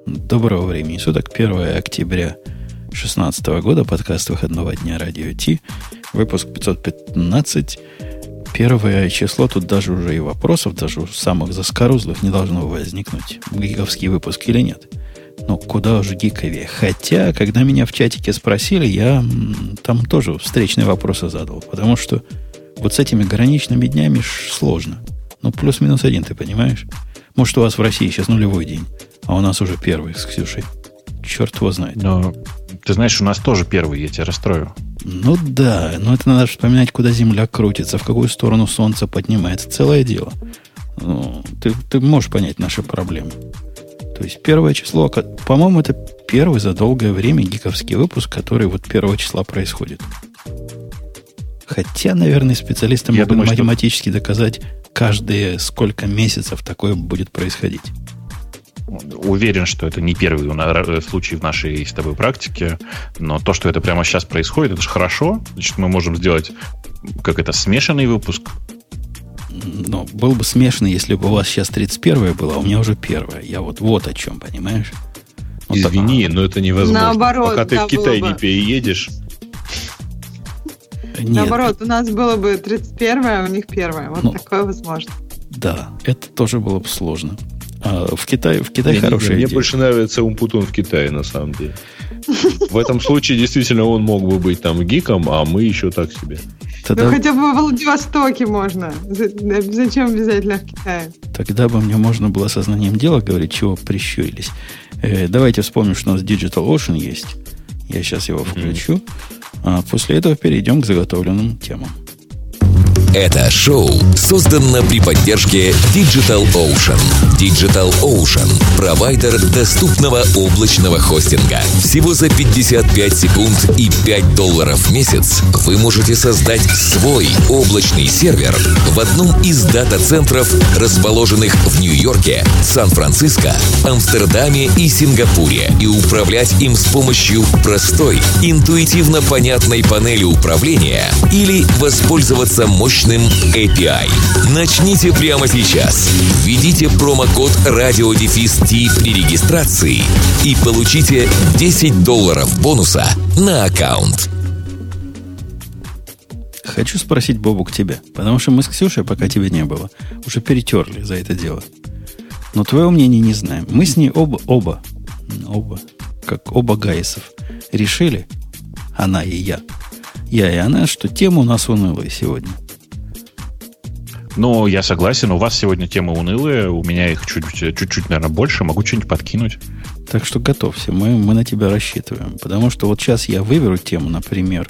Доброго времени суток, 1 октября 2016 года, подкаст выходного дня Радио Ти, выпуск 515, первое число, тут даже уже и вопросов, даже у самых заскорузлых не должно возникнуть, гиковский выпуск или нет. Ну, куда уже гиковее. Хотя, когда меня в чатике спросили, я там тоже встречные вопросы задал, потому что вот с этими граничными днями сложно. Ну, плюс-минус один, ты понимаешь? Может, у вас в России сейчас нулевой день, а у нас уже первый с Ксюшей. Черт его знает. Но ты знаешь, у нас тоже первый, я тебя расстрою. Ну да, но это надо вспоминать, куда Земля крутится, в какую сторону Солнце поднимается. Целое дело. Ну, ты можешь понять наши проблемы. То есть первое число, по-моему, это первый за долгое время гиковский выпуск, который вот 1 числа происходит. Хотя, наверное, специалисты могут математически доказать, каждые сколько месяцев такое будет происходить. Уверен, что это не первый случай в нашей с тобой практике, но то, что это прямо сейчас происходит, это же хорошо. Значит, мы можем сделать, смешанный выпуск. Ну, был бы смешанный, если бы у вас сейчас 31-е было, а у меня уже 1-е. Я вот о чем, понимаешь? Вот извини, но это невозможно. Наоборот, пока ты в Китай не переедешь. Нет. Наоборот, у нас было бы 31-е, а у них 1-е. Вот такое возможно. Да, это тоже было бы сложно. А в Китае хорошая идея. Мне больше нравится Умпутун в Китае, на самом деле. В этом случае, действительно, он мог бы быть там гиком, а мы еще так себе. Тогда... Ну, хотя бы во Владивостоке можно. Зачем обязательно в Китае? Тогда бы мне можно было сознанием дела говорить, чего прищурились. Давайте вспомним, что у нас DigitalOcean есть. Я сейчас его включу. А после этого перейдем к заготовленным темам. Это шоу создано при поддержке DigitalOcean. DigitalOcean – провайдер доступного облачного хостинга. Всего за 55 секунд и $5 в месяц вы можете создать свой облачный сервер в одном из дата-центров, расположенных в Нью-Йорке, Сан-Франциско, Амстердаме и Сингапуре, и управлять им с помощью простой, интуитивно понятной панели управления или воспользоваться мощным API. Начните прямо сейчас. Введите промокод RadioDefist при регистрации и получите $10 бонуса на аккаунт. Хочу спросить, Бобук, тебя, потому что мы с Ксюшей, пока тебя не было, уже перетерли за это дело. Но твоего мнения не знаем. Мы с ней оба Гайсов, решили, она и я и она, что тема у нас унылая сегодня. Ну, я согласен, у вас сегодня темы унылые, у меня их чуть-чуть, наверное, больше, могу что-нибудь подкинуть. Так что готовься, мы на тебя рассчитываем. Потому что вот сейчас я выберу тему, например,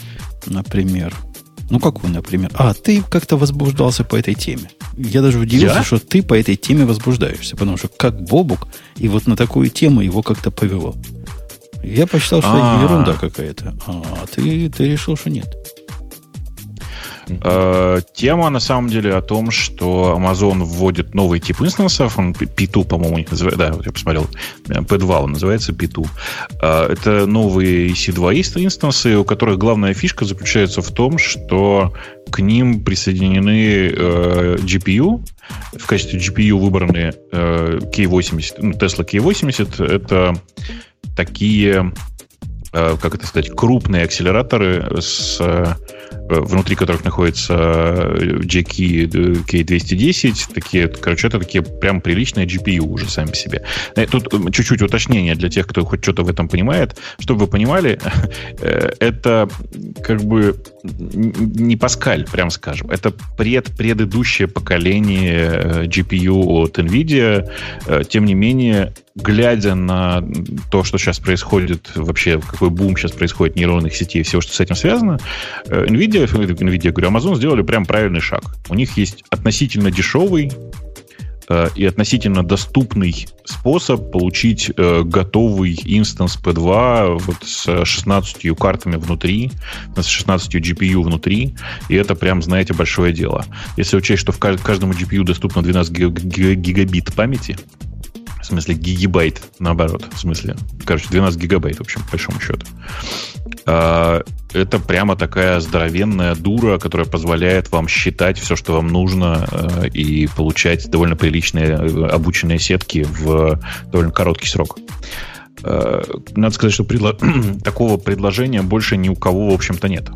ну, какую, например? Ты как-то возбуждался по этой теме. Я даже удивился, что ты по этой теме возбуждаешься, потому что как Бобук, и вот на такую тему его как-то повело. Я посчитал, что это ерунда какая-то, а ты решил, что нет. Тема, на самом деле, о том, что Amazon вводит новый тип инстансов, он P2, по-моему, называется, да, вот я посмотрел, P2 он называется, P2. Это новые EC2 инстансы, у которых главная фишка заключается в том, что к ним присоединены GPU. В качестве GPU выбраны K80, Tesla K80. Это такие, крупные акселераторы, внутри которых находится JK K210. Это такие прям приличные GPU уже сами по себе. Тут чуть-чуть уточнение для тех, кто хоть что-то в этом понимает. Чтобы вы понимали, это не Паскаль, прям скажем. Это предыдущее поколение GPU от NVIDIA. Тем не менее, глядя на то, что сейчас происходит, вообще какой бум сейчас происходит нейронных сетей и всего, что с этим связано, NVIDIA, говорю, Amazon сделали прям правильный шаг. У них есть относительно дешевый и относительно доступный способ получить готовый инстанс P2 вот с 16 картами внутри, с 16 GPU внутри, и это прям, знаете, большое дело. Если учесть, что в каждому GPU доступно 12 гигабит памяти, в смысле гигабайт, наоборот, 12 гигабайт, в общем, по большому счету. это прямо такая здоровенная дура, которая позволяет вам считать все, что вам нужно, и получать довольно приличные обученные сетки в довольно короткий срок. Надо сказать, что такого предложения больше ни у кого, в общем-то, нет.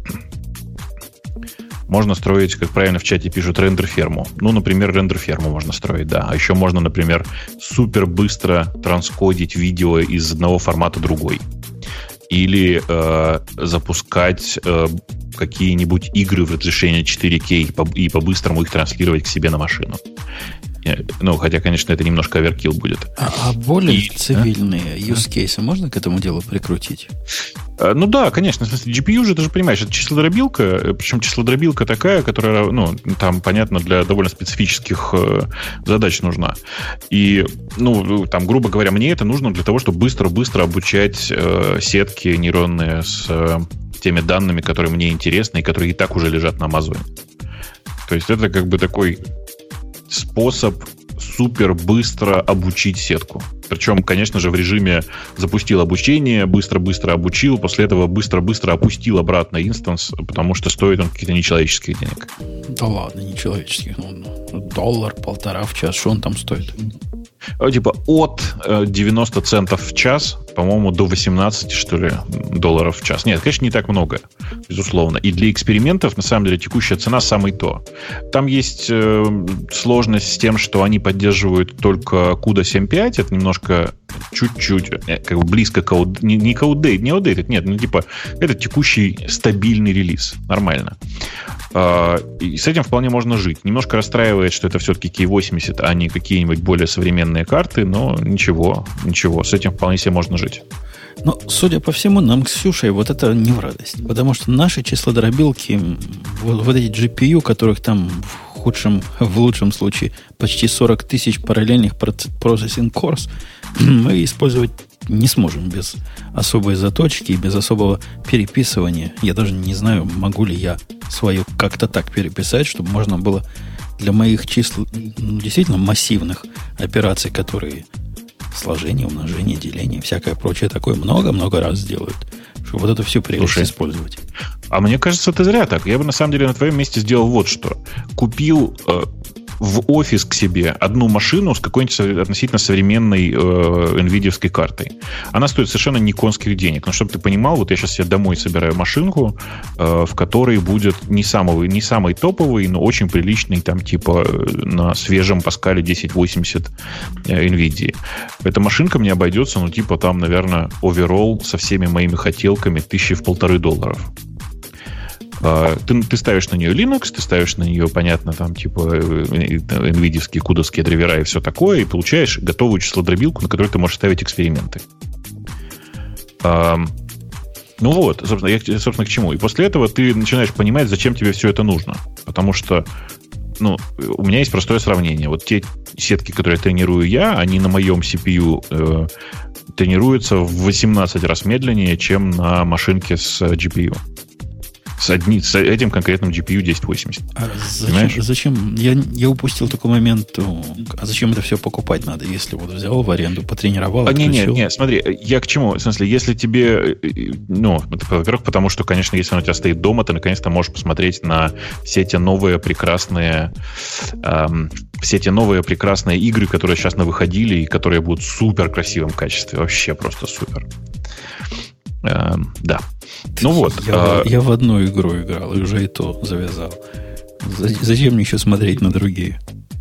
Можно строить, как правильно в чате пишут, рендер-ферму. Ну, например, рендер-ферму можно строить, да. А еще можно, например, супер быстро транскодить видео из одного формата в другой. Или запускать какие-нибудь игры в разрешении 4К и по-быстрому их транслировать к себе на машину. Ну, хотя, конечно, это немножко оверкилл будет. А более цивильные use cases можно к этому делу прикрутить? Ну да, конечно. В смысле, GPU же, ты же понимаешь, это числодробилка, причем числодробилка такая, которая, ну, там, понятно, для довольно специфических задач нужна. И, ну, там, грубо говоря, мне это нужно для того, чтобы быстро-быстро обучать сетки нейронные с теми данными, которые мне интересны и которые и так уже лежат на Амазоне. То есть это как бы такой способ супер быстро обучить сетку. Причем, конечно же, в режиме запустил обучение, быстро-быстро обучил, после этого быстро-быстро опустил обратно инстанс, потому что стоит он каких-то нечеловеческих денег. Да ладно, нечеловеческих. $1-1.5 в час. Что он там стоит? Типа от 90 центов в час, по-моему, до 18, что ли, долларов в час. Нет, конечно, не так много, безусловно. И для экспериментов, на самом деле, текущая цена самое то. Там есть сложность с тем, что они поддерживают только CUDA 7.5. Это немножко чуть-чуть, как бы близко к не outdated, нет, ну типа это текущий стабильный релиз. Нормально. И с этим вполне можно жить. Немножко расстраивает, что это все-таки K80, а не какие-нибудь более современные карты, но ничего, с этим вполне себе можно жить. Но, судя по всему, нам с Ксюшей вот это не в радость. Потому что наши числодробилки, вот эти GPU, которых там в лучшем случае почти 40 тысяч параллельных processing cores, мы использовать не сможем без особой заточки и без особого переписывания. Я даже не знаю, могу ли я свою как-то так переписать, чтобы можно было для моих чисел, действительно массивных операций, которые сложение, умножение, деление, всякое прочее такое много-много раз сделают, чтобы вот эту всю прелесть использовать. А мне кажется, ты зря так. Я бы на самом деле на твоем месте сделал вот что. Купил в офис к себе одну машину с какой-нибудь относительно современной NVIDIA-вской картой. Она стоит совершенно не конских денег. Но чтобы ты понимал, вот я сейчас себе домой собираю машинку, в которой будет не самый топовый, но очень приличный, там типа на свежем Паскале 1080 NVIDIA. Эта машинка мне обойдется, ну типа там, наверное, оверолл со всеми моими хотелками $1,500. Ты ставишь на нее Linux, ты ставишь на нее, понятно, там, типа, NVIDIA-вские, кудовские драйвера и все такое, и получаешь готовую числодробилку, на которой ты можешь ставить эксперименты. Ну вот, собственно, к чему. И после этого ты начинаешь понимать, зачем тебе все это нужно. Потому что, ну, у меня есть простое сравнение. Вот те сетки, которые тренирую я, они на моем CPU тренируются в 18 раз медленнее, чем на машинке с GPU. С этим конкретным GPU 1080. А зачем? Я упустил такой момент. А зачем это все покупать надо, если вот взял в аренду, потренировал, отключил? Не, смотри, я к чему? В смысле, если тебе... Ну, во-первых, потому что, конечно, если он у тебя стоит дома, ты наконец-то можешь посмотреть на все те новые прекрасные игры, которые сейчас навыходили и которые будут в супер красивом качестве. Вообще просто супер. Да. Ну вот. Я в одну игру играл, и уже и то завязал. Зачем мне еще смотреть на другие?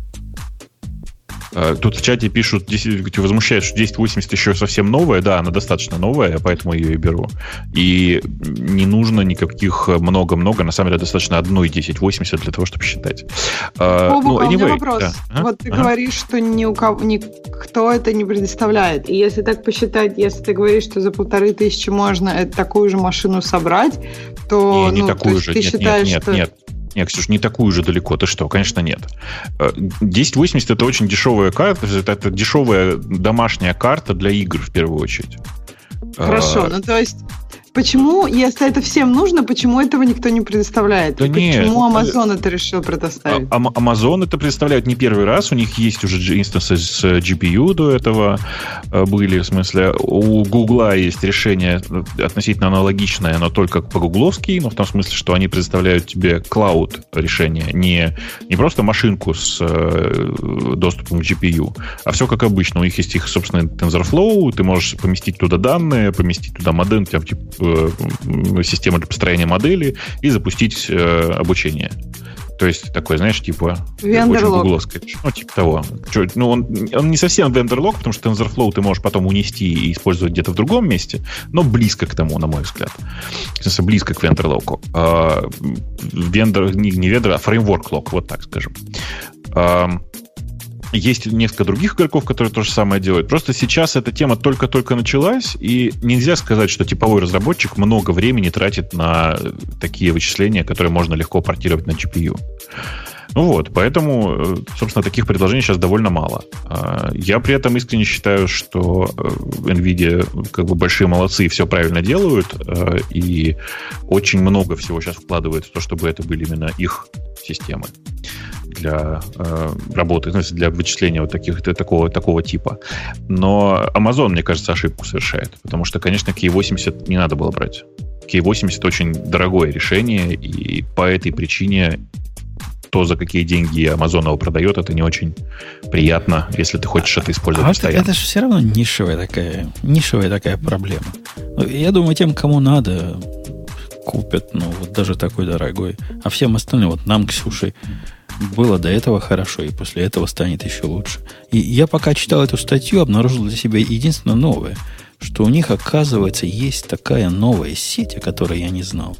Тут в чате пишут, возмущают, что 1080 еще совсем новая. Да, она достаточно новая, поэтому ее и беру. И не нужно никаких много-много. На самом деле достаточно одной 1080 для того, чтобы считать. У меня вопрос. Да. Вот ты говоришь, что никто это не предоставляет. И если так посчитать, если ты говоришь, что за 1500 можно такую же машину собрать, то не такую же. Ты считаешь, что... Нет, Ксюш, не такую же далеко. Ты что? Конечно, нет. 1080 это очень дешевая карта. Это дешевая домашняя карта для игр, в первую очередь. Хорошо, ну то есть Почему, если это всем нужно, почему этого никто не предоставляет? Да почему Amazon это решил предоставить? Amazon это предоставляет не первый раз. У них есть уже инстансы с GPU до этого были. В смысле, у Гугла есть решение относительно аналогичное, но только по-гугловски. Но в том смысле, что они предоставляют тебе cloud решение. Не просто машинку с доступом к GPU, а все как обычно. У них есть их собственный TensorFlow. Ты можешь поместить туда данные, поместить туда модель, систему для построения модели и запустить обучение. То есть такой, знаешь, типа очень гугловское. Ну, типа того. Ну, он не совсем vendor-lock, потому что TensorFlow ты можешь потом унести и использовать где-то в другом месте, но близко к тому, на мой взгляд. В смысле, близко к vendor-lock. Не vendor, а framework-lock, вот так скажем. Есть несколько других игроков, которые то же самое делают. Просто сейчас эта тема только-только началась, и нельзя сказать, что типовой разработчик много времени тратит на такие вычисления, которые можно легко портировать на GPU. Ну вот, поэтому, собственно, таких предложений сейчас довольно мало. Я при этом искренне считаю, что NVIDIA как бы большие молодцы и все правильно делают, и очень много всего сейчас вкладывают в то, чтобы это были именно их системы для работы, для вычисления вот такого типа. Но Amazon, мне кажется, ошибку совершает. Потому что, конечно, K80 не надо было брать. K80 очень дорогое решение, и по этой причине то, за какие деньги Amazon его продает, это не очень приятно, если ты хочешь это использовать постоянно. Это же все равно нишевая такая проблема. Я думаю, тем, кому надо, купят, вот даже такой дорогой. А всем остальным, вот нам, Ксюше, было до этого хорошо, и после этого станет еще лучше. И я пока читал эту статью, обнаружил для себя единственное новое, что у них, оказывается, есть такая новая сеть, о которой я не знал.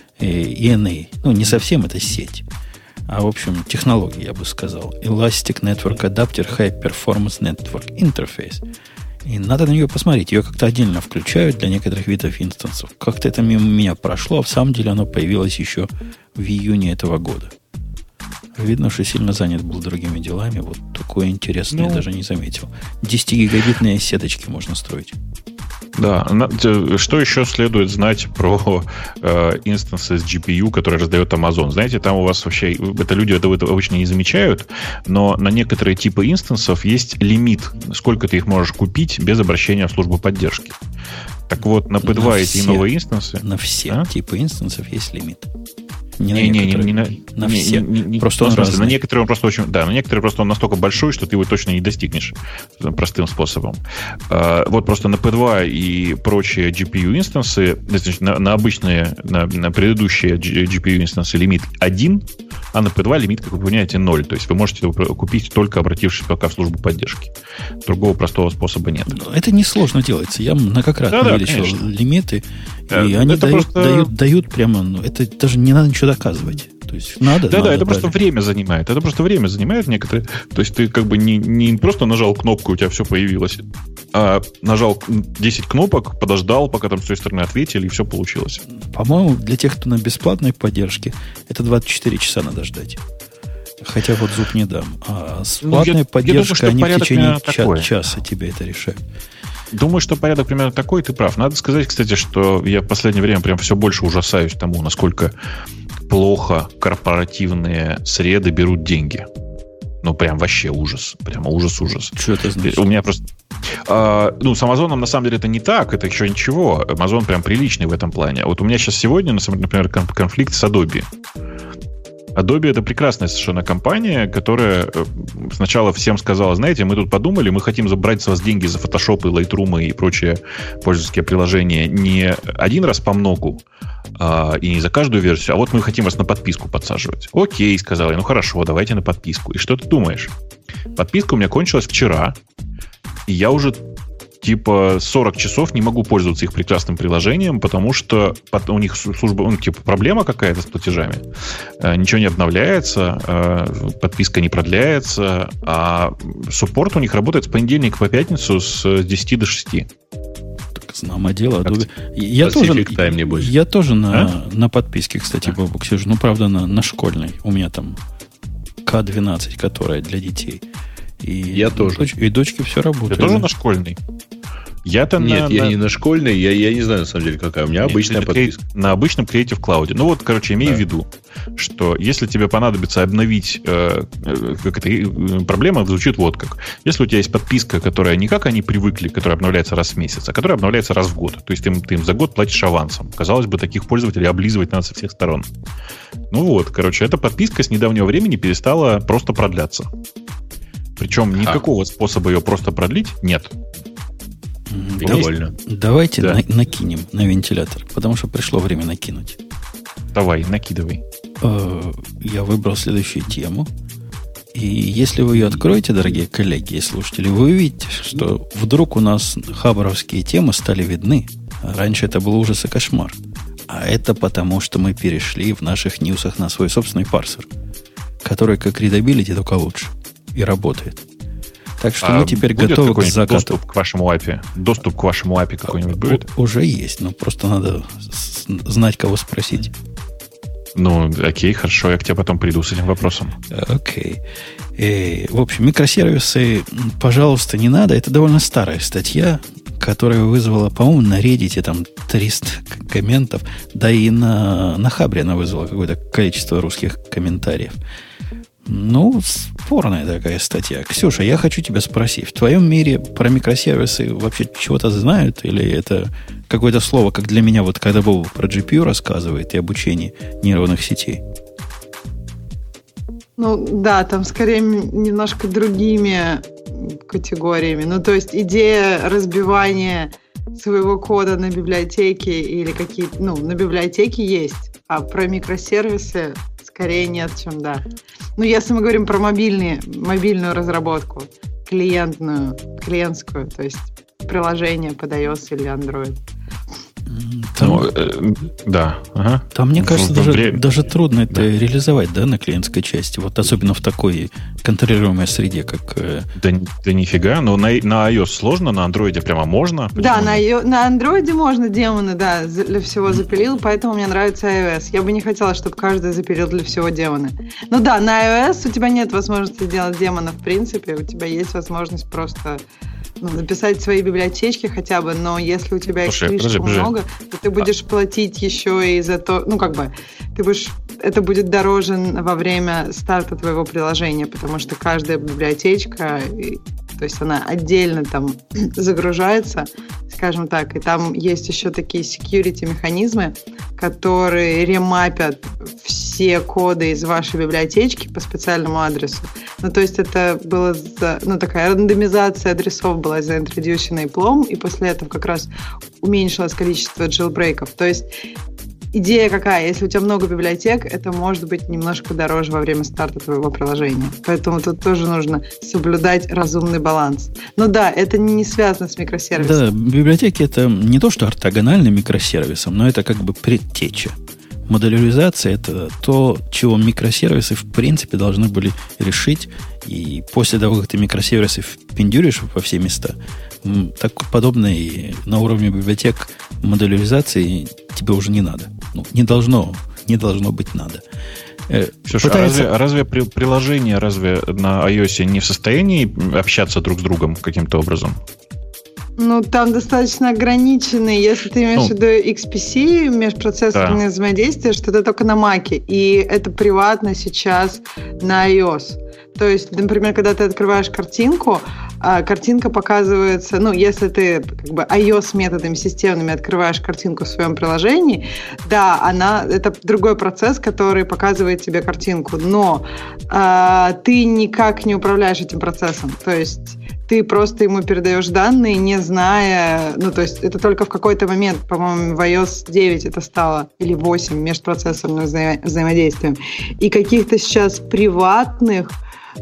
ENA. Не совсем это сеть, а, в общем, технология, я бы сказал. Elastic Network Adapter High Performance Network Interface. И надо на нее посмотреть. Ее как-то отдельно включают для некоторых видов инстансов. Как-то это мимо меня прошло, а в самом деле оно появилось еще в июне этого года. Видно, что сильно занят был другими делами. Вот такое интересное я даже не заметил. 10-гигабитные сеточки можно строить. Да. Что еще следует знать про инстансы с GPU, которые раздает Amazon? Знаете, там у вас вообще... Это люди это обычно не замечают, но на некоторые типы инстансов есть лимит, сколько ты их можешь купить без обращения в службу поддержки. Так вот, на P2 эти новые инстансы... На все типы инстансов есть лимит. На все. Просто он разный. На некоторые он просто очень... Да, на некоторые просто он настолько большой, что ты его точно не достигнешь простым способом. Вот просто на P2 и прочие GPU-инстансы, на обычные, на предыдущие GPU-инстансы лимит 1, а на P2 лимит, как вы понимаете, 0. То есть вы можете его купить, только обратившись пока в службу поддержки. Другого простого способа нет. Это несложно делается. Я многократно увеличил лимиты, и они дают прямо... Это даже не надо ничего доказывать. То есть надо. Да, это просто время занимает. Это просто время занимает некоторые. То есть ты как бы не просто нажал кнопку, у тебя все появилось, а нажал 10 кнопок, подождал, пока там с той стороны ответили, и все получилось. По-моему, для тех, кто на бесплатной поддержке, это 24 часа надо ждать. Хотя вот зуб не дам. А с платной поддержкой они в течение часа тебе это решают. Думаю, что порядок примерно такой, ты прав. Надо сказать, кстати, что я в последнее время прям все больше ужасаюсь тому, насколько плохо корпоративные среды берут деньги. Прям вообще ужас. Прямо ужас-ужас. Что это значит? У меня просто... с Амазоном на самом деле это не так, это еще ничего. Amazon прям приличный в этом плане. Вот у меня сейчас сегодня, например, конфликт с Adobe. Adobe — это прекрасная совершенно компания, которая сначала всем сказала, знаете, мы тут подумали, мы хотим забрать с вас деньги за Photoshop и Lightroom и прочие пользовательские приложения не один раз по многу, и не за каждую версию, а вот мы хотим вас на подписку подсаживать. Окей, сказал я, хорошо, давайте на подписку. И что ты думаешь? Подписка у меня кончилась вчера, и я уже 40 часов не могу пользоваться их прекрасным приложением, потому что у них служба, проблема какая-то с платежами. Ничего не обновляется, подписка не продляется, а суппорт у них работает с понедельника по пятницу с 10 до 6. Так, знамо дело. Я тоже на подписке, кстати, Бобук сижу. Правда, на школьной. У меня там К12, которая для детей. И я тоже. И дочке все работает. Я тоже на школьной. Я-то Нет, я не на школьной, я не знаю, на самом деле, какая. У меня обычная подписка. На обычном Creative Cloud. Ну вот, короче, имей в виду, что если тебе понадобится обновить, проблема звучит вот как. Если у тебя есть подписка, которая не как они привыкли, которая обновляется раз в месяц, а которая обновляется раз в год. То есть ты им за год платишь авансом. Казалось бы, таких пользователей облизывать надо со всех сторон. Ну вот, короче, эта подписка с недавнего времени перестала просто продляться. Причем никакого способа ее просто продлить нет. Довольно. Давайте накинем на вентилятор, потому что пришло время накинуть. Давай, накидывай. Я выбрал следующую тему. И если вы ее откроете, дорогие коллеги и слушатели, вы увидите, что вдруг у нас хабаровские темы стали видны. Раньше это был ужас и кошмар. А это потому, что мы перешли в наших ньюсах на свой собственный парсер, который как readability только лучше и работает. Так что мы теперь готовы к закату. Доступ к вашему API? Доступ к вашему API какой-нибудь будет? Уже есть, но просто надо знать, кого спросить. Ну, окей, хорошо, я к тебе потом приду с этим вопросом. Окей. В общем, микросервисы, пожалуйста, не надо. Это довольно старая статья, которая вызвала, по-моему, на Reddit там 300 комментов. Да и на Хабре она вызвала какое-то количество русских комментариев. Ну, спорная такая статья. Ксюша, я хочу тебя спросить. В твоем мире про микросервисы вообще чего-то знают? Или это какое-то слово, как для меня, вот когда Боб про GPU рассказывает и обучение нейронных сетей? Ну, да, там скорее немножко другими категориями. Ну, то есть идея разбивания своего кода на библиотеки или какие-то... Ну, на библиотеки есть, а про микросервисы скорее нет, чем да. Ну, если мы говорим про мобильную разработку, клиентскую, то есть приложение под iOS или Android. Да. Ага. Там, мне кажется, даже трудно это реализовать, да, на клиентской части. Вот особенно в такой контролируемой среде, как... Да нифига, но на iOS сложно, на Android прямо можно. Да, на Android можно демоны, да, для всего запилил, поэтому мне нравится iOS. Я бы не хотела, чтобы каждый запилил для всего демоны. Ну да, на iOS у тебя нет возможности делать демона в принципе, у тебя есть возможность просто... написать свои библиотечки хотя бы, но если у тебя их слишком много, то ты будешь платить еще и за то, это будет дороже во время старта твоего приложения, потому что каждая библиотечка, то есть она отдельно там загружается, скажем так, и там есть еще такие security механизмы, которые ремапят все коды из вашей библиотечки по специальному адресу. Ну, то есть это было такая рандомизация адресов была заинтродюсена Apple, и после этого как раз уменьшилось количество джилбрейков. То есть идея какая? Если у тебя много библиотек, это может быть немножко дороже во время старта твоего приложения. Поэтому тут тоже нужно соблюдать разумный баланс. Но да, это не связано с микросервисом. Да, библиотеки это не то, что ортогональным микросервисом, но это как бы предтеча. Модуляризация – это то, чего микросервисы в принципе должны были решить. И после того, как ты микросервисы впендюришь во все места, так подобное и на уровне библиотек модуляризации тебе уже не надо. Ну, не должно быть надо. Слушай, разве приложения на iOS не в состоянии общаться друг с другом каким-то образом? Ну, там достаточно ограниченные, если ты имеешь в виду XPC, межпроцессорное взаимодействие, что это только на Mac, и это приватно сейчас на iOS. То есть, например, когда ты открываешь картинку, картинка показывается, если ты как бы iOS-методами системными открываешь картинку в своем приложении, да, это другой процесс, который показывает тебе картинку, но ты никак не управляешь этим процессом. То есть ты просто ему передаешь данные, не зная... то есть это только в какой-то момент, по-моему, в iOS 9 это стало, или 8, межпроцессорным взаимодействием. И каких-то сейчас приватных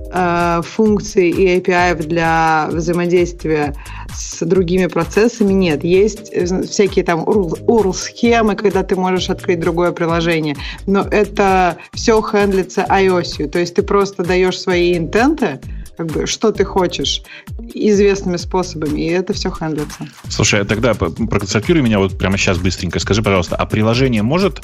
функций и API для взаимодействия с другими процессами нет. Есть всякие там URL-схемы, когда ты можешь открыть другое приложение, но это все хендлится iOS. То есть ты просто даешь свои интенты, как бы, что ты хочешь, известными способами, и это все хендлится. Слушай, тогда проконсультируй меня вот прямо сейчас быстренько. Скажи, пожалуйста, а приложение может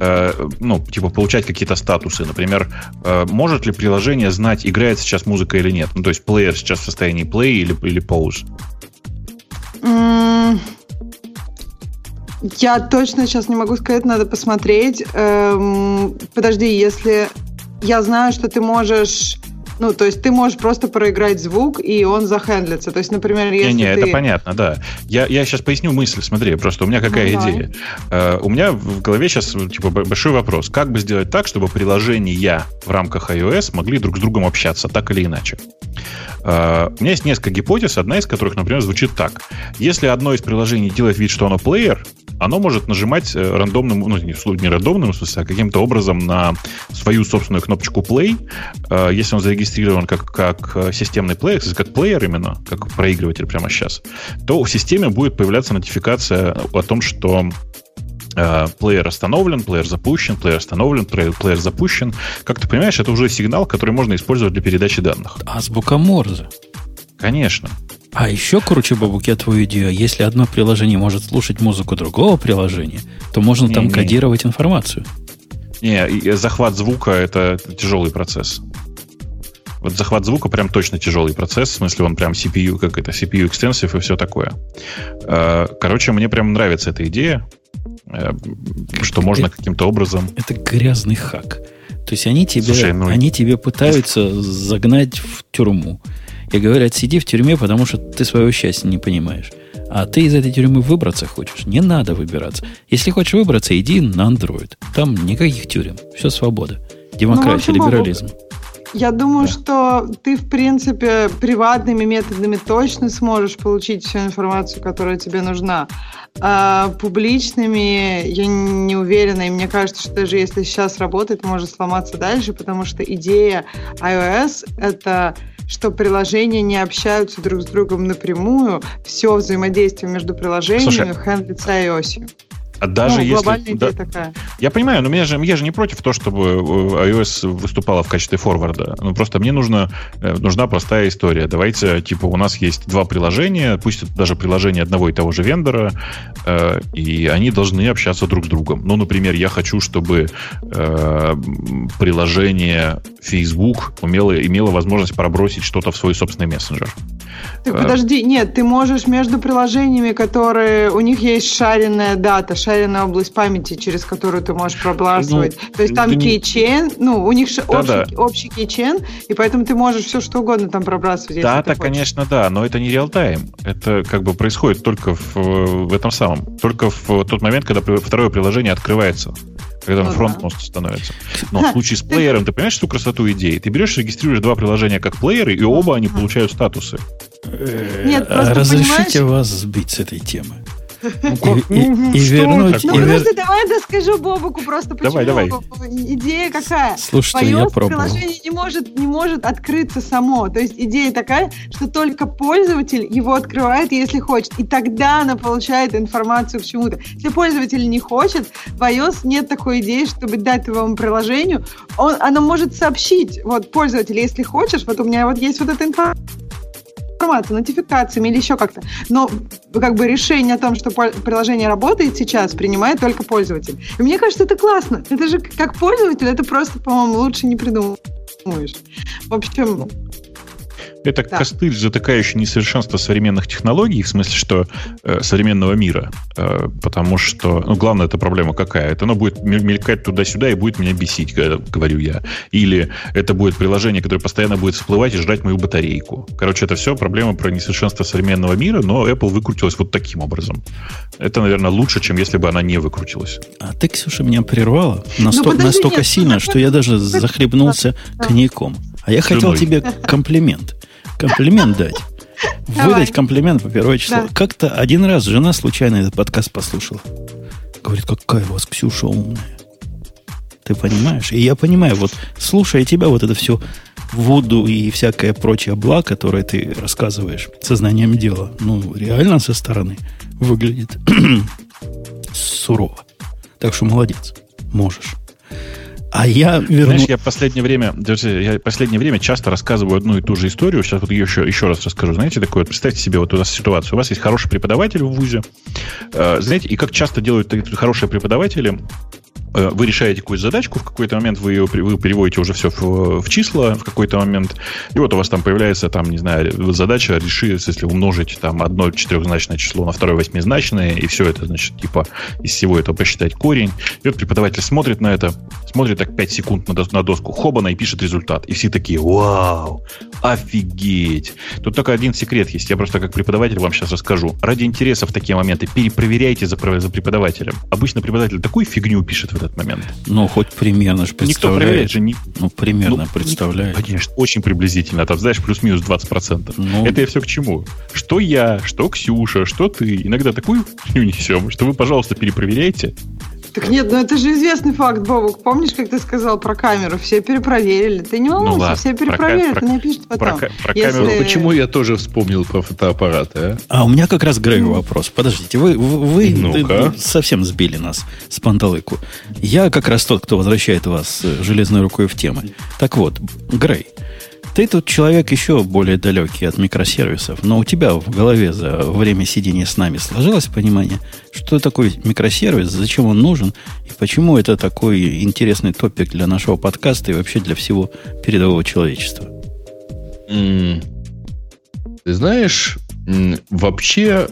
получать какие-то статусы? Например, может ли приложение знать, играет сейчас музыка или нет? Ну, то есть плеер сейчас в состоянии play или pause? Я точно сейчас не могу сказать, надо посмотреть. Подожди, если... Я знаю, что ты можешь... Ну, то есть ты можешь просто проиграть звук, и он захендлится. То есть, например, если Не, ты... это понятно, да. Я сейчас поясню мысль. Смотри, просто у меня какая идея. У меня в голове сейчас типа большой вопрос. Как бы сделать так, чтобы приложения в рамках iOS могли друг с другом общаться, так или иначе? У меня есть несколько гипотез, одна из которых, например, звучит так. Если одно из приложений делает вид, что оно плеер, оно может нажимать рандомным, ну, не рандомным, в смысле, а каким-то образом на свою собственную кнопочку play, если он зарегистрирован как системный плеер, как плеер именно, как проигрыватель прямо сейчас, то в системе будет появляться нотификация о том, что плеер остановлен, плеер запущен, плеер остановлен, плеер запущен. Как ты понимаешь, это уже сигнал, который можно использовать для передачи данных. Азбука Морзе. Конечно. А еще круче, Бабук, я твою идею. Если одно приложение может слушать музыку другого приложения, то можно там кодировать информацию. Захват звука – это тяжелый процесс. Вот захват звука прям точно тяжелый процесс. В смысле, он прям CPU, как это, CPU extensive и все такое. Короче, мне прям нравится эта идея, что можно каким-то образом... Это грязный хак. То есть они тебе пытаются загнать в тюрьму. И говорят, сиди в тюрьме, потому что ты своего счастья не понимаешь. А ты из этой тюрьмы выбраться хочешь? Не надо выбираться. Если хочешь выбраться, иди на Android. Там никаких тюрем. Все свобода. Демократия, либерализм. Я думаю, что ты, в принципе, приватными методами точно сможешь получить всю информацию, которая тебе нужна. А публичными я не уверена. И мне кажется, что даже если сейчас работает, может сломаться дальше, потому что идея iOS — это... что приложения не общаются друг с другом напрямую, все взаимодействие между приложениями хендлится iOS. А даже глобальная идея такая. Я понимаю, но я же не против того, чтобы iOS выступала в качестве форварда. Ну, просто мне нужна простая история. Давайте, типа, у нас есть два приложения, пусть это даже приложение одного и того же вендора, и они должны общаться друг с другом. Ну, например, я хочу, чтобы приложение Facebook имело возможность пробросить что-то в свой собственный мессенджер. Так подожди, нет, ты можешь между приложениями, которые... У них есть шаренная дата, шаренная область памяти, через которую ты можешь пробрасывать. То есть там кейчейн, у них общий кейчейн, и поэтому ты можешь все что угодно там пробрасывать. Да, конечно, да, но это не реал-тайм. Это как бы происходит только в этом самом. Только в тот момент, когда второе приложение открывается. Когда фронт-мост становится. Но в случае с плеером, ты понимаешь всю красоту идеи? Ты берешь, регистрируешь два приложения как плееры, и оба они получают статусы. Нет, разрешите вас сбить с этой темы. И вернуть... подожди, давай я скажу Бобуку просто почему. Давай. Идея какая? Слушайте, я пробовал. Приложение не может открыться само. То есть идея такая, что только пользователь его открывает, если хочет. И тогда она получает информацию к чему-то. Если пользователь не хочет, в iOS нет такой идеи, чтобы дать твоему приложению. Оно может сообщить пользователю, если хочешь, у меня есть эта информация, нотификациями или еще как-то. Но как бы решение о том, что приложение работает сейчас, принимает только пользователь. И мне кажется, это классно. Это же как пользователь, это просто, по-моему, лучше не придумаешь. В общем... Это костыль, затыкающий несовершенство современных технологий, в смысле, что современного мира. Потому что, главная эта проблема какая? Это оно будет мелькать туда-сюда и будет меня бесить, говорю я. Или это будет приложение, которое постоянно будет всплывать и жрать мою батарейку. Короче, это все проблема про несовершенство современного мира, но Apple выкрутилась вот таким образом. Это, наверное, лучше, чем если бы она не выкрутилась. А ты, Ксюша, меня прервала настолько сильно, что я даже захлебнулся коньяком. А я хотел тебе комплимент дать. Выдать комплимент по первое число. Да. Как-то один раз жена случайно этот подкаст послушала. Говорит, какая у вас Ксюша умная. Ты понимаешь? И я понимаю, слушая тебя, это все вуду и всякое прочее бла, которое ты рассказываешь сознанием дела, реально со стороны выглядит сурово. Так что молодец. Можешь. А я верну... Знаешь, я последнее время часто рассказываю одну и ту же историю. Сейчас ее еще раз расскажу. Знаете, такое, представьте себе, у нас ситуация. У вас есть хороший преподаватель в вузе. Знаете, и как часто делают хорошие преподаватели, вы решаете какую-то задачку, в какой-то момент вы переводите уже все в числа в какой-то момент, и вот у вас там появляется, там, не знаю, задача решить, если умножить там одно четырехзначное число на второе восьмизначное, и все это, значит, типа из всего этого посчитать корень. И вот преподаватель смотрит на это, смотрит так 5 секунд на доску, хобана, и пишет результат. И все такие: вау, офигеть. Тут только один секрет есть, я просто как преподаватель вам сейчас расскажу. Ради интереса в такие моменты перепроверяйте за преподавателем. Обычно преподаватель такую фигню пишет в этот момент. Ну, хоть примерно же представляет. Никто проверяет же не... Ну, примерно представляет. Конечно, очень приблизительно. Там, знаешь, плюс-минус 20%. Ну... Это я все к чему? Что я, что Ксюша, что ты. Иногда такую фигню несем, что вы, пожалуйста, перепроверяйте. Так нет, ну это же известный факт, Бобук. Помнишь, как ты сказал про камеру? Все перепроверили. Ты не волнуйся, все перепроверят, и напишут потом. Про камеру. Почему я тоже вспомнил про фотоаппараты, а у меня как раз, Грею, вопрос. Подождите, вы совсем сбили нас с панталыку. Я как раз тот, кто возвращает вас железной рукой в темы. Так вот, Грей, ты тут человек еще более далекий от микросервисов, но у тебя в голове за время сидения с нами сложилось понимание, что такое микросервис, зачем он нужен, и почему это такой интересный топик для нашего подкаста и вообще для всего передового человечества? Ты знаешь, вообще,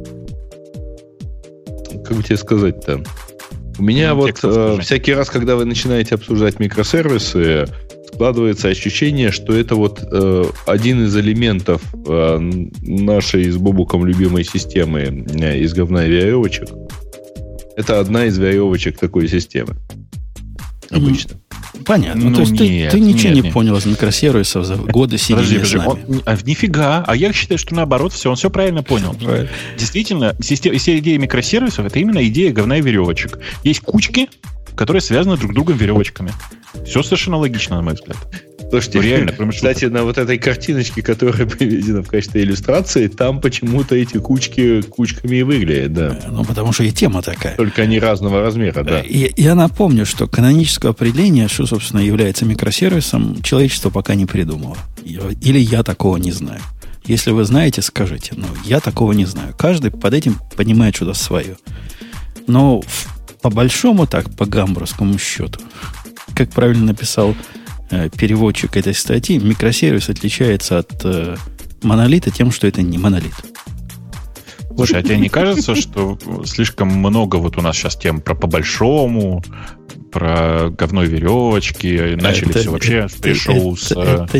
как бы тебе сказать-то, у меня всякий раз, когда вы начинаете обсуждать микросервисы, складывается ощущение, что это вот один из элементов нашей с Бобуком любимой системы из говна и веревочек. Это одна из веревочек такой системы. Обычно. Понятно. То есть ты ничего не понял из микросервисов за годы сидения с нами. Нифига. А я считаю, что наоборот, он все правильно понял. Действительно, вся идея микросервисов — это именно идея говна и веревочек. Есть кучки, которые связаны друг с другом веревочками. Все совершенно логично, на мой взгляд. Слушайте, реально, кстати, на вот этой картиночке, которая приведена в качестве иллюстрации, там почему-то эти кучками и выглядят, да. Ну, потому что и тема такая. Только они разного размера, да. Я напомню, что каноническое определение, что, собственно, является микросервисом, человечество пока не придумало. Или я такого не знаю. Если вы знаете, скажите. Но я такого не знаю. Каждый под этим понимает что-то свое. Но по большому так, по гамбургскому счету, как правильно написал переводчик этой статьи, микросервис отличается от монолита тем, что это не монолит. Слушай, а тебе не кажется, что слишком много вот у нас сейчас тем про по-большому, про говно и веревочки, начали все вообще в пришоу с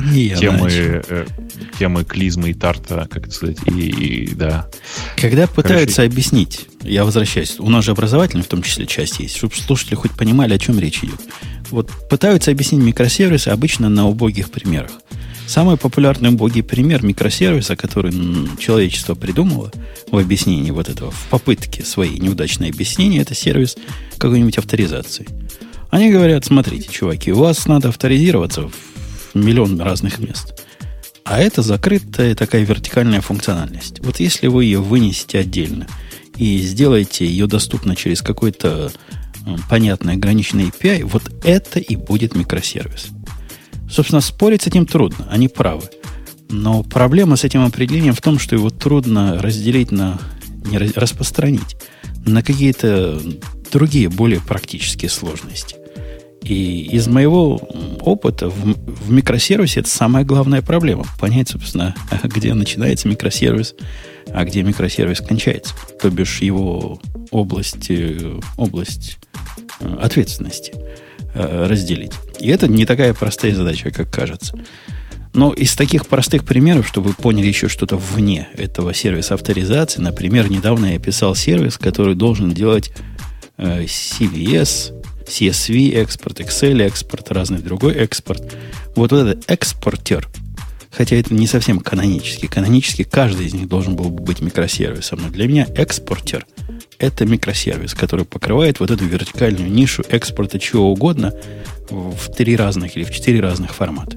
темы клизмы и тарта, как это сказать, и да. Когда пытаются объяснить, я возвращаюсь, у нас же образовательная в том числе часть есть, чтобы слушатели хоть понимали, о чем речь идет. Вот пытаются объяснить микросервисы обычно на убогих примерах. Самый популярный убогий пример микросервиса, который человечество придумало в объяснении вот этого, в попытке своей неудачной объяснения, это сервис какой-нибудь авторизации. Они говорят: смотрите, чуваки, у вас надо авторизироваться в миллион разных мест. А это закрытая такая вертикальная функциональность. Вот если вы ее вынесете отдельно и сделаете ее доступно через какой-то понятный ограниченный API, вот это и будет микросервис. Собственно, спорить с этим трудно, они правы. Но проблема с этим определением в том, что его трудно разделить не распространить на какие-то другие, более практические сложности. И из моего опыта в микросервисе это самая главная проблема. Понять, собственно, где начинается микросервис, а где микросервис кончается. То бишь его область ответственности разделить. И это не такая простая задача, как кажется. Но из таких простых примеров, чтобы вы поняли еще что-то вне этого сервиса авторизации, например, недавно я писал сервис, который должен делать CVS, CSV экспорт, Excel экспорт, разный другой экспорт. Вот этот экспортер, хотя это не совсем канонически. Канонически каждый из них должен был быть микросервисом. Но для меня экспортер – это микросервис, который покрывает вот эту вертикальную нишу экспорта чего угодно в 3 разных или в 4 разных формата.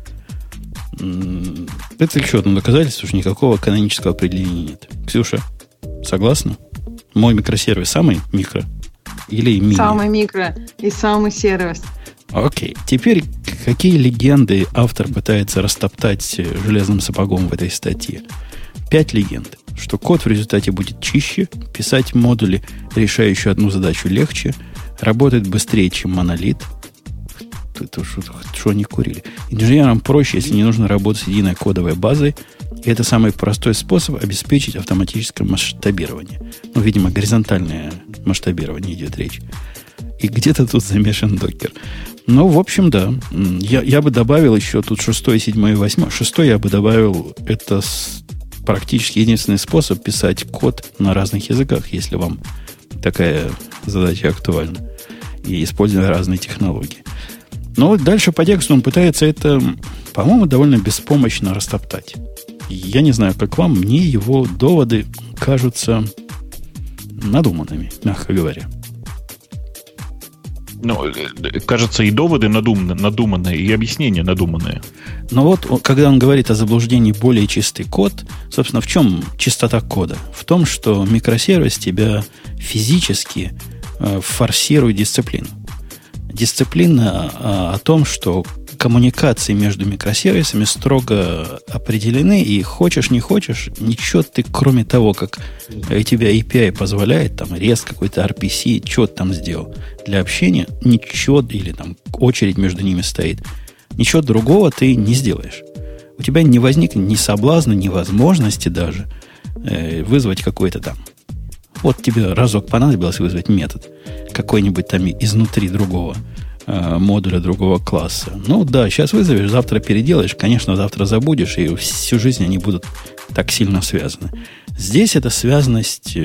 Это еще одно доказательство, что никакого канонического определения нет. Ксюша, согласна? Мой микросервис самый микро или мини? Самый микро и самый сервис. Окей. Теперь какие легенды автор пытается растоптать железным сапогом в этой статье? 5 легенд. Что код в результате будет чище, писать модули, решающие одну задачу, легче, работает быстрее, чем монолит. Что они курили? Инженерам проще, если не нужно работать с единой кодовой базой. И это самый простой способ обеспечить автоматическое масштабирование. Ну, видимо, горизонтальное масштабирование идет речь. И где-то тут замешан докер. Ну, в общем, да. Я бы добавил еще тут 6, 7 и 8. 6 я бы добавил, это практически единственный способ писать код на разных языках, если вам такая задача актуальна. И используя разные технологии. Но дальше по тексту он пытается это, по-моему, довольно беспомощно растоптать. Я не знаю, как вам, мне его доводы кажутся надуманными, мягко говоря. Ну, кажется, и доводы надуманные, и объяснения надуманные. Но вот, когда он говорит о заблуждении более чистый код, собственно, в чем чистота кода? В том, что микросервис тебя физически форсирует дисциплину. Дисциплина о том, что коммуникации между микросервисами строго определены, и хочешь, не хочешь, ничего ты, кроме того, как тебе API позволяет, там, REST какой-то, RPC, что ты там сделал для общения, ничего, или там очередь между ними стоит, ничего другого ты не сделаешь. У тебя не возникнет ни соблазна, ни возможности даже вызвать какой-то там. Вот тебе разок понадобилось вызвать метод какой-нибудь там изнутри другого модуля, другого класса. Ну да, сейчас вызовешь, завтра переделаешь, конечно, завтра забудешь, и всю жизнь они будут так сильно связаны. Здесь эта связанность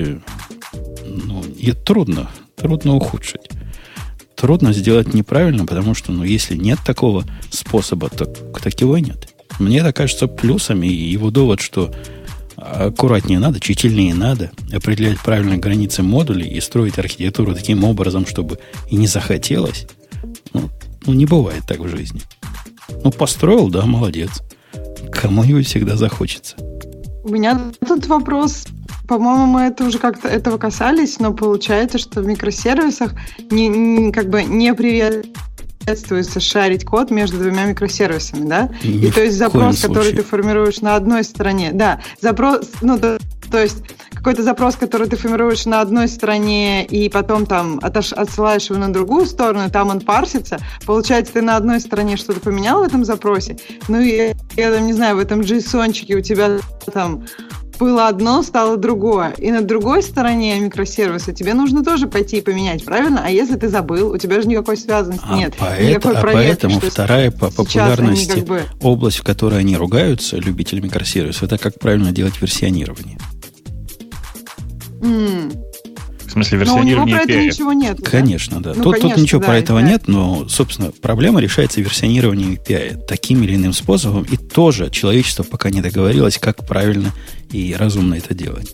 и трудно ухудшить. Трудно сделать неправильно, потому что, если нет такого способа, то так его и нет. Мне это кажется плюсом, и его довод, что аккуратнее надо, тщательнее надо определять правильные границы модулей и строить архитектуру таким образом, чтобы и не захотелось. Не бывает так в жизни. Построил, да, молодец. Кому-нибудь всегда захочется. У меня тут вопрос. По-моему, мы это уже как-то этого касались, но получается, что в микросервисах не приветствуется шарить код между двумя микросервисами, да? И то есть запрос, который ты формируешь на одной стороне, да, запрос, то есть какой-то запрос, который ты формируешь на одной стороне и потом там отсылаешь его на другую сторону, там он парсится, получается, ты на одной стороне что-то поменял в этом запросе, и я там не знаю, в этом JSON-чике у тебя там было одно, стало другое. И на другой стороне микросервиса тебе нужно тоже пойти и поменять, правильно? А если ты забыл, у тебя же никакой связанности нет. Поэтому вторая по популярности область, в которой они ругаются, любители микросервисов, это как правильно делать версионирование. В смысле, версионирование но у него про это ничего нет. Конечно, да. Тут ничего про этого нет, но, собственно, проблема решается версионированием API таким или иным способом, и тоже человечество пока не договорилось, как правильно и разумно это делать.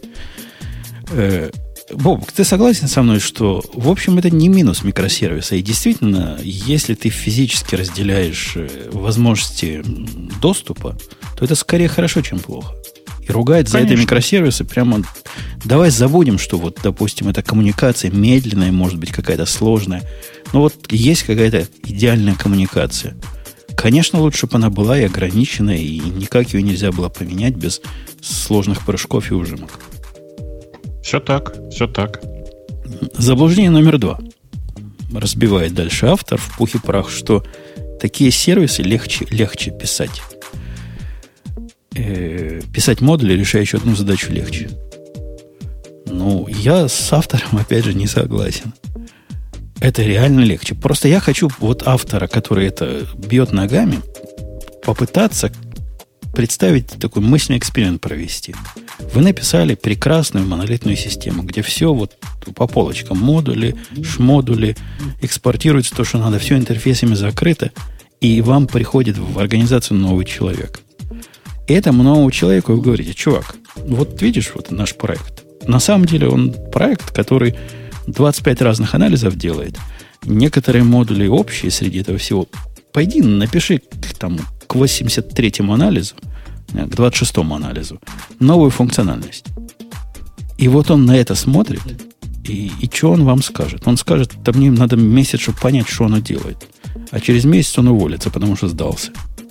Боб, ты согласен со мной, что, в общем, это не минус микросервиса, и действительно, если ты физически разделяешь возможности доступа, то это скорее хорошо, чем плохо. И ругать за это микросервисы прямо... Давай забудем, что допустим, эта коммуникация медленная, может быть, какая-то сложная. Но есть какая-то идеальная коммуникация. Конечно, лучше бы она была и ограниченная, и никак ее нельзя было поменять без сложных прыжков и ужимок. Все так. Заблуждение номер 2. Разбивает дальше автор в пух и прах, что такие сервисы легче писать. Писать модули, решающие одну задачу, легче. Я с автором, опять же, не согласен. Это реально легче. Просто я хочу автора, который это бьет ногами, попытаться представить такой мысленный эксперимент провести. Вы написали прекрасную монолитную систему, где все по полочкам, модули, шмодули, экспортируется то, что надо, все интерфейсами закрыто, и вам приходит в организацию новый человек. И этому новому человеку вы говорите: чувак, видишь, наш проект. На самом деле он проект, который 25 разных анализов делает. Некоторые модули общие среди этого всего. Пойди напиши к 83-му анализу, к 26-му анализу новую функциональность. И он на это смотрит, и что он вам скажет? Он скажет: да мне надо месяц, чтобы понять, что оно делает. А через месяц он уволится, потому что сдался.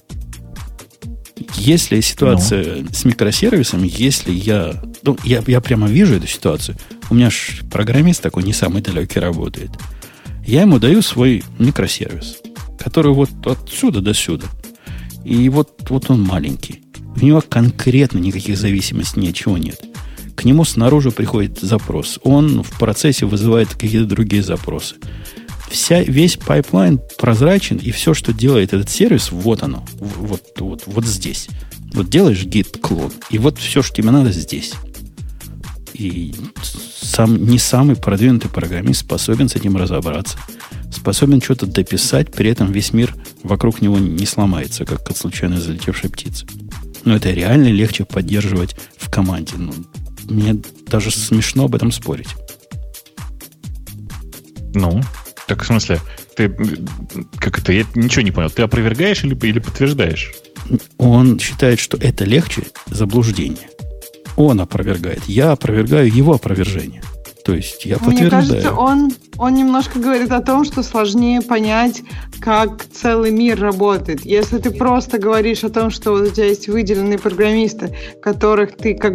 Если ситуация с микросервисами, если я прямо вижу эту ситуацию, у меня же программист такой не самый далекий работает. Я ему даю свой микросервис, который вот отсюда до сюда. И вот он маленький. У него конкретно никаких зависимостей, ничего нет. К нему снаружи приходит запрос. Он в процессе вызывает какие-то другие запросы. Весь пайплайн прозрачен, и все, что делает этот сервис, вот оно. Вот здесь. Вот делаешь git клон, и вот все, что тебе надо, здесь. И не самый продвинутый программист способен с этим разобраться. Способен что-то дописать, при этом весь мир вокруг него не сломается, как от случайно залетевшей птицы. Но это реально легче поддерживать в команде. Мне даже смешно об этом спорить. Так в смысле, ты как это? Я ничего не понял. Ты опровергаешь или подтверждаешь? Он считает, что это легче заблуждение. Он опровергает. Я опровергаю его опровержение. То есть я подтверждаю. Мне кажется, он немножко говорит о том, что сложнее понять, как целый мир работает. Если ты просто говоришь о том, что вот у тебя есть выделенные программисты, которым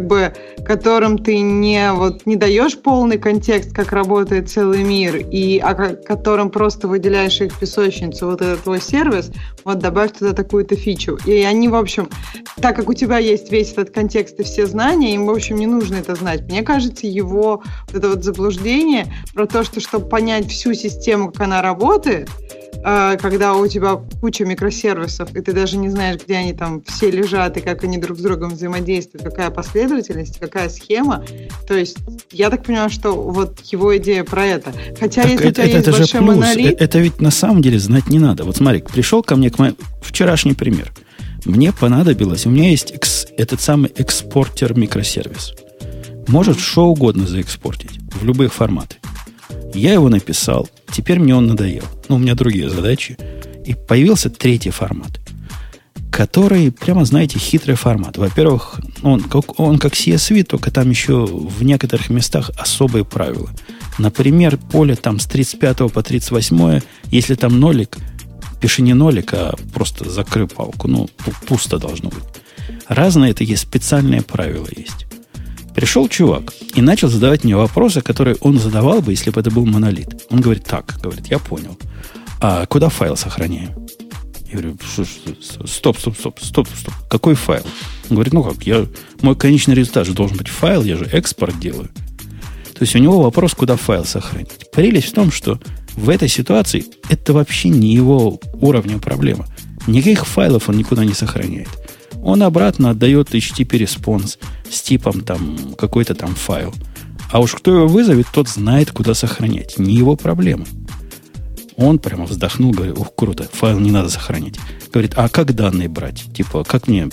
ты не даешь полный контекст, как работает целый мир, и которым просто выделяешь их песочницу, вот этот твой сервис, вот добавь туда такую-то фичу. И они, в общем, так как у тебя есть весь этот контекст и все знания, им, в общем, не нужно это знать. Мне кажется, его вот это вот заблуждение про то, что чтобы понять всю систему, как она работает, когда у тебя куча микросервисов, и ты даже не знаешь, где они там все лежат, и как они друг с другом взаимодействуют, какая последовательность, какая схема. То есть я так понимаю, что вот его идея про это. Хотя так если у тебя есть большой монолит... Это ведь на самом деле знать не надо. Вот смотри, пришел ко мне вчерашний пример. Мне понадобилось, у меня есть этот самый экспортер микросервис. Может что угодно заэкспортить в любые форматы. Я его написал, теперь мне он надоел. У меня другие задачи. И появился третий формат, который, прямо, знаете, хитрый формат. Во-первых, он как CSV, только там еще в некоторых местах особые правила. Например, поле там с 35 по 38, если там нолик, пиши не нолик, а просто закрой палку. Пусто должно быть. Разные такие специальные правила есть. Пришел чувак и начал задавать мне вопросы, которые он задавал бы, если бы это был монолит. Он говорит, я понял. А куда файл сохраняем? Я говорю, стоп. Какой файл? Он говорит, мой конечный результат же должен быть файл, я же экспорт делаю. То есть у него вопрос, куда файл сохранить. Прелесть в том, что в этой ситуации это вообще не его уровня проблема. Никаких файлов он никуда не сохраняет. Он обратно отдает HTTP-респонс с типом там какой-то там файл. А уж кто его вызовет, тот знает, куда сохранять. Не его проблема. Он прямо вздохнул, говорит, круто, файл не надо сохранять. Говорит, а как данные брать? Типа, как мне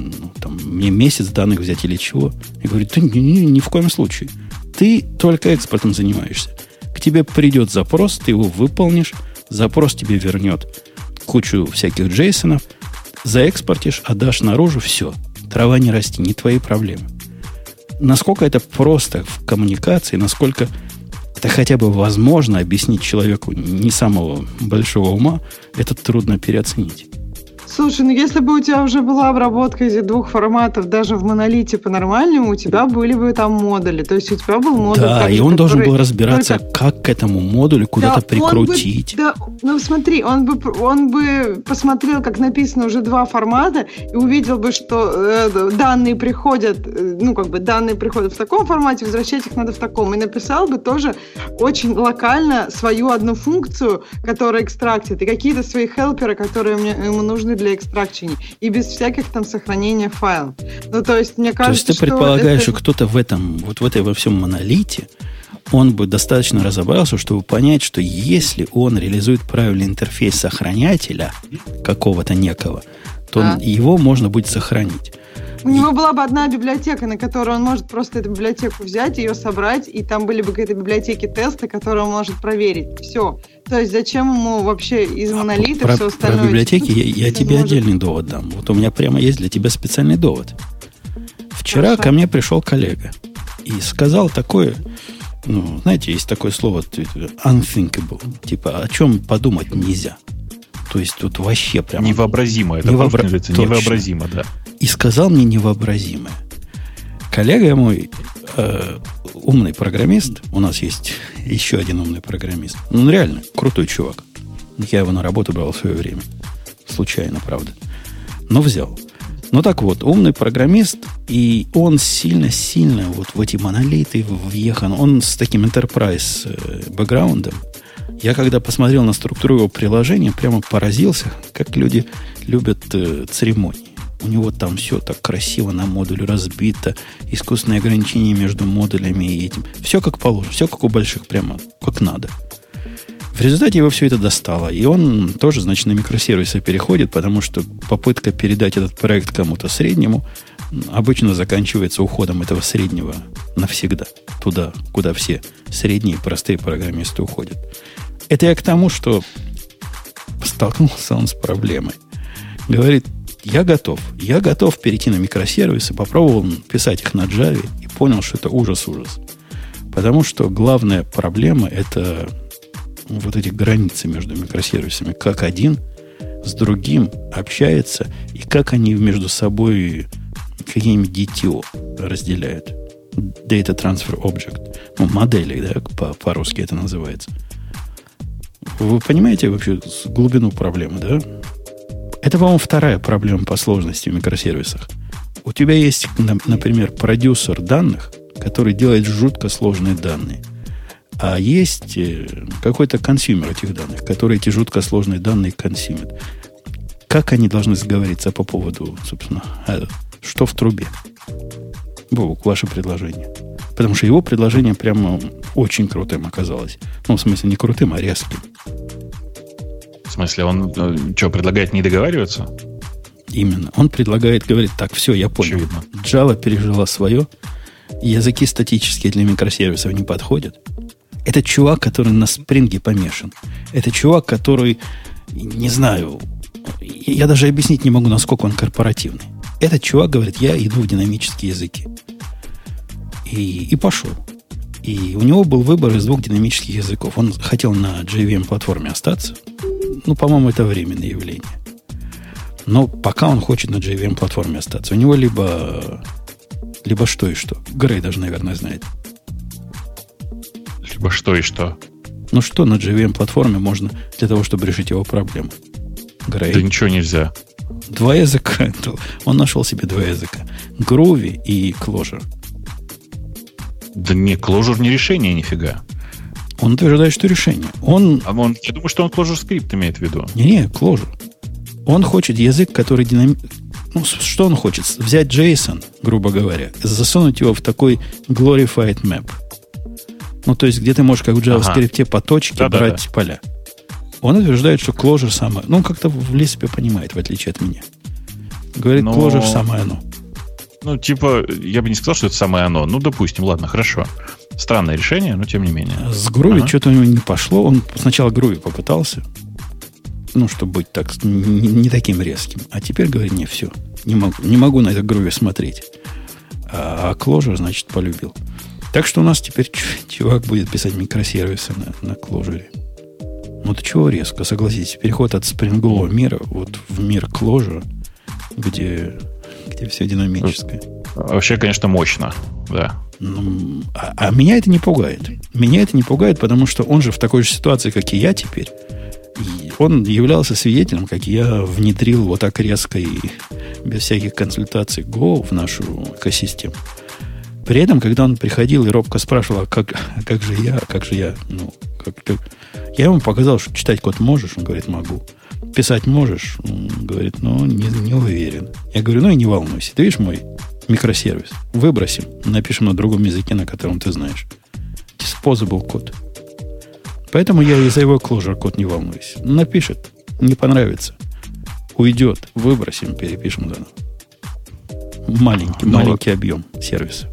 месяц данных взять или чего? Я говорю, ни в коем случае. Ты только экспортом занимаешься. К тебе придет запрос, ты его выполнишь, запрос тебе вернет кучу всяких джейсонов, заэкспортишь, отдашь наружу, все. Трава не расти, не твои проблемы. Насколько это просто в коммуникации, насколько это хотя бы возможно объяснить человеку не самого большого ума, это трудно переоценить. Слушай, если бы у тебя уже была обработка из двух форматов, даже в монолите по-нормальному, у тебя были бы там модули. То есть у тебя был модуль... Да, и он должен был разбираться, как к этому модулю куда-то прикрутить. Смотри, он бы посмотрел, как написано уже два формата, и увидел бы, что данные приходят в таком формате, возвращать их надо в таком. И написал бы тоже очень локально свою одну функцию, которая экстрактит, и какие-то свои хелперы, которые ему нужны для экстракчения, и без всяких там сохранения файлов. То есть, мне кажется, то есть ты предполагаешь, что кто-то в этом, во всем монолите, он бы достаточно разобрался, чтобы понять, что если он реализует правильный интерфейс сохранятеля какого-то некого, то его можно будет сохранить. У него была бы одна библиотека, на которую он может просто эту библиотеку взять, ее собрать, и там были бы какие-то библиотеки теста, которые он может проверить. Все. То есть зачем ему вообще из монолита все остальное? Про библиотеки я тебе отдельный довод дам. Вот у меня прямо есть для тебя специальный довод. Вчера ко мне пришел коллега и сказал такое, знаете, есть такое слово unthinkable, типа о чем подумать нельзя. То есть тут вообще прямо... Невообразимо. Это невообразимо, да. И сказал мне невообразимое. Коллега мой умный программист, у нас есть еще один умный программист. Он реально крутой чувак. Я его на работу брал в свое время. Случайно, правда. Но взял. Ну так вот, умный программист, и он сильно-сильно вот в эти монолиты въехан. Он с таким enterprise бэкграундом. Я когда посмотрел на структуру его приложения, прямо поразился, как люди любят церемонии. У него там все так красиво на модуле разбито, искусственные ограничения между модулями и этим. Все как положено, все как у больших, прямо как надо. В результате его все это достало. И он тоже, значит, на микросервисы переходит, потому что попытка передать этот проект кому-то среднему обычно заканчивается уходом этого среднего навсегда. Туда, куда все средние простые программисты уходят. Это я к тому, что столкнулся он с проблемой. Говорит, я готов перейти на микросервисы, попробовал писать их на Java и понял, что это ужас-ужас. Потому что главная проблема – это вот эти границы между микросервисами. Как один с другим общается, и как они между собой какие-нибудь DTO разделяют. Data Transfer Object. Ну, модели, да, по-русски это называется. Вы понимаете вообще глубину проблемы, да? Это, по-моему, вторая проблема по сложности в микросервисах. У тебя есть, например, продюсер данных, который делает жутко сложные данные. А есть какой-то консюмер этих данных, который эти жутко сложные данные консюмит. Как они должны сговориться по поводу, собственно, что в трубе? Бог, ваше предложение. Потому что его предложение прямо очень крутым оказалось. Ну, в смысле, не крутым, а резким. В смысле, он что, предлагает не договариваться? Именно. Он предлагает, говорит, так, все, я понял. Очевидно. Java пережила свое. Языки статические для микросервисов не подходят. Это чувак, который на спринге помешан. Это чувак, который, не знаю, я даже объяснить не могу, насколько он корпоративный. Этот чувак говорит, я иду в динамические языки. И пошел. И у него был выбор из двух динамических языков. Он хотел на JVM-платформе остаться. Ну, по-моему, это временное явление. Но пока он хочет на JVM-платформе остаться. У него либо что и что. Грей даже, наверное, знает. Либо что и что. Ну, что на JVM-платформе можно для того, чтобы решить его проблему? Грей. Да ничего нельзя. Два языка. Он нашел себе два языка. Groovy и Clojure. Да не, Clojure не решение нифига. Он утверждает, что решение. Я думаю, что он Clojure скрипт имеет в виду. Не, Clojure. Он хочет язык, который Ну, что он хочет? Взять JSON, грубо говоря, засунуть его в такой glorified map. Ну, то есть, где ты можешь, как в JavaScript, по точке брать поля. Он утверждает, что Clojure самое... Ну, он как-то в Lisp понимает, в отличие от меня. Говорит, Clojure самое оно. Ну, типа, я бы не сказал, что это самое оно. Ну, допустим, ладно, хорошо. Странное решение, но тем не менее. С Groovy что-то у него не пошло. Он сначала Groovy попытался. Ну, чтобы быть так, не таким резким. А теперь говорит, не, все. Не могу на это Groovy смотреть. А Clojure, значит, полюбил. Так что у нас теперь чувак будет писать микросервисы на Clojure. Ну, это чего резко, согласитесь. Переход от спрингового мира вот в мир Clojure, где все динамическое. Вообще, конечно, мощно, да. Ну, а меня это не пугает. Меня это не пугает, потому что он же в такой же ситуации, как и я теперь. И он являлся свидетелем, как я внедрил вот так резко и без всяких консультаций Go в нашу экосистему. При этом, когда он приходил и робко спрашивал, как же я, я ему показал, что читать код можешь, он говорит, могу. Писать можешь, он говорит, не уверен. Я говорю, ну и не волнуйся, ты видишь мой микросервис, выбросим, напишем на другом языке, на котором ты знаешь. Disposable код. Поэтому я и за его Clojure код не волнуюсь. Напишет, не понравится, уйдет, выбросим, перепишем заново. Маленький объем сервиса.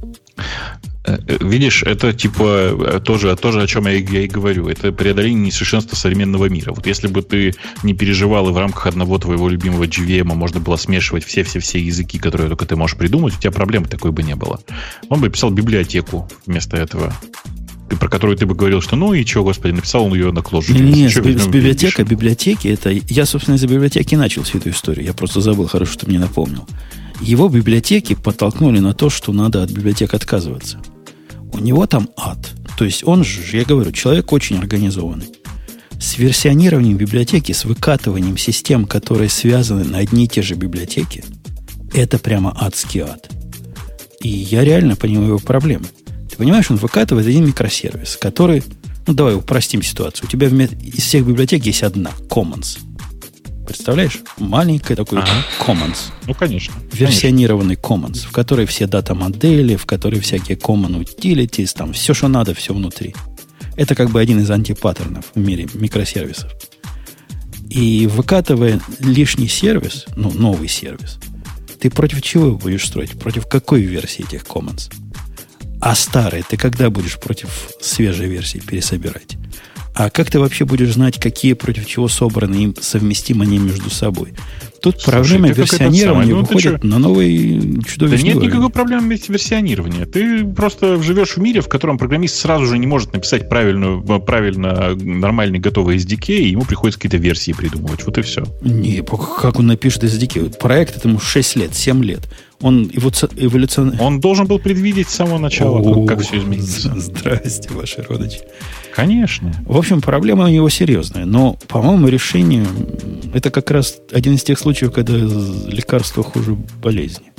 Видишь, это типа тоже о чем я и говорю. Это преодоление несовершенства современного мира. Вот если бы ты не переживал, и в рамках одного твоего любимого JVM можно было смешивать все языки, которые только ты можешь придумать, у тебя проблем такой бы не было. Он бы писал библиотеку вместо этого, про которую ты бы говорил, что ну и чего, господи, написал он ее на Clojure. Нет, библиотеки, это... Я, собственно, из-за библиотеки начал всю эту историю. Я просто забыл, хорошо, что мне напомнил. Его библиотеки подтолкнули на то, что надо от библиотек отказываться. него там ад. То есть он же, я говорю, человек очень организованный. С версионированием библиотеки, с выкатыванием систем, которые связаны на одни и те же библиотеки, это прямо адский ад. И я реально понимаю его проблемы. Ты понимаешь, он выкатывает один микросервис, который... Ну, давай упростим ситуацию. У тебя из всех библиотек есть одна, Commons. Представляешь? Маленькая такой Commons. Ну, конечно. Версионированный Commons, в которой все дата-модели, в которой всякие Common Utilities, там все, что надо, все внутри. Это как бы один из антипаттернов в мире микросервисов. И выкатывая лишний сервис, ну, новый сервис, ты против чего будешь строить? Против какой версии этих Commons? А старые ты когда будешь против свежей версии пересобирать? А как ты вообще будешь знать, какие против чего собраны и совместимы они между собой? Тут проблема версионирования выходит на новый чудовищный уровень. Да нет никакой проблемы с версионированием. Ты просто живешь в мире, в котором программист сразу же не может написать правильно нормальный готовый SDK, и ему приходится какие-то версии придумывать. Вот и все. Не, как он напишет SDK? Проект этому 6 лет, 7 лет. Он эволюционный. Он должен был предвидеть с самого начала, как все изменится. Здрасте, ваши родичи. Конечно. В общем, проблема у него серьезная. Но, по-моему, решение... Это как раз один из тех случаев, когда лекарство хуже болезни.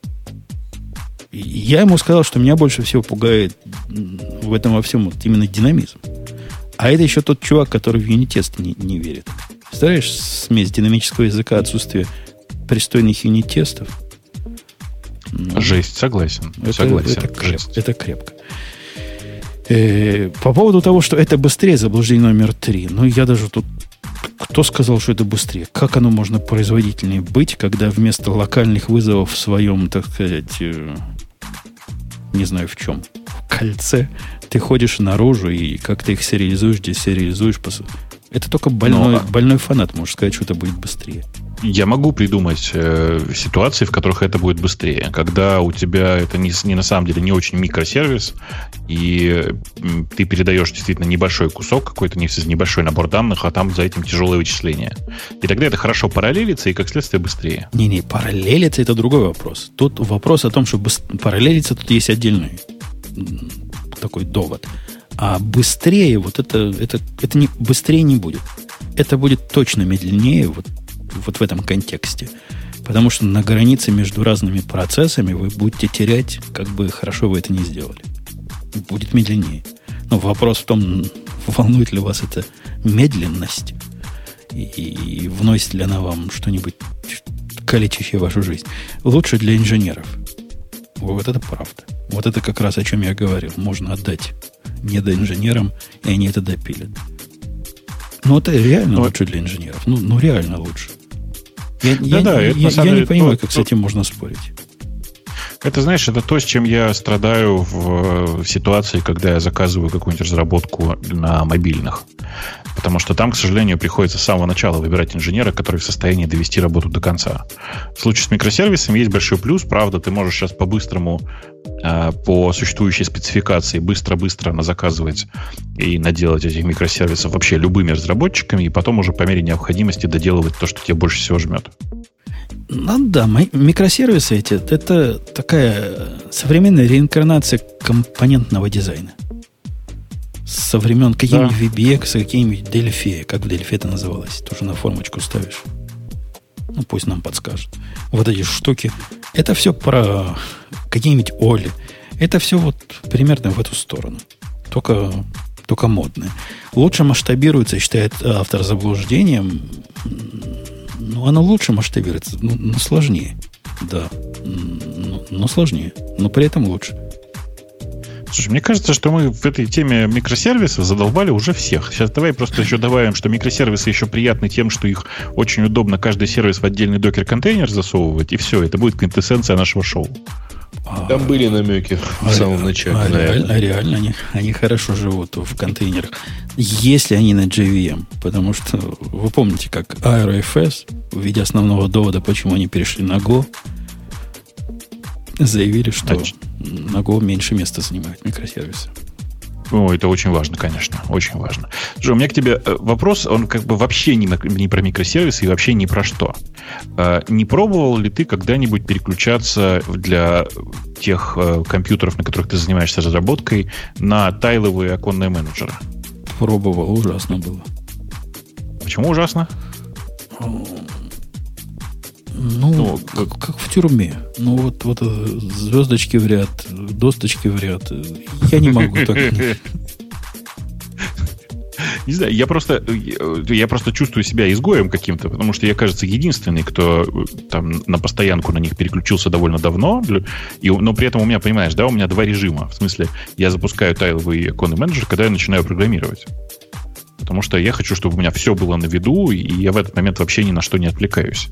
Я ему сказал, что меня больше всего пугает в этом во всем вот именно динамизм. А это еще тот чувак, который в юнит-тест не верит. Представляешь, смесь динамического языка, отсутствие пристойных юнит-тестов. Жесть, согласен. Это крепко. По поводу того, что это быстрее, заблуждение номер 3. Ну, я даже тут... Кто сказал, что это быстрее? Как оно можно производительнее быть, когда вместо локальных вызовов в своем, так сказать, не знаю в чем, в кольце, ты ходишь наружу и как ты их сериализуешь, десериализуешь. Это только больной фанат может сказать, что это будет быстрее. Я могу придумать ситуации, в которых это будет быстрее. Когда у тебя это не на самом деле не очень микросервис, и ты передаешь действительно небольшой кусок, какой-то небольшой набор данных, а там за этим тяжелое вычисление. И тогда это хорошо параллелится, и как следствие быстрее. Не, параллелиться это другой вопрос. Тут вопрос о том, что параллелиться, тут есть отдельный такой довод. А быстрее вот это не, быстрее не будет. Это будет точно медленнее вот в этом контексте. Потому что на границе между разными процессами вы будете терять, как бы хорошо вы это не сделали. Будет медленнее. Но вопрос в том, волнует ли вас эта медленность и вносит ли она вам что-нибудь калечащее в вашу жизнь. Лучше для инженеров. Вот это правда. Вот это как раз о чем я говорил. Можно отдать недоинженерам, и они это допилят. Но это реально лучше для инженеров. Ну реально лучше. Я не понимаю, как с этим можно спорить. Это, знаешь, это то, с чем я страдаю в ситуации, когда я заказываю какую-нибудь разработку на мобильных. Потому что там, к сожалению, приходится с самого начала выбирать инженера, который в состоянии довести работу до конца. В случае с микросервисами есть большой плюс. Правда, ты можешь сейчас по-быстрому, по существующей спецификации, быстро-быстро заказывать и наделать этих микросервисов вообще любыми разработчиками, и потом уже по мере необходимости доделывать то, что тебе больше всего жмет. Ну да, микросервисы эти, это такая современная реинкарнация компонентного дизайна. Со времен каких-нибудь VBX, каких-нибудь Delphi, как в Delphi это называлось, тоже на формочку ставишь. Ну, пусть нам подскажут. Вот эти штуки. Это все про какие-нибудь Оли. Это все вот примерно в эту сторону. Только модное. Лучше масштабируется, считает автор заблуждением. Ну, оно лучше масштабируется, но сложнее. Да. Но сложнее. Но при этом лучше. Слушай, мне кажется, что мы в этой теме микросервисов задолбали уже всех. Сейчас давай просто еще добавим, что микросервисы еще приятны тем, что их очень удобно каждый сервис в отдельный докер-контейнер засовывать, и все, это будет квинтэссенция нашего шоу. Там были намеки в самом начале. Реально они хорошо живут в контейнерах, если они на JVM. Потому что вы помните, как AeroFS в виде основного довода, почему они перешли на Go, заявили, что на Go меньше места занимают микросервисы. Это очень важно, конечно, очень важно. Слушай, у меня к тебе вопрос, он как бы вообще не про микросервисы и вообще ни про что. Не пробовал ли ты когда-нибудь переключаться для тех компьютеров, на которых ты занимаешься разработкой, на тайловые оконные менеджеры? Пробовал, ужасно было. Почему ужасно? Как в тюрьме. Вот звездочки в ряд, досточки в ряд. Я не могу так. Не знаю, я просто чувствую себя изгоем каким-то, потому что я, кажется, единственный, кто там на постоянку на них переключился довольно давно, но при этом у меня, понимаешь, да, у меня два режима. В смысле, я запускаю тайловый оконный менеджер, когда я начинаю программировать. Потому что я хочу, чтобы у меня все было на виду, и я в этот момент вообще ни на что не отвлекаюсь.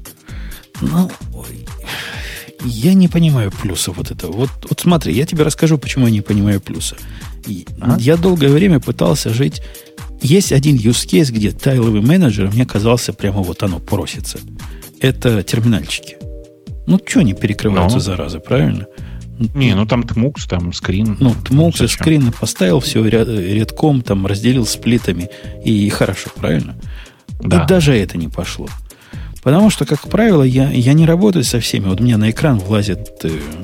Я не понимаю плюса вот этого. Вот смотри, я тебе расскажу, почему я не понимаю плюса. Я долгое время пытался жить. Есть один use case, где тайловый менеджер мне казался прямо вот оно просится. Это терминальчики. Что они перекрываются, заразы, правильно? Там TMUX, там скрин. TMUX и скрин поставил все рядком, там разделил сплитами, и хорошо, правильно? Да. И даже это не пошло. Потому что, как правило, я не работаю со всеми. Вот у меня на экран влазит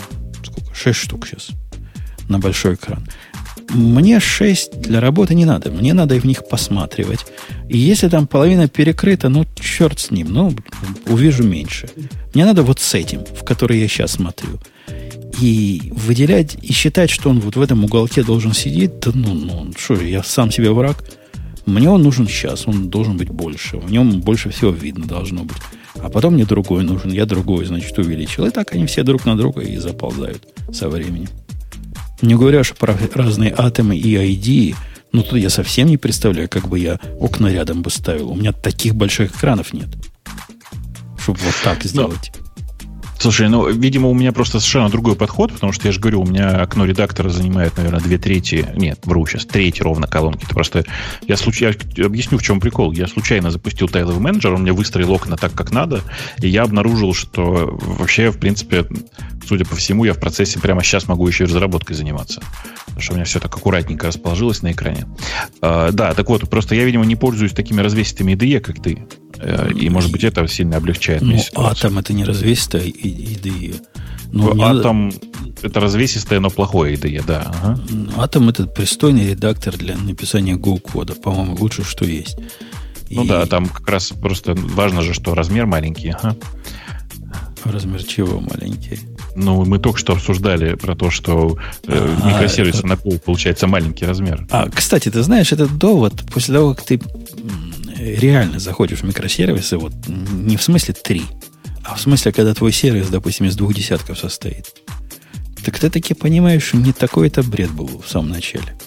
6 штук сейчас на большой экран. Мне 6 для работы не надо. Мне надо в них посматривать. И если там половина перекрыта, черт с ним. Увижу меньше. Мне надо вот с этим, в который я сейчас смотрю. И выделять, и считать, что он вот в этом уголке должен сидеть, я сам себе враг. Мне он нужен сейчас, он должен быть больше. В нем больше всего видно должно быть. А потом мне другой нужен, я другой, значит, увеличил. И так они все друг на друга и заползают со временем. Не говоря уж про разные атомы и ID, тут я совсем не представляю, как бы я окна рядом бы ставил. У меня таких больших экранов нет, чтобы вот так сделать. Слушай, видимо, у меня просто совершенно другой подход, потому что я же говорю, у меня окно редактора занимает, наверное, 2/3, нет, вру сейчас, треть ровно колонки. Это просто я объясню, в чем прикол. Я случайно запустил тайловый менеджер, он мне выстроил окна так, как надо, и я обнаружил, что вообще, в принципе, судя по всему, я в процессе прямо сейчас могу еще и разработкой заниматься. Потому что у меня все так аккуратненько расположилось на экране. Да, так вот, просто я, видимо, не пользуюсь такими развесистыми IDE, как ты. И, может быть, это сильно облегчает мне ситуацию. Атом — это не развесистая IDE. Атом — это развесистое, но плохое IDE, да. Ага. Атом — это пристойный редактор для написания Go-кода. По-моему, лучше, что есть. Да, там как раз просто важно же, что размер маленький. Ага. Размер чего маленький? Мы только что обсуждали про то, что микросервисы на Go получается маленький размер. Кстати, ты знаешь, этот довод, после того, как ты реально заходишь в микросервисы, вот не в смысле 3, а в смысле, когда твой сервис, допустим, из 2 десятков состоит, так ты таки понимаешь, что не такой это бред был в самом начале.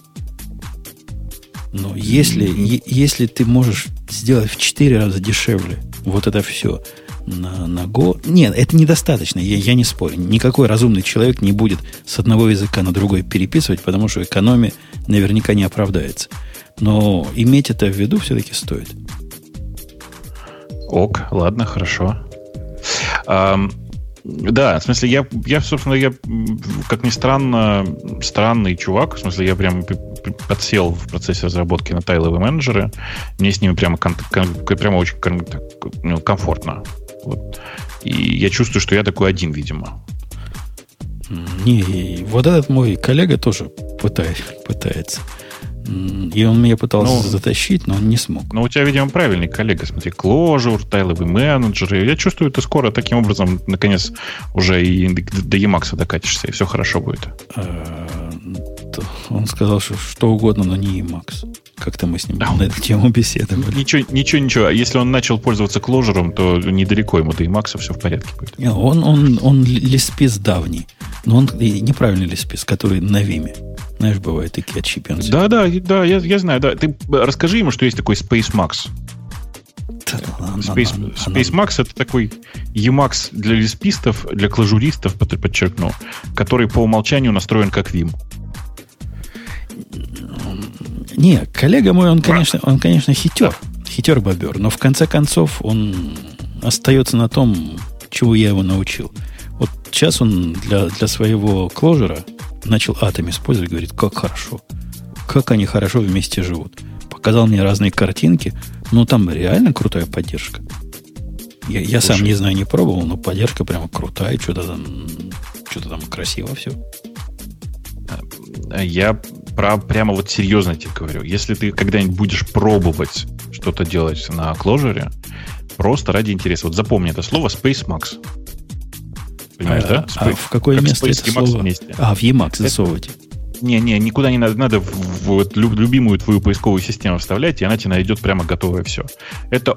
Но если ты можешь сделать в 4 раза дешевле вот это все на Go... Нет, это недостаточно, я не спорю. Никакой разумный человек не будет с одного языка на другой переписывать, потому что экономия наверняка не оправдается. Но иметь это в виду все-таки стоит. Ок, ладно, хорошо. Да, в смысле, я, собственно, как ни странно, странный чувак. В смысле, я прям подсел в процессе разработки на тайловые менеджеры. Мне с ними прямо очень комфортно. Вот. И я чувствую, что я такой один, видимо. Не, вот этот мой коллега тоже пытается. И он меня пытался затащить, но он не смог. Но у тебя, видимо, правильный коллега. Смотри, Clojure, тайловый менеджер. Я чувствую, ты скоро таким образом, наконец, уже и до Emacs докатишься, и все хорошо будет. Он сказал, что угодно, но не Emacs. Как-то мы с ним на эту тему беседовали. Ничего. Если он начал пользоваться Clojure, то недалеко ему до Emacs все в порядке будет. Он лиспис давний. Но он неправильный лиспис, который на Vim. Знаешь, бывают такие отщепенцы. Да, я знаю. Да. Ты расскажи ему, что есть такой SpaceMax. SpaceMax — это такой Emacs для лиспистов, для клажуристов, подчеркну, который по умолчанию настроен как Vim. Не, коллега мой, он, конечно, хитер-бобер, но в конце концов он остается на том, чего я его научил. Вот сейчас он для своего Clojure начал Atom использовать, говорит, как хорошо. как они хорошо вместе живут. Показал мне разные картинки. Ну, там реально крутая поддержка. Я сам не знаю, не пробовал, но поддержка прямо крутая. Что-то там красиво все. Я прямо вот серьезно тебе говорю. Если ты когда-нибудь будешь пробовать что-то делать на Clojure, просто ради интереса. Вот запомни это слово SpaceMax. Понимаешь, да? В какое место это слово? Вместе. В Emacs засовывайте. Не, никуда не надо. Надо в любимую твою поисковую систему вставлять, и она тебе найдет прямо готовое все. Это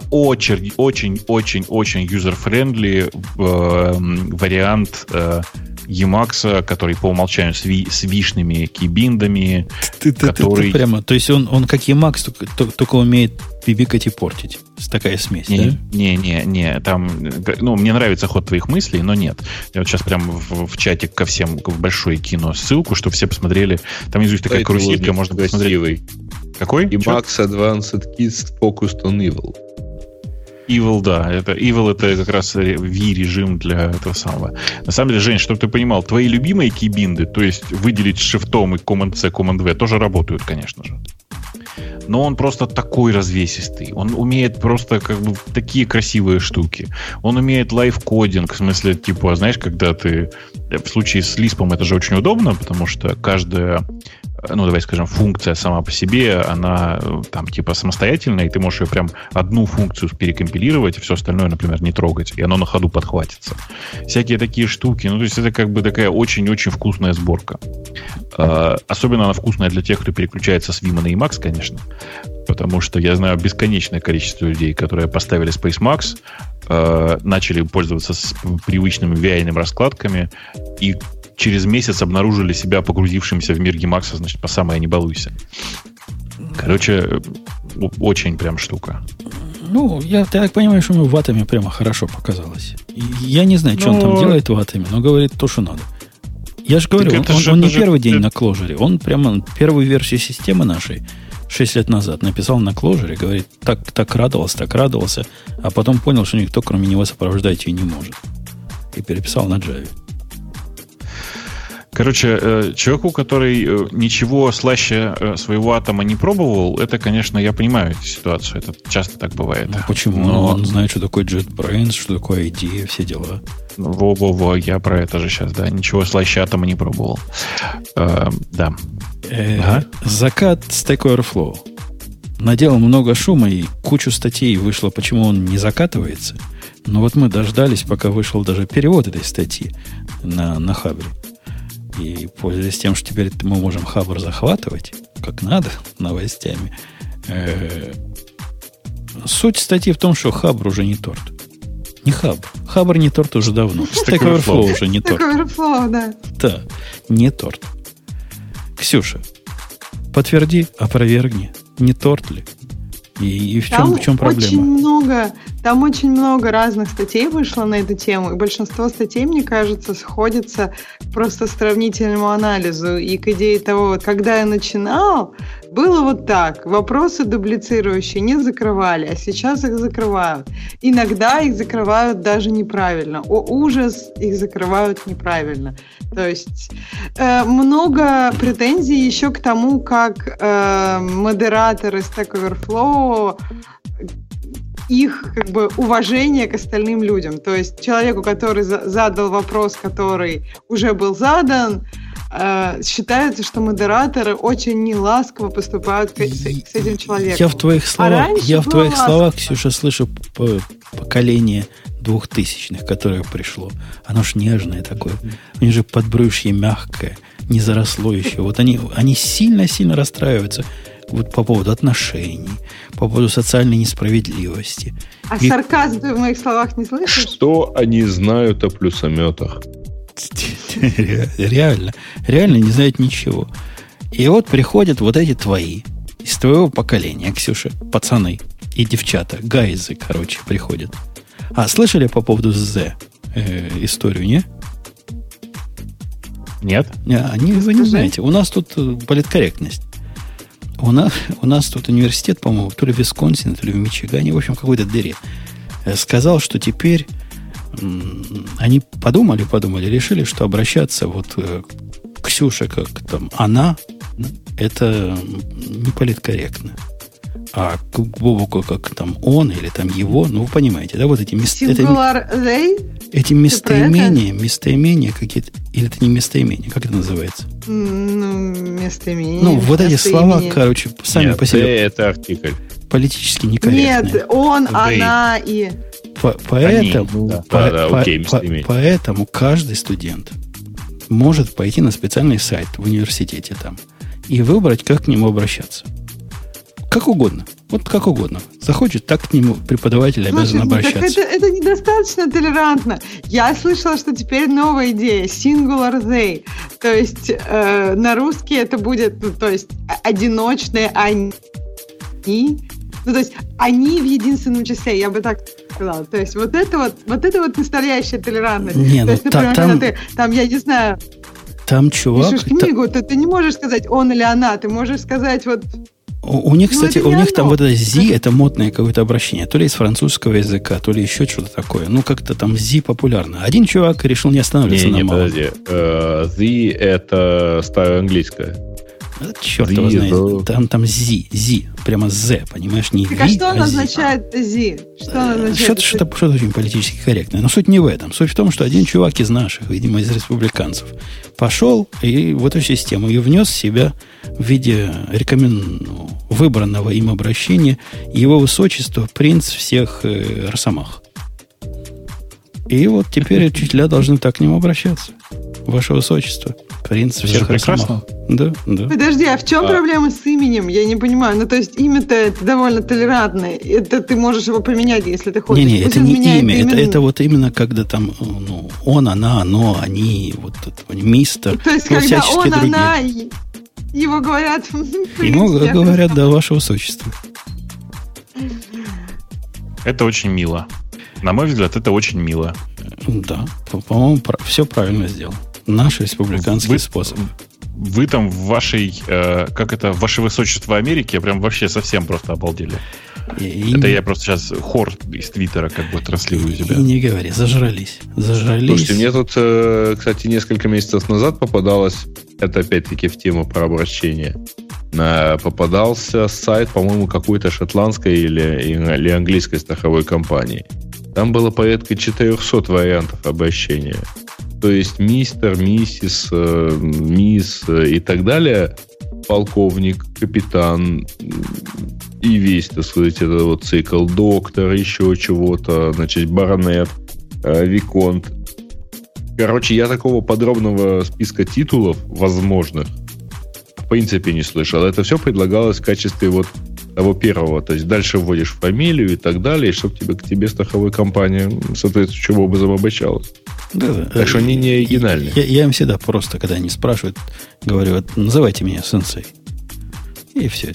очень юзер-френдли вариант Emacs, который по умолчанию с вишными кейбиндами. Ты прямо, то есть он как Emacs, только умеет пибикать и портить. Такая смесь, да? Не, там, мне нравится ход твоих мыслей, но нет. Я вот сейчас прямо в чатик ко всем в большой кину ссылку, чтобы все посмотрели. Там внизу есть такая каруселька, можно посмотреть. Какой? Emacs Advanced Kits Focused on Evil. Evil, да. Evil это как раз V-режим для этого самого. На самом деле, Жень, чтобы ты понимал, твои любимые кейбинды, то есть выделить шифтом и Command-C, Command-V, тоже работают, конечно же. Но он просто такой развесистый. Он умеет просто такие красивые штуки. Он умеет лайв-кодинг, в смысле, типа, знаешь, когда ты... В случае с Lisp это же очень удобно, потому что каждая, давай скажем, функция сама по себе, она там типа самостоятельная, и ты можешь ее прям одну функцию перекомпилировать, все остальное, например, не трогать, и оно на ходу подхватится. Всякие такие штуки. То есть это такая очень-очень вкусная сборка. Особенно она вкусная для тех, кто переключается с Vim на Emacs, конечно. Потому что я знаю бесконечное количество людей, которые поставили SpaceMax, начали пользоваться с привычными VI-ными раскладками и через месяц обнаружили себя погрузившимся в мир Emacs, значит, по самое не балуйся. Короче, очень прям штука. Я так понимаю, что ему ватами прямо хорошо показалось. Я не знаю, что он там делает ватами, но говорит то, что надо. Я же говорю, он не первый день на Clojure. Он прямо первую версию системы нашей 6 лет назад написал на Clojure, говорит, так радовался, а потом понял, что никто, кроме него, сопровождать ее не может. И переписал на Java. Короче, человеку, который ничего слаще своего атома не пробовал, это, конечно, я понимаю эту ситуацию. Это часто так бывает. Почему? Но он знает, что такое JetBrains, что такое IDEA, все дела. Во-во-во, я про это же сейчас, да. Ничего слаще атома не пробовал. Да. Закат Stack Overflow. Наделал много шума и кучу статей вышло, почему он не закатывается. Но вот мы дождались, пока вышел даже перевод этой статьи на Хабре. И пользуясь тем, что теперь мы можем Хабр захватывать, как надо, новостями. Суть статьи в том, что Хабр уже не торт. Не Хабр. Хабр не торт уже давно. Stack Overflow уже не торт. Stack Overflow, да. Да, не торт. Ксюша, подтверди, опровергни. Не торт ли? И в чем проблема? Там очень много разных статей вышло на эту тему, и большинство статей, мне кажется, сходятся к просто сравнительному анализу и к идее того, когда я начинал, было вот так. Вопросы дублицирующие не закрывали, а сейчас их закрывают. Иногда их закрывают даже неправильно. О, ужас, их закрывают неправильно. То есть много претензий еще к тому, как модераторы Stack Overflow, их уважение к остальным людям. То есть человеку, который задал вопрос, который уже был задан, считается, что модераторы очень неласково поступают с этим человеком. Я в твоих словах, Ксюша, слышу поколение 2000-х, которое пришло. Оно ж нежное такое. У них же подбрюшье мягкое, не заросло еще. Вот они сильно-сильно расстраиваются вот по поводу отношений, по поводу социальной несправедливости. А сарказм ты в моих словах не слышишь? Что они знают о плюсометах? Реально не знают ничего. И вот приходят вот эти твои, из твоего поколения, Ксюша, пацаны и девчата, гайзы, приходят. А слышали по поводу Z историю, не? Нет. Вы не знаете. У нас тут политкорректность. У нас тут университет, по-моему, то ли в Висконсине, то ли в Мичигане, в общем, какой-то дыре, сказал, что теперь они подумали, решили, что обращаться вот к Ксюше как там она, это не политкорректно. А к Бобуку как там он или там его, ну, вы понимаете, да, вот эти эти местоимения какие-то, или это не местоимения, как это называется? Ну, местоимения. Ну, вот эти слова, короче, сами по себе. Это артикль. Политически некорректные. Нет, он, она и... Поэтому каждый студент может пойти на специальный сайт в университете там и выбрать, как к нему обращаться. Как угодно. Вот как угодно. Захочет, так к нему преподаватель обязан обращаться. Это недостаточно толерантно. Я слышала, что теперь новая идея. Singular they. То есть на русский это будет, ну, то есть одиночные они. Ну, то есть они в единственном числе, я бы так сказала. То есть вот это вот настоящая толерантность. Не, то есть, например, когда ты, там, я не знаю, там чувак... пишешь книгу, то ты не можешь сказать он или она, ты можешь сказать вот... У них, кстати, у них там вот это «зи» — это модное какое-то обращение. То ли из французского языка, то ли еще что-то такое. Ну, как-то там «зи» популярно. Один чувак решил не останавливаться на малом. Подожди. «Зи» — это староанглийское. Черт его знает. Там «зи». Прямо «з», понимаешь? Не так, «ви», а что означает «зи»? Что-то очень политически корректное. Но суть не в этом. Суть в том, что один чувак из наших, видимо, из республиканцев, пошел и в эту систему и внес себя в виде выбранного им обращения его высочество принц всех росомах. И вот теперь учителя должны так к нему обращаться. Ваше высочество, принц всех росомах. Да. Подожди, а в чем проблема с именем? Я не понимаю. Ну, то есть имя-то это довольно толерантное. Это ты можешь его поменять, если ты хочешь. Не, это не имя. Это вот именно когда там он, она, оно, они, вот это, мистер. То есть когда он, другие. Она, его говорят... Ему говорят, да, ваше высочество. Это очень мило. На мой взгляд, это очень мило. Да, по-моему, все правильно сделал. Наш республиканский способ. Вы там в вашей, ваше высочество Америки, прям вообще совсем просто обалдели. Я просто сейчас хор из Твиттера как бы транслирую себя. И не говори, зажрались. Слушайте, мне тут, кстати, несколько месяцев назад попадалось, это опять-таки в тему про обращение, попадался сайт, по-моему, какой-то шотландской или английской страховой компании. Там было порядка 400 вариантов обращения. То есть мистер, миссис, мисс и так далее, полковник, капитан и весь, так сказать, этот вот цикл, доктор, еще чего-то, значит, баронет, виконт. Короче, я такого подробного списка титулов возможных в принципе не слышал. Это все предлагалось в качестве вот того первого. То есть дальше вводишь фамилию и так далее, чтобы к тебе страховая компания соответствующим образом обращалась. Да. Так что они не оригинальные. Я им всегда просто, когда они спрашивают, говорю, вот, называйте меня сенсей. И все.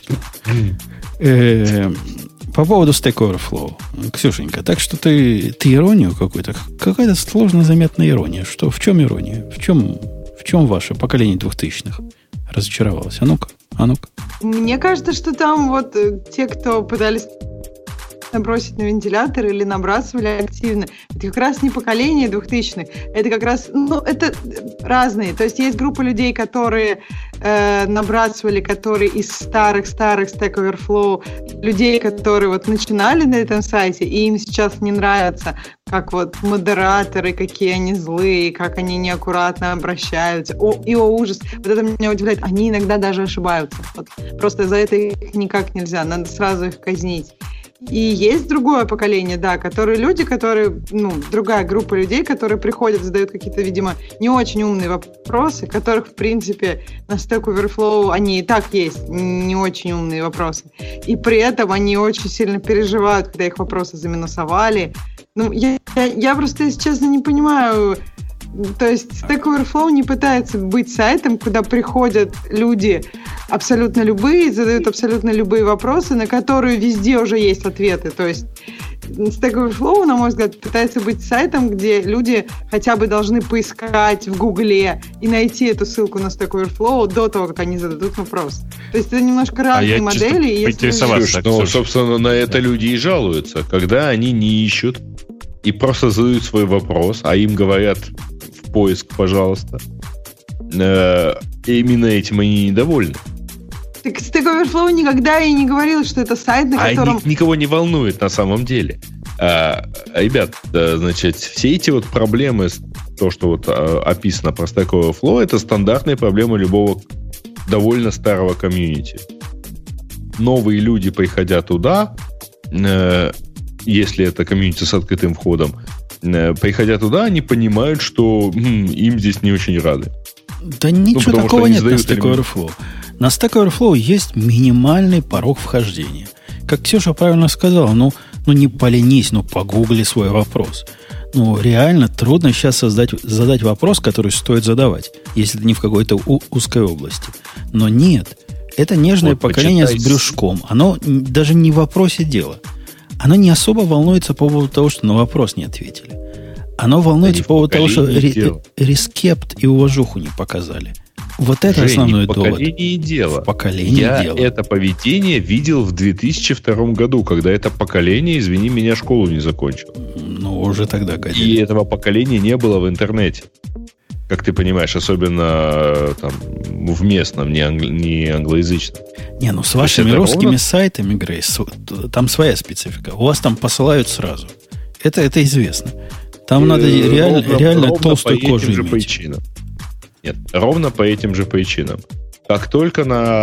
По поводу Stack Overflow. Ксюшенька, так что ты иронию какую-то, какая-то сложно заметная ирония. Что, в чем ирония? В чем ваше поколение 2000-х разочаровалось? А ну-ка. Мне кажется, что там вот те, кто пытались набросить на вентилятор или набрасывали активно, это как раз не поколение 2000-х, это как раз, это разные. То есть есть группа людей, которые набрасывали, которые из старых Stack Overflow, людей, которые вот начинали на этом сайте, и им сейчас не нравится, как вот модераторы, какие они злые, как они неаккуратно обращаются. Ужас. Вот это меня удивляет. Они иногда даже ошибаются. Вот просто за это их никак нельзя. Надо сразу их казнить. И есть другое поколение, да, другая группа людей, которые приходят, задают какие-то, видимо, не очень умные вопросы, которых, в принципе, на Stack Overflow они и так есть не очень умные вопросы. И при этом они очень сильно переживают, когда их вопросы заминусовали. Я просто, если честно, не понимаю. То есть Stack Overflow не пытается быть сайтом, куда приходят люди абсолютно любые, задают абсолютно любые вопросы, на которые везде уже есть ответы. То есть Stack Overflow, на мой взгляд, пытается быть сайтом, где люди хотя бы должны поискать в Гугле и найти эту ссылку на Stack Overflow до того, как они зададут вопрос. То есть это немножко разные модели. Собственно, на это люди и жалуются, когда они не ищут и просто задают свой вопрос, а им говорят в поиск, пожалуйста. Именно этим они недовольны. Так Stack Overflow никогда и не говорил, что это сайт, на котором... никого не волнует на самом деле. Ребят, значит, все эти вот проблемы, то, что вот описано про Stack Overflow, это стандартные проблемы любого довольно старого комьюнити. Новые люди, приходя туда, если это комьюнити с открытым входом, приходя туда, они понимают, что им здесь не очень рады. Да ничего такого нет на Stack Overflow. На Stack Overflow есть минимальный порог вхождения. Как Ксюша правильно сказала, ну не поленись, погугли свой вопрос. Реально трудно сейчас задать вопрос, который стоит задавать, если ты не в какой-то узкой области. Но нет, это нежное поколение с брюшком. Оно даже не в вопросе дело. Оно не особо волнуется по поводу того, что на вопрос не ответили. Оно волнуется по поводу того, что рескепт и уважуху не показали. Вот это основной довод. В поколении дело. В поколении Я дело. это поведение видел в 2002 году, когда это поколение, извини меня, школу не закончило. Уже тогда годили. И этого поколения не было в интернете. Как ты понимаешь, особенно там в местном, не англоязычном. С вашими русскими сайтами, Грейс, там своя специфика. У вас там посылают сразу. Это известно. Там надо реально толстую кожу иметь. Нет, ровно по этим же причинам. Как только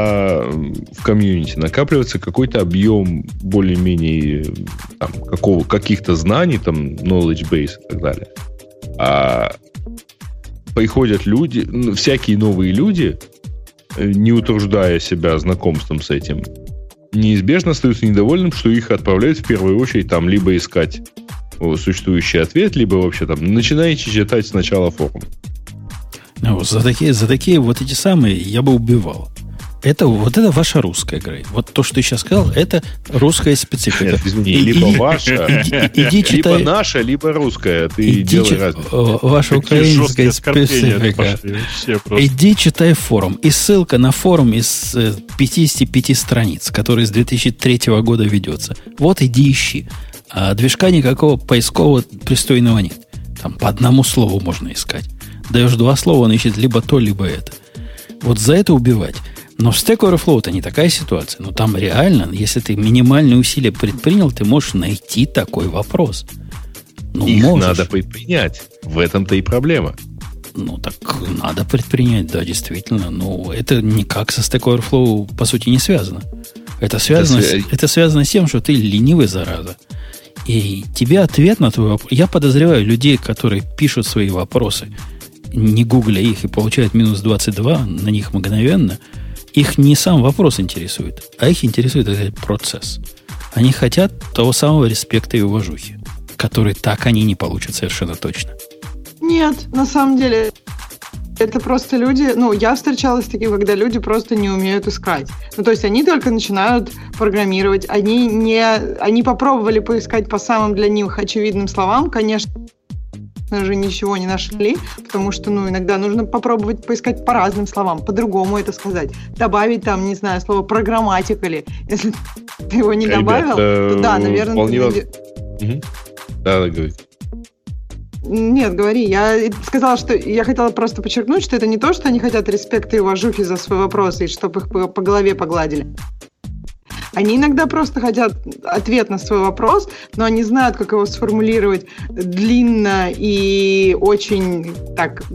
в комьюнити накапливается какой-то объем более-менее каких-то знаний, там, knowledge base и так далее, приходят люди, всякие новые люди, не утруждая себя знакомством с этим, неизбежно остаются недовольным, что их отправляют в первую очередь там либо искать существующий ответ, либо вообще там начинаете читать сначала форум. За такие вот эти самые я бы убивал. Это ваша русская, Грей. Вот то, что ты сейчас сказал, это русская специфика. Нет, извини, либо ваша, либо наша, либо русская. Ты делай разницу. Ваша украинская специфика. Иди читай форум. И ссылка на форум из 55 страниц, который с 2003 года ведется. Вот иди ищи. А движка никакого поискового пристойного нет. Там по одному слову можно искать. Даешь 2 слова, он ищет либо то, либо это. Вот за это убивать. Но в Stack Overflow-то не такая ситуация. Там реально, если ты минимальные усилия предпринял, ты можешь найти такой вопрос. Их надо предпринять. В этом-то и проблема. Так надо предпринять, да, действительно. Это никак со Stack Overflow, по сути, не связано. Это связано с тем, что ты ленивый, зараза. И тебе ответ на твой вопрос... Я подозреваю людей, которые пишут свои вопросы, не гугля их, и получают минус 22 на них мгновенно. Их не сам вопрос интересует, а их интересует этот процесс. Они хотят того самого респекта и уважухи, который так они не получат совершенно точно. Нет, на самом деле... Это просто люди, я встречалась с таким, когда люди просто не умеют искать. То есть они только начинают программировать, они попробовали поискать по самым для них очевидным словам, конечно же, ничего не нашли, потому что, иногда нужно попробовать поискать по разным словам, по-другому это сказать. Добавить там, не знаю, слово программатик или, если ты его не добавил, то да, наверное... Да, говори. Нет, говори. Я сказала, что я хотела просто подчеркнуть, что это не то, что они хотят респекта и уважухи за свой вопрос, и чтобы их по голове погладили. Они иногда просто хотят ответ на свой вопрос, но они знают, как его сформулировать длинно и очень так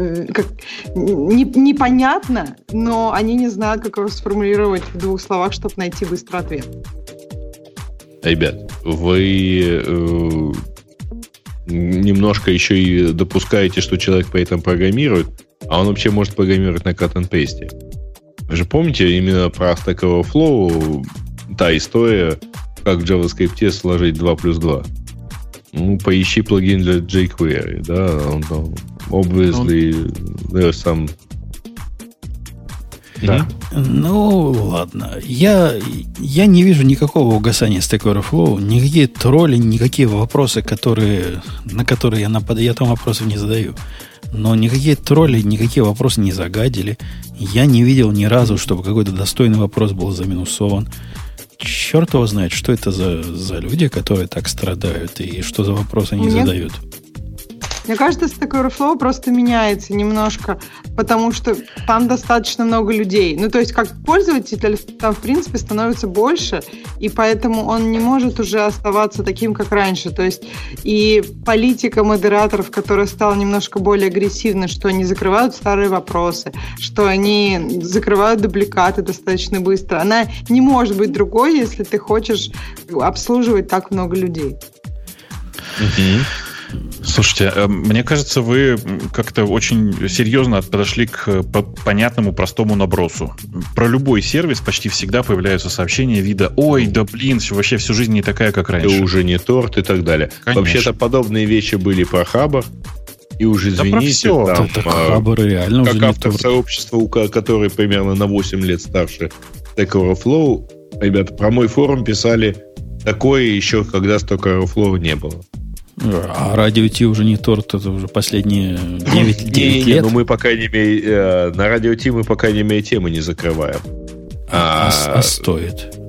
непонятно, но они не знают, как его сформулировать в 2 словах, чтобы найти быстрый ответ. Ребят, вы... немножко еще и допускаете, что человек при этом программирует, а он вообще может программировать на cut and paste. Вы же помните именно про Stack Overflow та история, как в JavaScript сложить 2 плюс 2? Поищи плагин для jQuery, да, он там obviously there's some... Да. Ладно. Я не вижу никакого угасания Stack Overflow, никакие тролли, никакие вопросы, на которые я там вопросов не задаю. Но никакие тролли, никакие вопросы не загадили. Я не видел ни разу, чтобы какой-то достойный вопрос был заминусован. Черт его знает, что это за люди, которые так страдают, и что за вопросы они задают. Мне кажется, Stack Overflow просто меняется немножко, потому что там достаточно много людей. Ну, то есть, как пользователь там, в принципе, становится больше, и поэтому он не может уже оставаться таким, как раньше. То есть, и политика модераторов, которая стала немножко более агрессивной, что они закрывают старые вопросы, что они закрывают дубликаты достаточно быстро, она не может быть другой, если ты хочешь обслуживать так много людей. Слушайте, мне кажется, вы как-то очень серьезно подошли к понятному, простому набросу. Про любой сервис почти всегда появляются сообщения вида «Ой, да блин, вообще всю жизнь не такая, как раньше». Это уже не торт и так далее. Конечно. Вообще-то подобные вещи были про Хабр. И уже, извините, да там, Хабр реально как уже автор сообщества, который примерно на 8 лет старше Stack Overflow, ребята, про мой форум писали такое еще, когда Stack Overflow не было. А Радио Ти уже не торт, это уже последние 9 лет. Но мы пока не имеем... На Радио Ти мы пока не имеем темы, не закрываем. Стоит.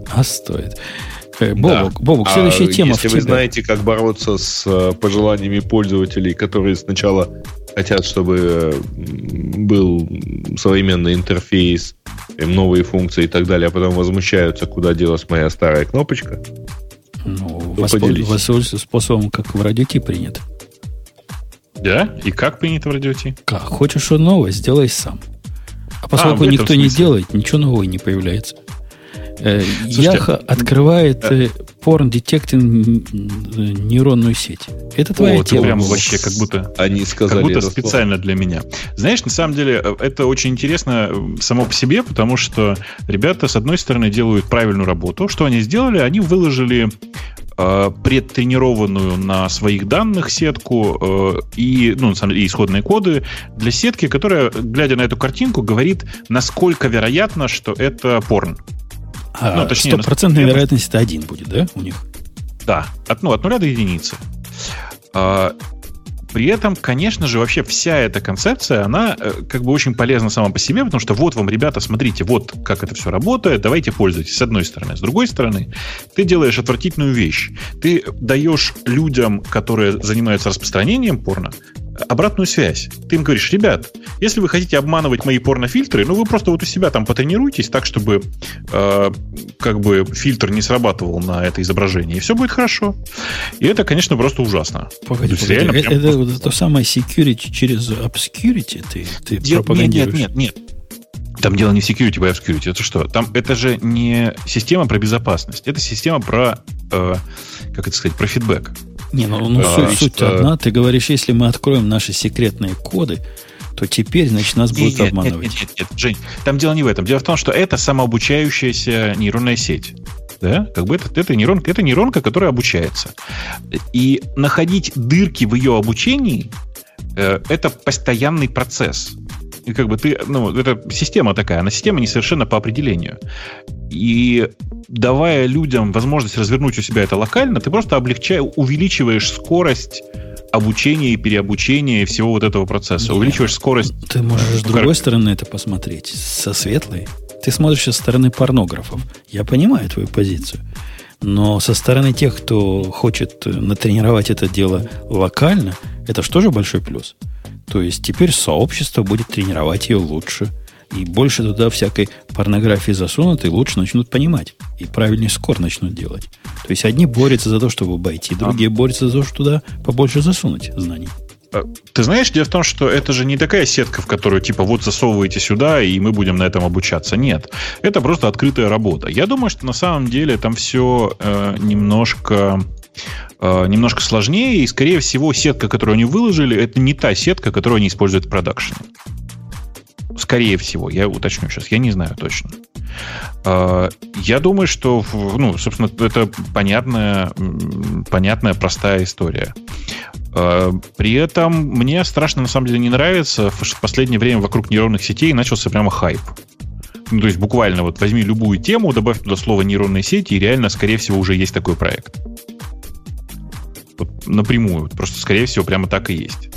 Бобук, следующая тема если вы знаете, как бороться с пожеланиями пользователей, которые сначала хотят, чтобы был современный интерфейс, новые функции и так далее, а потом возмущаются, куда делась моя старая кнопочка. Воспользуйся способом, как в Радио Ти принято. Да? И как принято в Радио Ти? Как? Хочешь что новое, сделай сам. А поскольку никто не делает, ничего нового не появляется. Яха открывает порн-детектинг нейронную сеть. Это твоя тема. Прямо вообще как будто, они сказали, как будто специально для меня. Знаешь, на самом деле, это очень интересно само по себе, потому что ребята, с одной стороны, делают правильную работу. Что они сделали? Они выложили предтренированную на своих данных сетку и исходные коды для сетки, которая, глядя на эту картинку, говорит, насколько вероятно, что это порн. Стопроцентная вероятность это 1 будет, да, у них? Да, от 0 до единицы. При этом, конечно же, вообще вся эта концепция, она как бы очень полезна сама по себе, потому что вот вам, ребята, смотрите, вот как это все работает, давайте пользуйтесь, с одной стороны. С другой стороны, ты делаешь отвратительную вещь. Ты даешь людям, которые занимаются распространением порно, обратную связь. Ты им говоришь, ребят, если вы хотите обманывать мои порнофильтры, вы просто вот у себя там потренируйтесь так, чтобы как бы фильтр не срабатывал на это изображение, и все будет хорошо. И это, конечно, просто ужасно. Погоди. Это то самое security через obscurity ты пропагандируешь? Нет. Там дело не в security by obscurity. Это что? Это же не система про безопасность. Это система про, про фидбэк. Суть одна. Ты говоришь, если мы откроем наши секретные коды, то теперь, значит, нас будут обманывать. Нет, Жень, там дело не в этом. Дело в том, что это самообучающаяся нейронная сеть. Да? Как бы это нейронка, которая обучается. И находить дырки в ее обучении это постоянный процесс. И как бы это система такая, она система несовершенна по определению. И давая людям возможность развернуть у себя это локально, ты просто увеличиваешь скорость обучения и переобучения всего вот этого процесса. Увеличиваешь скорость. Ты можешь с другой стороны это посмотреть, со светлой. Ты смотришь со стороны порнографов. Я понимаю твою позицию. Но со стороны тех, кто хочет натренировать это дело локально, это же тоже большой плюс. То есть теперь сообщество будет тренировать ее лучше. И больше туда всякой порнографии засунут, и лучше начнут понимать. И правильный скор начнут делать. То есть одни борются за то, чтобы обойти, другие борются за то, чтобы туда побольше засунуть знаний. Ты знаешь, дело в том, что это же не такая сетка, в которую типа вот засовываете сюда, и мы будем на этом обучаться. Нет. Это просто открытая работа. Я думаю, что на самом деле там все немножко сложнее, и, скорее всего, сетка, которую они выложили, это не та сетка, которую они используют в продакшене. Скорее всего, я уточню сейчас, я не знаю точно. Я думаю, что, собственно, это понятная, простая история. При этом мне страшно, на самом деле, не нравится, что в последнее время вокруг нейронных сетей начался прямо хайп. То есть буквально вот возьми любую тему, добавь туда слово нейронные сети, и реально, скорее всего, уже есть такой проект. Вот напрямую. Просто, скорее всего, прямо так и есть.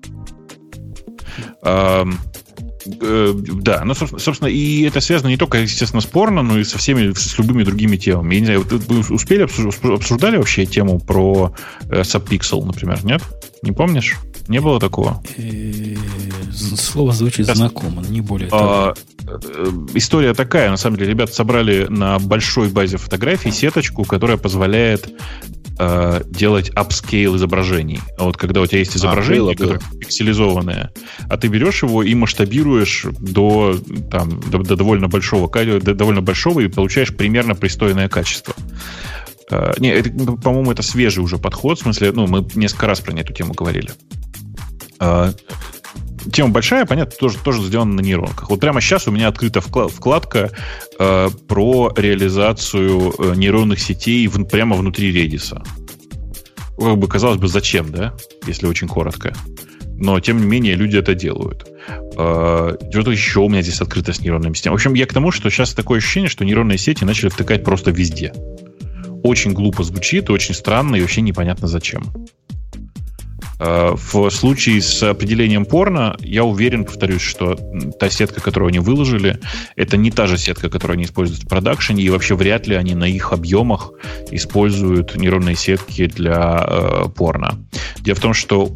Да, собственно, и это связано не только, естественно, с порно, но и с любыми другими темами. Я не знаю, вы успели обсуждали вообще тему про Subpixel, например, нет? Не помнишь? Не было такого? Слово звучит знакомо, не более того. История такая. На самом деле, ребята собрали на большой базе фотографий сеточку, которая позволяет делать upscale изображений. А вот когда у тебя есть изображение, которое пикселизованное, а ты берешь его и масштабируешь до довольно большого и получаешь примерно пристойное качество. Не, это, по-моему, это свежий уже подход. В смысле, мы несколько раз про эту тему говорили. Тема большая, понятно, тоже сделана на нейронках. Вот прямо сейчас у меня открыта вкладка про реализацию нейронных сетей прямо внутри Redis. Как бы, казалось бы, зачем, да? Если очень коротко. Но, тем не менее, люди это делают. Что-то еще у меня здесь открыто с нейронными сетями. В общем, я к тому, что сейчас такое ощущение, что нейронные сети начали втыкать просто везде. Очень глупо звучит, очень странно и вообще непонятно зачем. В случае с определением порно, я уверен, повторюсь, что та сетка, которую они выложили, это не та же сетка, которую они используют в продакшене, и вообще вряд ли они на их объемах используют нейронные сетки для порно. Дело в том, что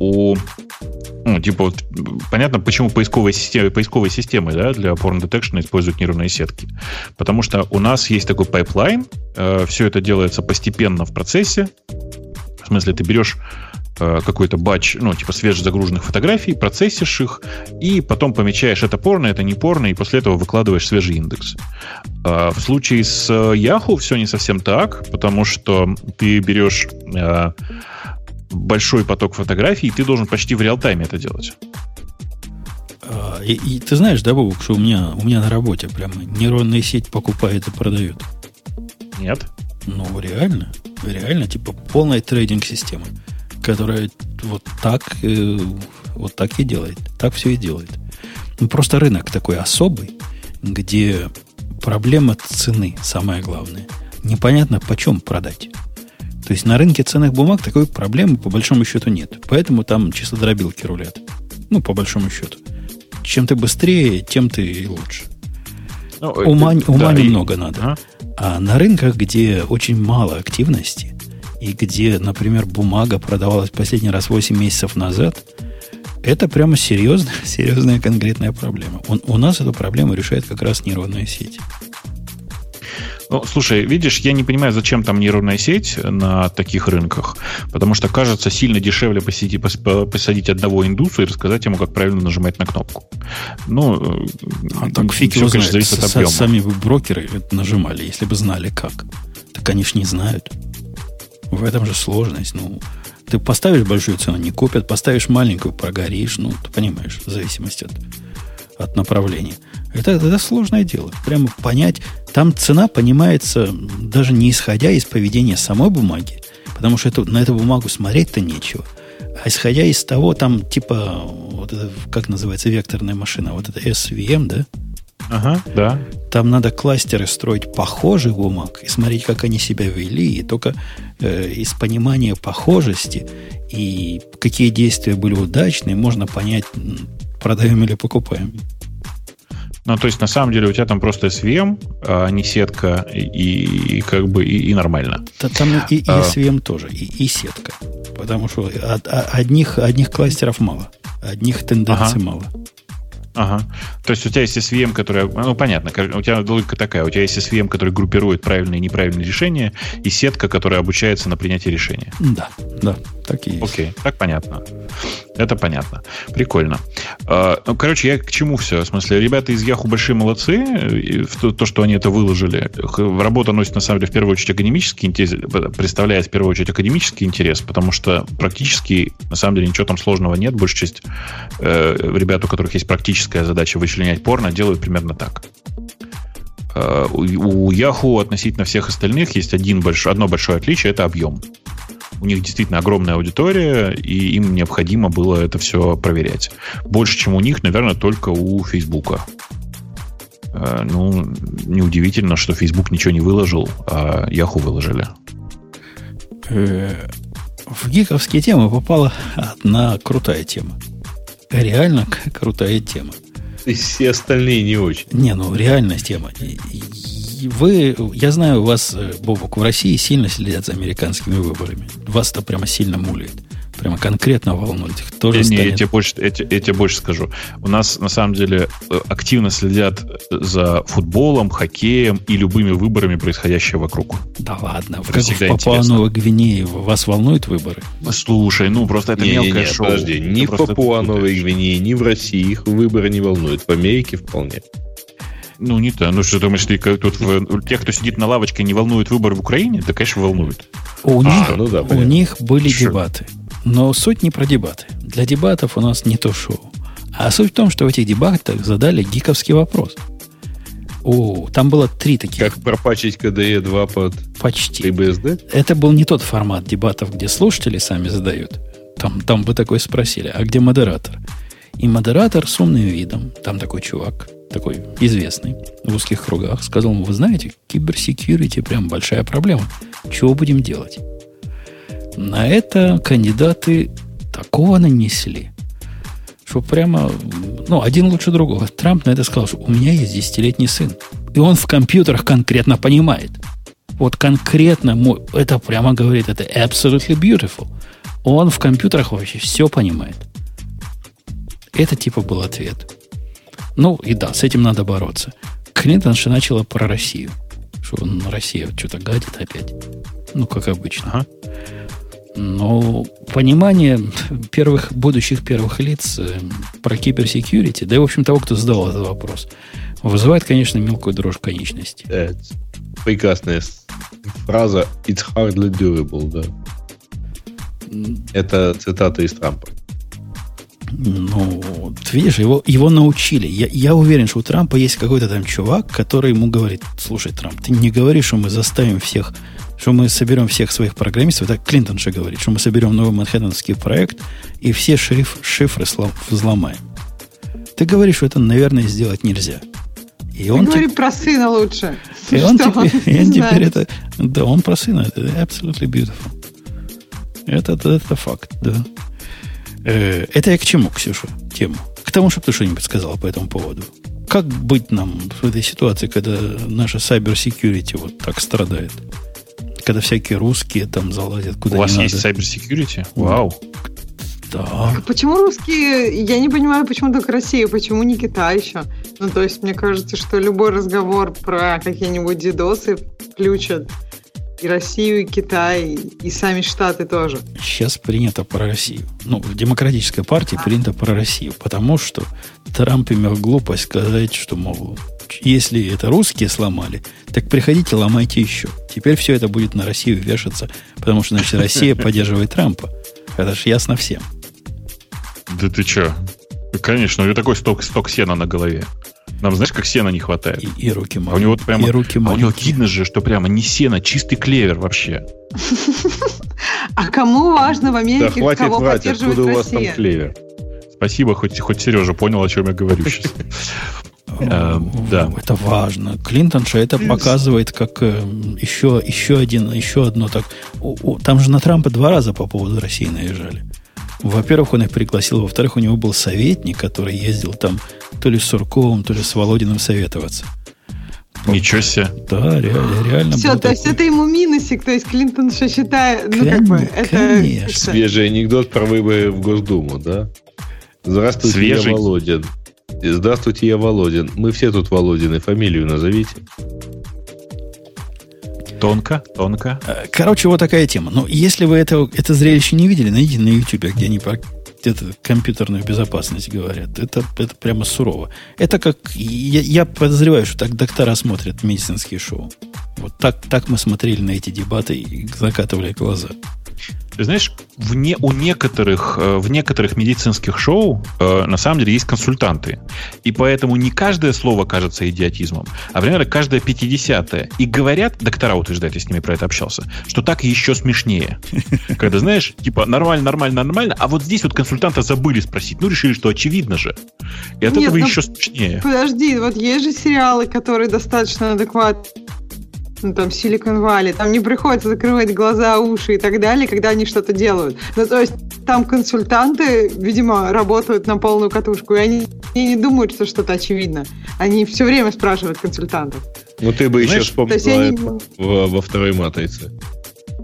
понятно, почему поисковые системы для порно-детекшена используют нейронные сетки. Потому что у нас есть такой пайплайн, все это делается постепенно в процессе. В смысле, ты берешь какой-то батч, свежезагруженных фотографий, процессишь их, и потом помечаешь, это порно, это не порно, и после этого выкладываешь свежий индекс. В случае с Yahoo все не совсем так, потому что ты берешь большой поток фотографий, и ты должен почти в реал-тайме это делать. И ты знаешь, да, Бобук, что у меня на работе прямо нейронная сеть покупает и продает? Нет. Реально, типа полная трейдинг-система, которая вот так и делает. Так все и делает. Просто рынок такой особый, где проблема цены самое главное. Непонятно, почем продать. То есть на рынке ценных бумаг такой проблемы по большому счету нет. Поэтому там числодробилки рулят. По большому счету. Чем ты быстрее, тем ты лучше. Ума немного надо. Ага. А на рынках, где очень мало активности, и где, например, бумага продавалась последний раз 8 месяцев назад, это прямо серьезная конкретная проблема. У нас эту проблему решает как раз нейронная сеть. Слушай, видишь, я не понимаю, зачем там нейронная сеть на таких рынках, потому что, кажется, сильно дешевле посадить одного индуса и рассказать ему, как правильно нажимать на кнопку. Так фиг его знает. Зависит от объема. Сами бы брокеры это нажимали, если бы знали как. Так они ж не знают. В этом же сложность. Ты поставишь большую цену, не купят, поставишь маленькую, прогоришь. Ты понимаешь, в зависимости от направления. Это сложное дело. Прямо понять. Там цена понимается даже не исходя из поведения самой бумаги, потому что на эту бумагу смотреть-то нечего. А исходя из того, там типа, вот это, как называется, векторная машина, вот это SVM, да? Ага, да. Там надо кластеры строить похожих бумаг и смотреть, как они себя вели, и только из понимания похожести и какие действия были удачные, можно понять, продаем или покупаем. То есть, на самом деле, у тебя там просто SVM, а не сетка, и нормально. Там и SVM тоже, и сетка. Потому что одних кластеров мало, одних тенденций мало. Ага. То есть у тебя есть SVM, которая... понятно, у тебя логика такая. У тебя есть SVM, который группирует правильные и неправильные решения, и сетка, которая обучается на принятии решения. Да, так и есть. Окей, так понятно. Это понятно. Прикольно. Я к чему все? В смысле, ребята из Yahoo большие молодцы. То, что они это выложили. Работа носит, на самом деле, в первую очередь академический интерес, представляет в первую очередь академический интерес, потому что практически, на самом деле, ничего там сложного нет. Большая часть ребят, у которых есть практическая задача вычленять порно, делают примерно так. У Yahoo относительно всех остальных есть одно большое отличие – это объем. У них действительно огромная аудитория, и им необходимо было это все проверять. Больше, чем у них, наверное, только у Фейсбука. Неудивительно, что Facebook ничего не выложил, а Yahoo выложили. В гиковские темы попала одна крутая тема. Реально крутая тема. И все остальные не очень. Реальная тема. Я знаю, у вас, Бобок, в России сильно следят за американскими выборами. Вас-то прямо сильно мулит. Прямо конкретно волнует. Кто же я тебе больше скажу. У нас, на самом деле, активно следят за футболом, хоккеем и любыми выборами, происходящими вокруг. Да ладно. Как в Папуа-Новой Гвинее вас волнуют выборы? Слушай, просто это мелкое шоу. Подожди, ни в Папуа-Новой Гвинее, ни в России их выборы не волнуют. В Америке вполне. Не то. Что думаешь, тех, кто сидит на лавочке, не волнуют выборы в Украине? Да, конечно, волнуют. У них были дебаты. Но суть не про дебаты. Для дебатов у нас не то шоу. А суть в том, что в этих дебатах задали гиковский вопрос. Там было 3 таких. Как пропачить KDE 2 под почти. FreeBSD? Это был не тот формат дебатов, где слушатели сами задают. Там бы такой спросили. А где модератор? И модератор с умным видом, там такой чувак, такой известный в узких кругах, сказал ему: вы знаете, киберсекьюрити прям большая проблема. Чего будем делать? На это кандидаты такого нанесли, что прямо, один лучше другого. Трамп на это сказал, что у меня есть 10-летний сын, и он в компьютерах конкретно понимает. Вот конкретно, это прямо говорит, это absolutely beautiful. Он в компьютерах вообще все понимает. Это типа был ответ. И да, с этим надо бороться. Клинтон же начала про Россию. Что Россия что-то гадит опять. Как обычно. Ага. Но понимание будущих первых лиц про киберсекьюрити, да и, в общем, того, кто задал этот вопрос, вызывает, конечно, мелкую дрожь конечности. Прекрасная фраза «It's hardly durable», да. Это цитата из Трампа. Ты видишь, его научили. Я уверен, что у Трампа есть какой-то там чувак, который ему говорит: слушай, Трамп, ты не говори, что мы заставим всех, что мы соберем всех своих программистов. Так Клинтон же говорит, что мы соберем новый манхэттенский проект и все шифры взломаем. Ты говоришь, что это, наверное, сделать нельзя. И он говори про сына лучше. И он теперь это... Да, он про сына. Это absolutely beautiful. Это факт, да. Это я к чему, Ксюша, тему? К тому, чтобы ты что-нибудь сказала по этому поводу. Как быть нам в этой ситуации, когда наша cyber-security вот так страдает? Когда всякие русские там залазят куда не надо. У вас есть cyber-security? Вау. Да. Почему русские? Я не понимаю, почему только Россия, почему не Китай еще? То есть, мне кажется, что любой разговор про какие-нибудь дидосы включат и Россию, и Китай, и сами Штаты тоже. Сейчас принято про Россию. В демократической партии принято про Россию, потому что Трамп имел глупость сказать, что, мол, если это русские сломали, так приходите, ломайте еще. Теперь все это будет на Россию вешаться, потому что, значит, Россия поддерживает Трампа. Это ж ясно всем. Да ты че? Конечно, у него такой сток сена на голове. Нам, знаешь, как сена не хватает. И руки маленькие. У него прямо, у него видно же, что прямо не сено, чистый клевер вообще. А кому важно в Америке, да хватит кого врать, поддерживает откуда у вас Россия? там клевер? Спасибо, хоть Сережа понял, о чем я говорю сейчас. Да. Это важно. Клинтон же это показывает как еще одно так. Там же на Трампа 2 раза по поводу России наезжали. Во-первых, он их пригласил. Во-вторых, у него был советник, который ездил там то ли с Сурковым, то ли с Володиным советоваться. Ничего себе. Да, реально. Все, то есть это ему минусик. То есть Клинтон что считает... Конечно. Свежий анекдот про выборы в Госдуму, да? Здравствуйте, я Володин. Здравствуйте, я Володин. Мы все тут Володины. Фамилию назовите. Тонко. Короче, вот такая тема. Но если вы это зрелище не видели, найдите на YouTube, где они про компьютерную безопасность говорят. Это прямо сурово. Это как... Я подозреваю, что так доктора смотрят медицинские шоу. Вот так мы смотрели на эти дебаты и закатывали глаза. Ты знаешь, в некоторых медицинских шоу на самом деле есть консультанты. И поэтому не каждое слово кажется идиотизмом, а примерно каждое 50-е. И говорят, доктора утверждают, я с ними про это общался, что так еще смешнее. Когда, знаешь, типа нормально, а вот здесь вот консультанта забыли спросить. Решили, что очевидно же. И от этого еще смешнее. Подожди, вот есть же сериалы, которые достаточно адекватны. Там Silicon Valley, там не приходится закрывать глаза, уши и так далее, когда они что-то делают. То есть там консультанты, видимо, работают на полную катушку, и они не думают, что что-то очевидно. Они все время спрашивают консультантов. Ты бы еще вспомнила во второй «Матрице».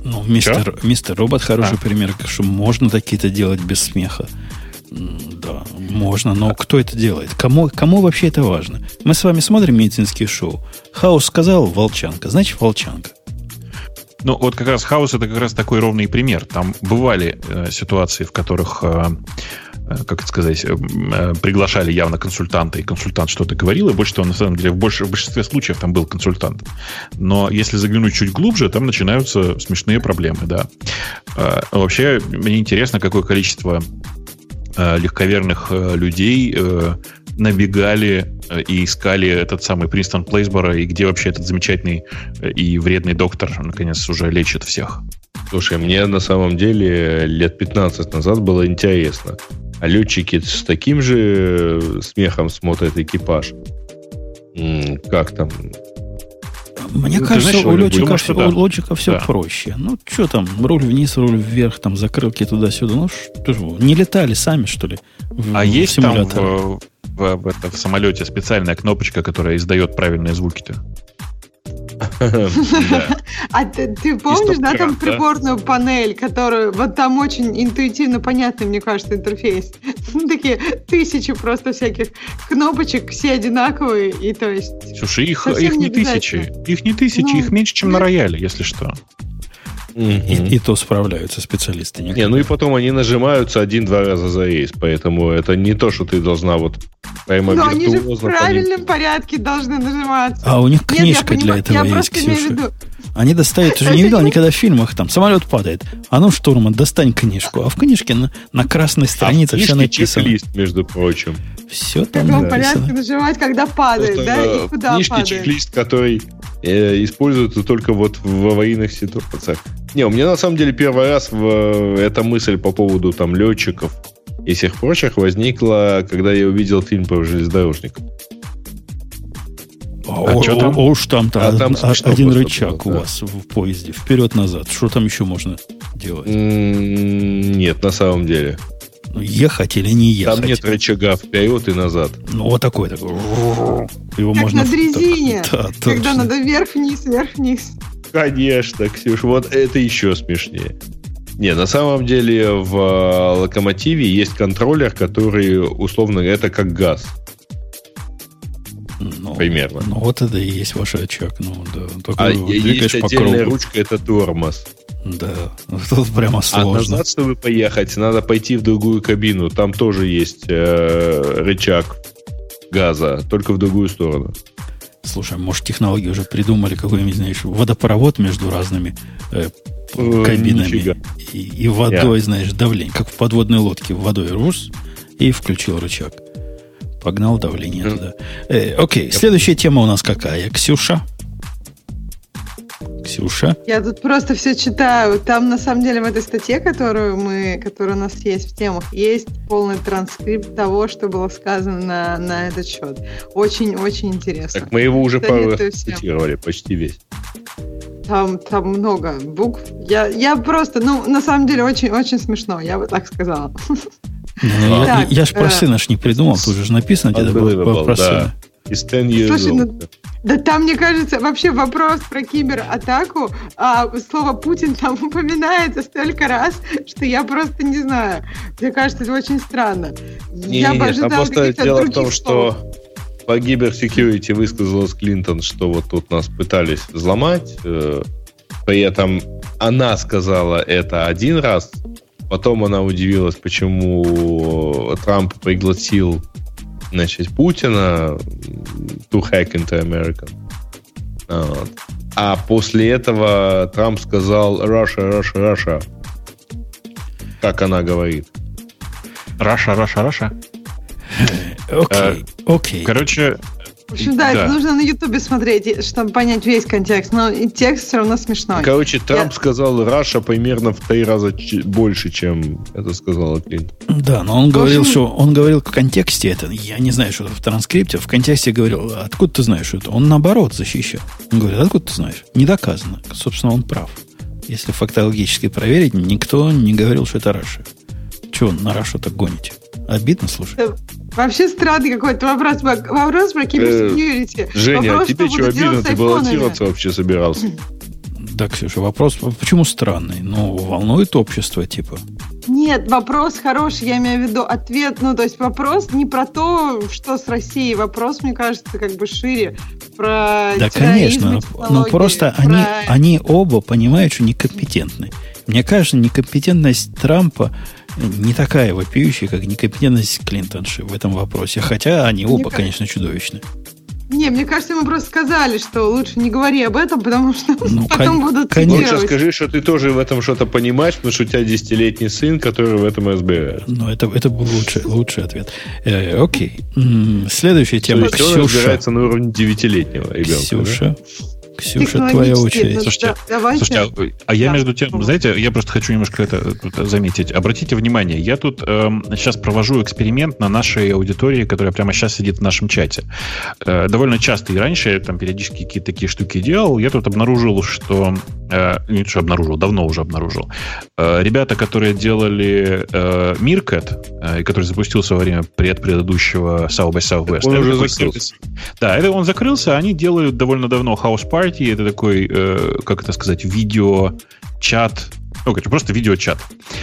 Ну, мистер Робот хороший пример, что можно такие-то делать без смеха. Да, можно, но кто это делает? Кому вообще это важно? Мы с вами смотрим медицинские шоу. Хаус сказал волчанка, значит волчанка. Ну, вот как раз Хаус — это как раз такой ровный пример. Там бывали ситуации, в которых, как это сказать, приглашали явно консультанта, и консультант что-то говорил, и больше того, на самом деле, в большинстве случаев там был консультант. Но если заглянуть чуть глубже, там начинаются смешные проблемы, да. Вообще, мне интересно, какое количество легковерных людей набегали и искали этот самый Принстон Плейсборо, и где вообще этот замечательный и вредный доктор, наконец, уже лечит всех. Слушай, мне на самом деле лет 15 назад было интересно. А летчики с таким же смехом смотрят экипаж. Как там? Мне кажется, у летчика все проще. Ну, что там, руль вниз, руль вверх, там, закрылки туда-сюда. Ну, что же, не летали сами, что ли? Есть там в самолете специальная кнопочка, которая издает правильные звуки-то? А ты помнишь, да, там приборную панель, которую, вот там очень интуитивно понятный, мне кажется, интерфейс. Такие 1000 просто всяких кнопочек, все одинаковые, и то есть... Слушай, их не тысячи. Их не тысячи, их меньше, чем на рояле, если что. И то справляются специалисты. Не, ну и потом они нажимаются 1-2 раза за рейс, поэтому это не то, что ты должна вот прямо но они же в правильном порядке должны нажиматься. А у них книжка для этого есть, Ксюша. Они достают, ты же не видел никогда в фильмах, там самолет падает, а ну, штурман, достань книжку, а в книжке на красной странице все написано. Чек-лист, между прочим. Все там написано. В каком порядке нажимать, когда падает, это, да, и куда книжки, падает. Чек-лист, который используется только вот в аварийных ситуациях. Не, у меня на самом деле первый раз эта мысль по поводу там летчиков и всех прочих возникла, когда я увидел фильм про железнодорожников. Уж там-то один рычаг было, у вас в поезде. Вперед-назад. Что там еще можно делать? Нет, на самом деле. Ехать или не ехать? Там нет рычага вперед и назад. Ну, вот такой. Его как можно на дрезине. Да, когда точно. надо вверх-вниз, вверх-вниз. Конечно, Ксюш, вот это еще смешнее. Не, на самом деле в локомотиве есть контроллер, который условно это как газ. Примерно. Ну, вот это и есть ваш очаг. Ну, да. Есть отдельная ручка, это тормоз. Да, тут прямо сложно. А назад, чтобы поехать, надо пойти в другую кабину. Там тоже есть рычаг газа, только в другую сторону. Слушай, может, технологии уже придумали какой-нибудь, знаешь, водопровод между разными кабинами и водой, знаешь, давление. Как в подводной лодке водой рус и включил рычаг. Погнал давление туда. Окей, следующая тема у нас какая? Ксюша? Я тут просто все читаю. Там, на самом деле, в этой статье, которая у нас есть в темах, есть полный транскрипт того, что было сказано на этот счет. Очень-очень интересно. Так мы его уже пару раз цитировали, почти весь. Там много букв. Я просто, на самом деле, очень-очень смешно, я бы так сказала. Я ж про сына не придумал, тут же написано где-то про сына. Слушай, да там, мне кажется, вообще вопрос про кибератаку, слово «Путин» там упоминается столько раз, что я просто не знаю. Мне кажется, это очень странно. Я бы ожидала просто дело в том, слов. что по киберсекьюрити высказалась Клинтон, что вот тут нас пытались взломать. При этом она сказала это один раз, потом она удивилась, почему Трамп пригласил Путина to hack into America. Вот. А после этого Трамп сказал Russia. Как она говорит? Russia. Окей. Короче... В общем, это нужно на Ютубе смотреть, чтобы понять весь контекст, но и текст все равно смешной. Короче, Трамп сказал Раша примерно в 3 раза больше, чем это сказала Клинтон. Да, но он говорил, что он говорил в контексте это, я не знаю, что это в транскрипте, в контексте говорил, откуда ты знаешь это? Он наоборот защищал. Он говорит, откуда ты знаешь? Не доказано. Собственно, он прав. Если фактологически проверить, никто не говорил, что это Раша. Чего на Рашу так гоните? Обидно, слушай. Вообще странный какой-то вопрос про киберсекьюрити. Женя, а тебе что обидно? Ты баллотироваться вообще собирался? Так, Ксюша, вопрос, почему странный? Ну, волнует общество, типа. Нет, вопрос хороший, я имею в виду ответ, ну, то есть вопрос не про то, что с Россией, вопрос, мне кажется, как бы шире, про да, конечно, но просто они оба понимают, что некомпетентны. Мне кажется, некомпетентность Трампа не такая вопиющая, как некомпетентность Клинтонши в этом вопросе, хотя они оба, конечно, чудовищны. Не, мне кажется, мы просто сказали, что лучше не говори об этом, потому что потом будут цитировать. Лучше скажи, что ты тоже в этом что-то понимаешь, потому что у тебя 10-летний сын, который в этом разбирается. Ну, это был лучший ответ. Окей. Следующая тема. Ксюша. Он разбирается на уровне 9-летнего ребенка. Ксюша, твоя очередь. Слушайте, я между тем, знаете, я просто хочу немножко это заметить. Обратите внимание, я тут сейчас провожу эксперимент на нашей аудитории, которая прямо сейчас сидит в нашем чате. Довольно часто и раньше я там периодически какие-то такие штуки делал. Я тут обнаружил, что... давно уже обнаружил. Ребята, которые делали Meerkat, и который запустился во время предыдущего South by Southwest. Он уже закрылся. Да, это он закрылся, они делают довольно давно House Party. Это такой, как это сказать, видео-чат. Ну, просто видеочат.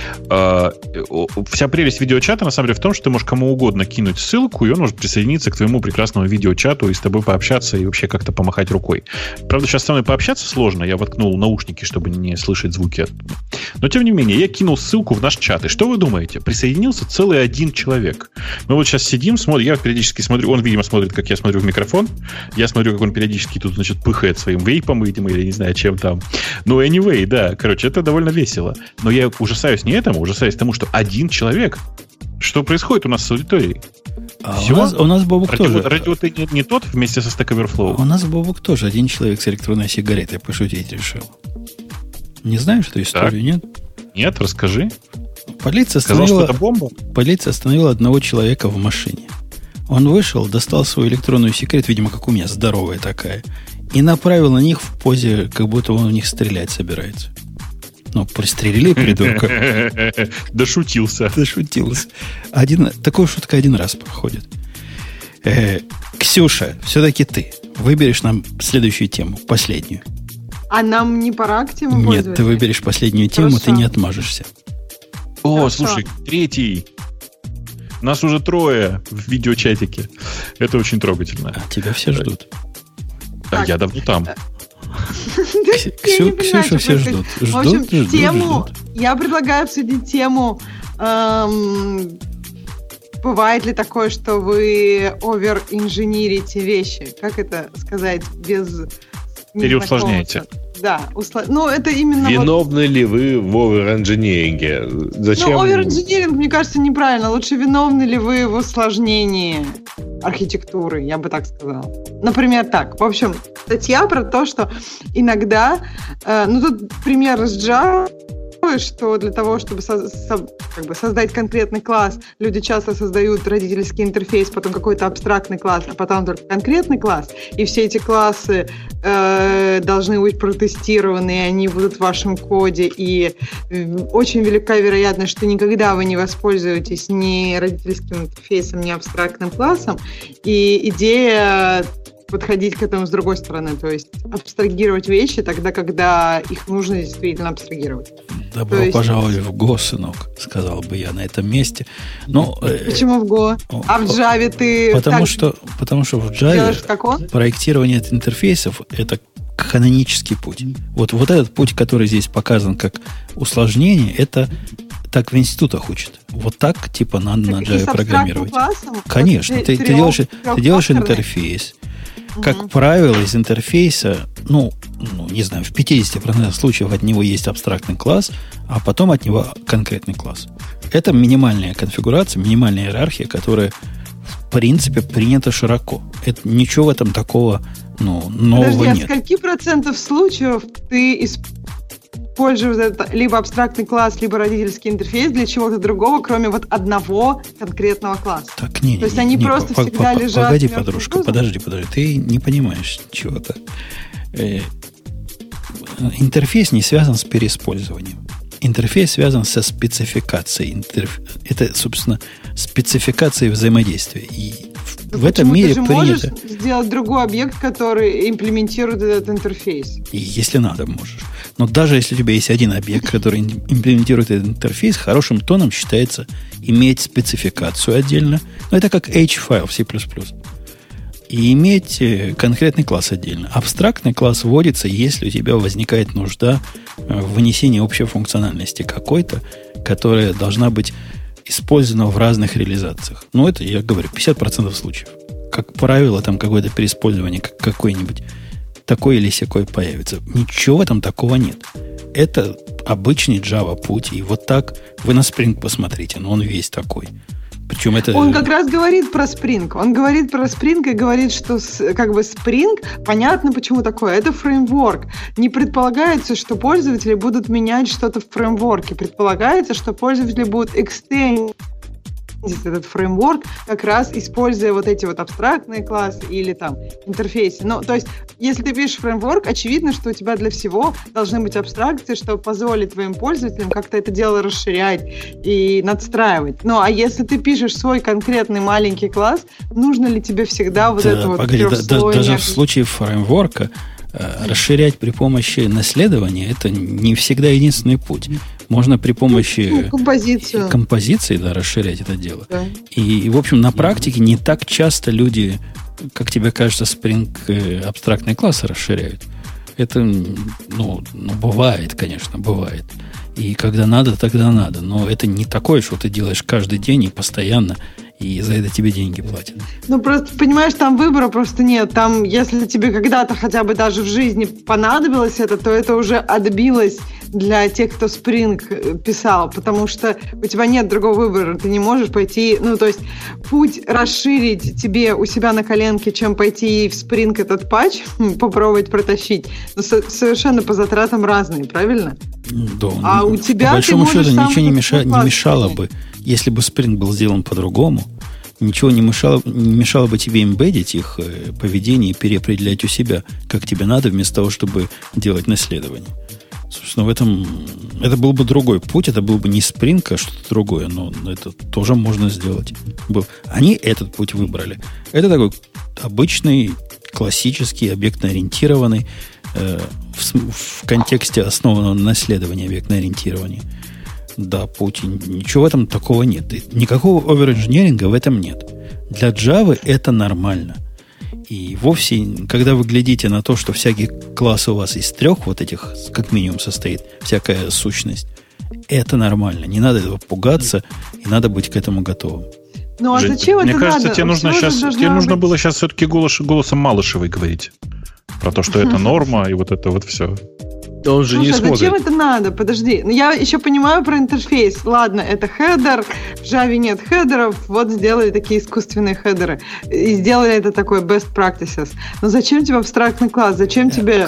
Вся прелесть видеочата, на самом деле, в том, что ты можешь кому угодно кинуть ссылку, и он может присоединиться к твоему прекрасному видеочату и с тобой пообщаться, и вообще как-то помахать рукой. Правда, сейчас со мной пообщаться сложно. Я воткнул наушники, чтобы не слышать звуки оттуда. Но, тем не менее, я кинул ссылку в наш чат. И что вы думаете? Присоединился целый один человек. Мы вот сейчас сидим, смотрим, я периодически смотрю, он, видимо, смотрит, как я смотрю в микрофон. Я смотрю, как он периодически тут, значит, пыхает своим вейпом, видимо, или не знаю, чем там. Ну, anyway, да, короче, это довольно весело. Но я ужасаюсь не этому, ужасаюсь тому, что один человек. Что происходит у нас с аудиторией? У нас Бобук тоже. Радио ты не тот вместе со Stack Overflow? У нас Бобук тоже один человек с электронной сигаретой пошутить решил. Не знаешь эту историю, нет? Нет, расскажи. Полиция остановила одного человека в машине. Он вышел, достал свою электронную сигарету, видимо, как у меня, здоровая такая, и направил на них в позе, как будто он в них стрелять собирается. Ну, пристрелили придурка. Дошутился. Такая шутка один раз проходит. Ксюша, все-таки ты выберешь нам следующую тему, последнюю. А нам не пора к теме пользоваться? Нет, ты выберешь последнюю тему, ты не отмажешься. Слушай, третий. Нас уже 3 в видеочатике. Это очень трогательно. А тебя все ждут. Я давно там. Ксюша все ждут. В общем, я предлагаю обсудить тему. Бывает ли такое, что вы овер-инженерите вещи? Как это сказать без... Переусложняете. Да, ну это именно... Виновны ли вы в овер-инженеринге? Зачем? Ну, овер-инженеринг, мне кажется, неправильно. Лучше виновны ли вы в усложнении архитектуры, я бы так сказала. Например, так. В общем, статья про то, что иногда... тут пример из Java, что для того, чтобы создать конкретный класс, люди часто создают родительский интерфейс, потом какой-то абстрактный класс, а потом только конкретный класс, и все эти классы должны быть протестированы, и они будут в вашем коде, и очень велика вероятность, что никогда вы не воспользуетесь ни родительским интерфейсом, ни абстрактным классом, и идея подходить к этому с другой стороны, то есть абстрагировать вещи тогда, когда их нужно действительно абстрагировать. Добро пожаловать в Go, сынок, сказал бы я на этом месте. Но, почему в Go? А в Java ты... Потому что в Java проектирование интерфейсов – это канонический путь. Вот этот путь, который здесь показан как усложнение, это так в институтах учат. Вот так, типа, надо на Java программировать. Конечно, ты делаешь интерфейс. Как правило, из интерфейса, не знаю, в 50% случаев от него есть абстрактный класс, а потом от него конкретный класс. Это минимальная конфигурация, минимальная иерархия, которая, в принципе, принята широко. Это, ничего в этом такого нового нет. Подожди, скольки процентов случаев ты используешь либо абстрактный класс, либо родительский интерфейс для чего-то другого, кроме вот одного конкретного класса? Так, То есть они просто всегда лежат... Погоди, подружка, подожди. Ты не понимаешь чего-то. Интерфейс не связан с переиспользованием. Интерфейс связан со спецификацией. Это, собственно, спецификацией взаимодействия. И в этом мире принято... сделать другой объект, который имплементирует этот интерфейс. И если надо, можешь. Но даже если у тебя есть один объект, который имплементирует этот интерфейс, хорошим тоном считается иметь спецификацию отдельно. Но это как H-файл в C++. И иметь конкретный класс отдельно. Абстрактный класс вводится, если у тебя возникает нужда в вынесении общей функциональности какой-то, которая должна быть использована в разных реализациях. Ну, это, я говорю, 50% случаев. Как правило, там какое-то переиспользование какой-нибудь такой или сякой появится. Ничего в этом такого нет. Это обычный Java путь. И вот так вы на Spring посмотрите. Но он весь такой. Причем это... Он как раз говорит про Spring. Он говорит про Spring и говорит, что как бы Spring, понятно, почему такое. Это фреймворк. Не предполагается, что пользователи будут менять что-то в фреймворке. Предполагается, что пользователи будут экстендить этот фреймворк, как раз используя вот эти вот абстрактные классы или там интерфейсы. Ну, то есть, если ты пишешь фреймворк, очевидно, что у тебя для всего должны быть абстракции, чтобы позволить твоим пользователям как-то это дело расширять и надстраивать. Ну, а если ты пишешь свой конкретный маленький класс, нужно ли тебе всегда вот это вот трехслойное... Даже в случае фреймворка расширять при наследования это не всегда единственный путь. Можно при помощи композиции расширять это дело. Да. И, в общем, на практике не так часто люди, как тебе кажется, Spring абстрактные классы расширяют. Это, бывает, конечно, бывает. И когда надо, тогда надо. Но это не такое, что ты делаешь каждый день и постоянно, и за это тебе деньги платят. Ну, просто, понимаешь, там выбора просто нет. Там, если тебе когда-то хотя бы даже в жизни понадобилось это, то это уже отбилось для тех, кто Spring писал, потому что у тебя нет другого выбора. Ты не можешь пойти... Ну, то есть, путь расширить тебе у себя на коленке, чем пойти в Spring этот патч, попробовать протащить, совершенно по затратам разные, правильно? Да. А у тебя... По большому счету, ничего не мешало бы, если бы Spring был сделан по-другому, ничего не мешало бы тебе имбеддить их поведение и переопределять у себя, как тебе надо, вместо того, чтобы делать наследование. Собственно, в этом это был бы другой путь, это был бы не Spring, а что-то другое, но это тоже можно сделать. Они этот путь выбрали. Это такой обычный, классический, объектно-ориентированный, в контексте основанного на наследовании объектно-ориентирования. Да, путь. Ничего в этом такого нет. Никакого оверинжиниринга в этом нет. Для Java это нормально. И вовсе, когда вы глядите на то, что всякий класс у вас из 3 вот этих, как минимум, состоит, всякая сущность, это нормально. Не надо этого пугаться, и надо быть к этому готовым. Ну, а зачем это надо? Мне кажется, тебе нужно было сейчас все-таки голосом Малышевой говорить. Про то, что это норма, и вот это вот все. Он же не смотрит. Зачем это надо? Подожди. Я еще понимаю про интерфейс. Ладно, это хедер. В Java нет хедеров. Вот сделали такие искусственные хедеры. И сделали это такой best practices. Но зачем тебе абстрактный класс? Зачем тебе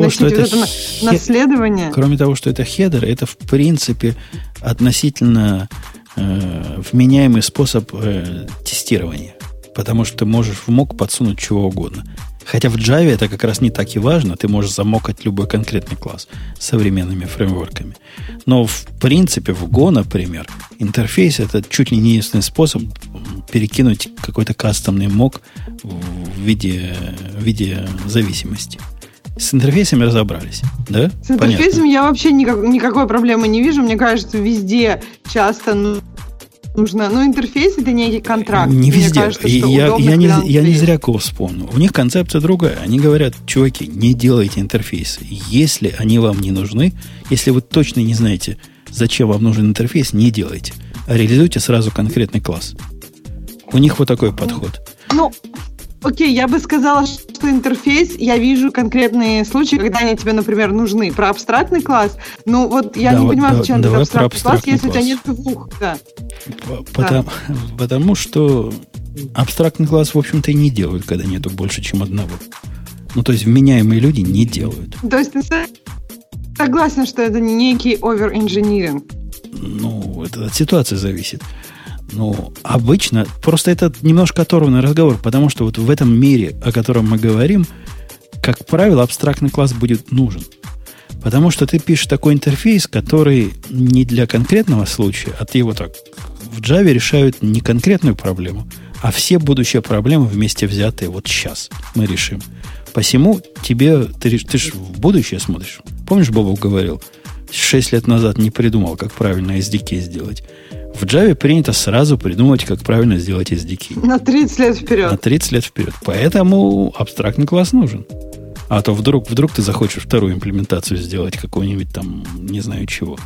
наследование? Кроме того, что это хедер, это в принципе относительно вменяемый способ тестирования. Потому что ты можешь в мок подсунуть чего угодно. Хотя в Java это как раз не так и важно. Ты можешь замокать любой конкретный класс с современными фреймворками. Но в принципе в Go, например, интерфейс это чуть ли не единственный способ перекинуть какой-то кастомный мок в виде зависимости. С интерфейсами разобрались, да? С интерфейсами понятно. Я вообще никакой проблемы не вижу. Мне кажется, везде часто нужно. Ну, интерфейс это некий контракт. Не везде. Кажется, я не зря кого вспомнил. У них концепция другая. Они говорят, чуваки, не делайте интерфейсы. Если они вам не нужны, если вы точно не знаете, зачем вам нужен интерфейс, не делайте. А реализуйте сразу конкретный класс. У них вот такой подход. Ну, окей, я бы сказала, что интерфейс, я вижу конкретные случаи, когда они тебе, например, нужны. Про абстрактный класс, ну вот я не понимаю, зачем это абстрактный класс, если у тебя нет двух. Да. Потому что абстрактный класс, в общем-то, и не делают, когда нету больше, чем одного. Ну, то есть вменяемые люди не делают. То есть ты согласен, что это некий over-engineering? Ну, это от ситуации зависит. Ну, обычно, просто это немножко оторванный разговор, потому что вот в этом мире, о котором мы говорим, как правило, абстрактный класс будет нужен. Потому что ты пишешь такой интерфейс, который не для конкретного случая, а ты его так в Java решают не конкретную проблему, А все будущие проблемы вместе взятые вот сейчас мы решим. Посему ты же в будущее смотришь. Помнишь, Бобок говорил, 6 лет назад не придумал, как правильно SDK сделать. В Java принято сразу придумать, как правильно сделать SDK. На 30 лет вперед. На 30 лет вперед. Поэтому абстрактный класс нужен. А то вдруг ты захочешь вторую имплементацию сделать какого-нибудь там, не знаю чего.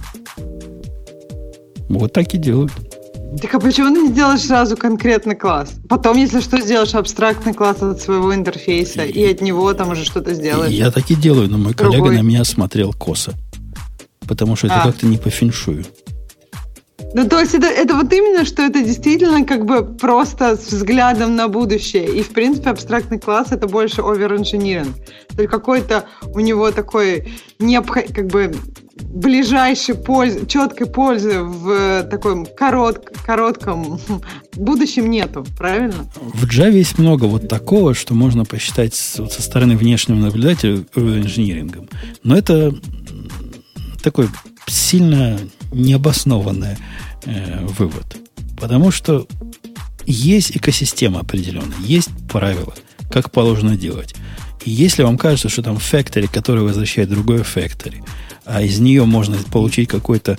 Вот так и делают. Так а почему ты не делаешь сразу конкретный класс? Потом, если что, сделаешь абстрактный класс от своего интерфейса, и от него там уже что-то сделаешь. Я так и делаю, но мой коллега на меня смотрел косо. Потому что это как-то не по феншую. Ну, то есть это вот именно, что это действительно как бы просто с взглядом на будущее. И, в принципе, абстрактный класс — это больше over-engineering. То есть какой-то у него такой как бы ближайшей пользы, четкой пользы в таком коротком будущем нету, правильно? В Java есть много вот такого, что можно посчитать со стороны внешнего наблюдателя over-engineering. Но это такой сильно необоснованный вывод. Потому что есть экосистема определенная, есть правила, как положено делать. И если вам кажется, что там factory, который возвращает другой factory, а из нее можно получить какой-то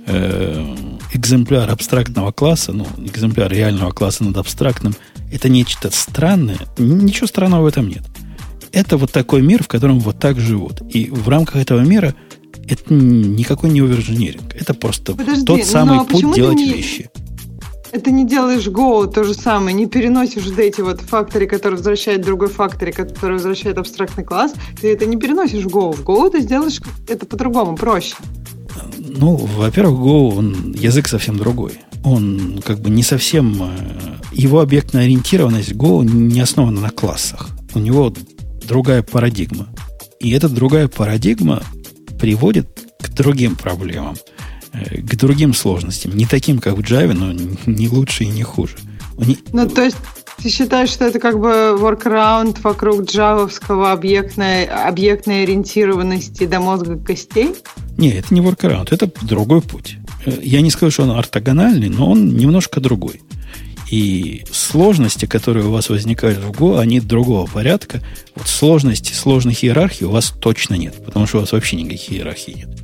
экземпляр абстрактного класса, экземпляр реального класса над абстрактным, это нечто странное, ничего странного в этом нет. Это вот такой мир, в котором вот так живут. И в рамках этого мира это никакой не оверинжиниринг. Это просто тот самый путь делать вещи. Это не делаешь Go то же самое, не переносишь вот эти вот факторы, которые возвращает другой фактор, который возвращает абстрактный класс, ты это не переносишь в Go. В Go ты сделаешь это по-другому, проще. Во-первых, Go, язык совсем другой. Он как бы не совсем... Его объектная ориентированность Go не основана на классах. У него другая парадигма. И эта другая парадигма приводит к другим проблемам, к другим сложностям. Не таким, как в Java, но не лучше и не хуже. То есть ты считаешь, что это как бы workaround вокруг джавовского объектной ориентированности до мозга костей? Нет, это не workaround, это другой путь. Я не скажу, что он ортогональный, но он немножко другой. И сложности, которые у вас возникают в Go, они другого порядка. Вот сложных иерархий у вас точно нет, потому что у вас вообще никаких иерархий нет.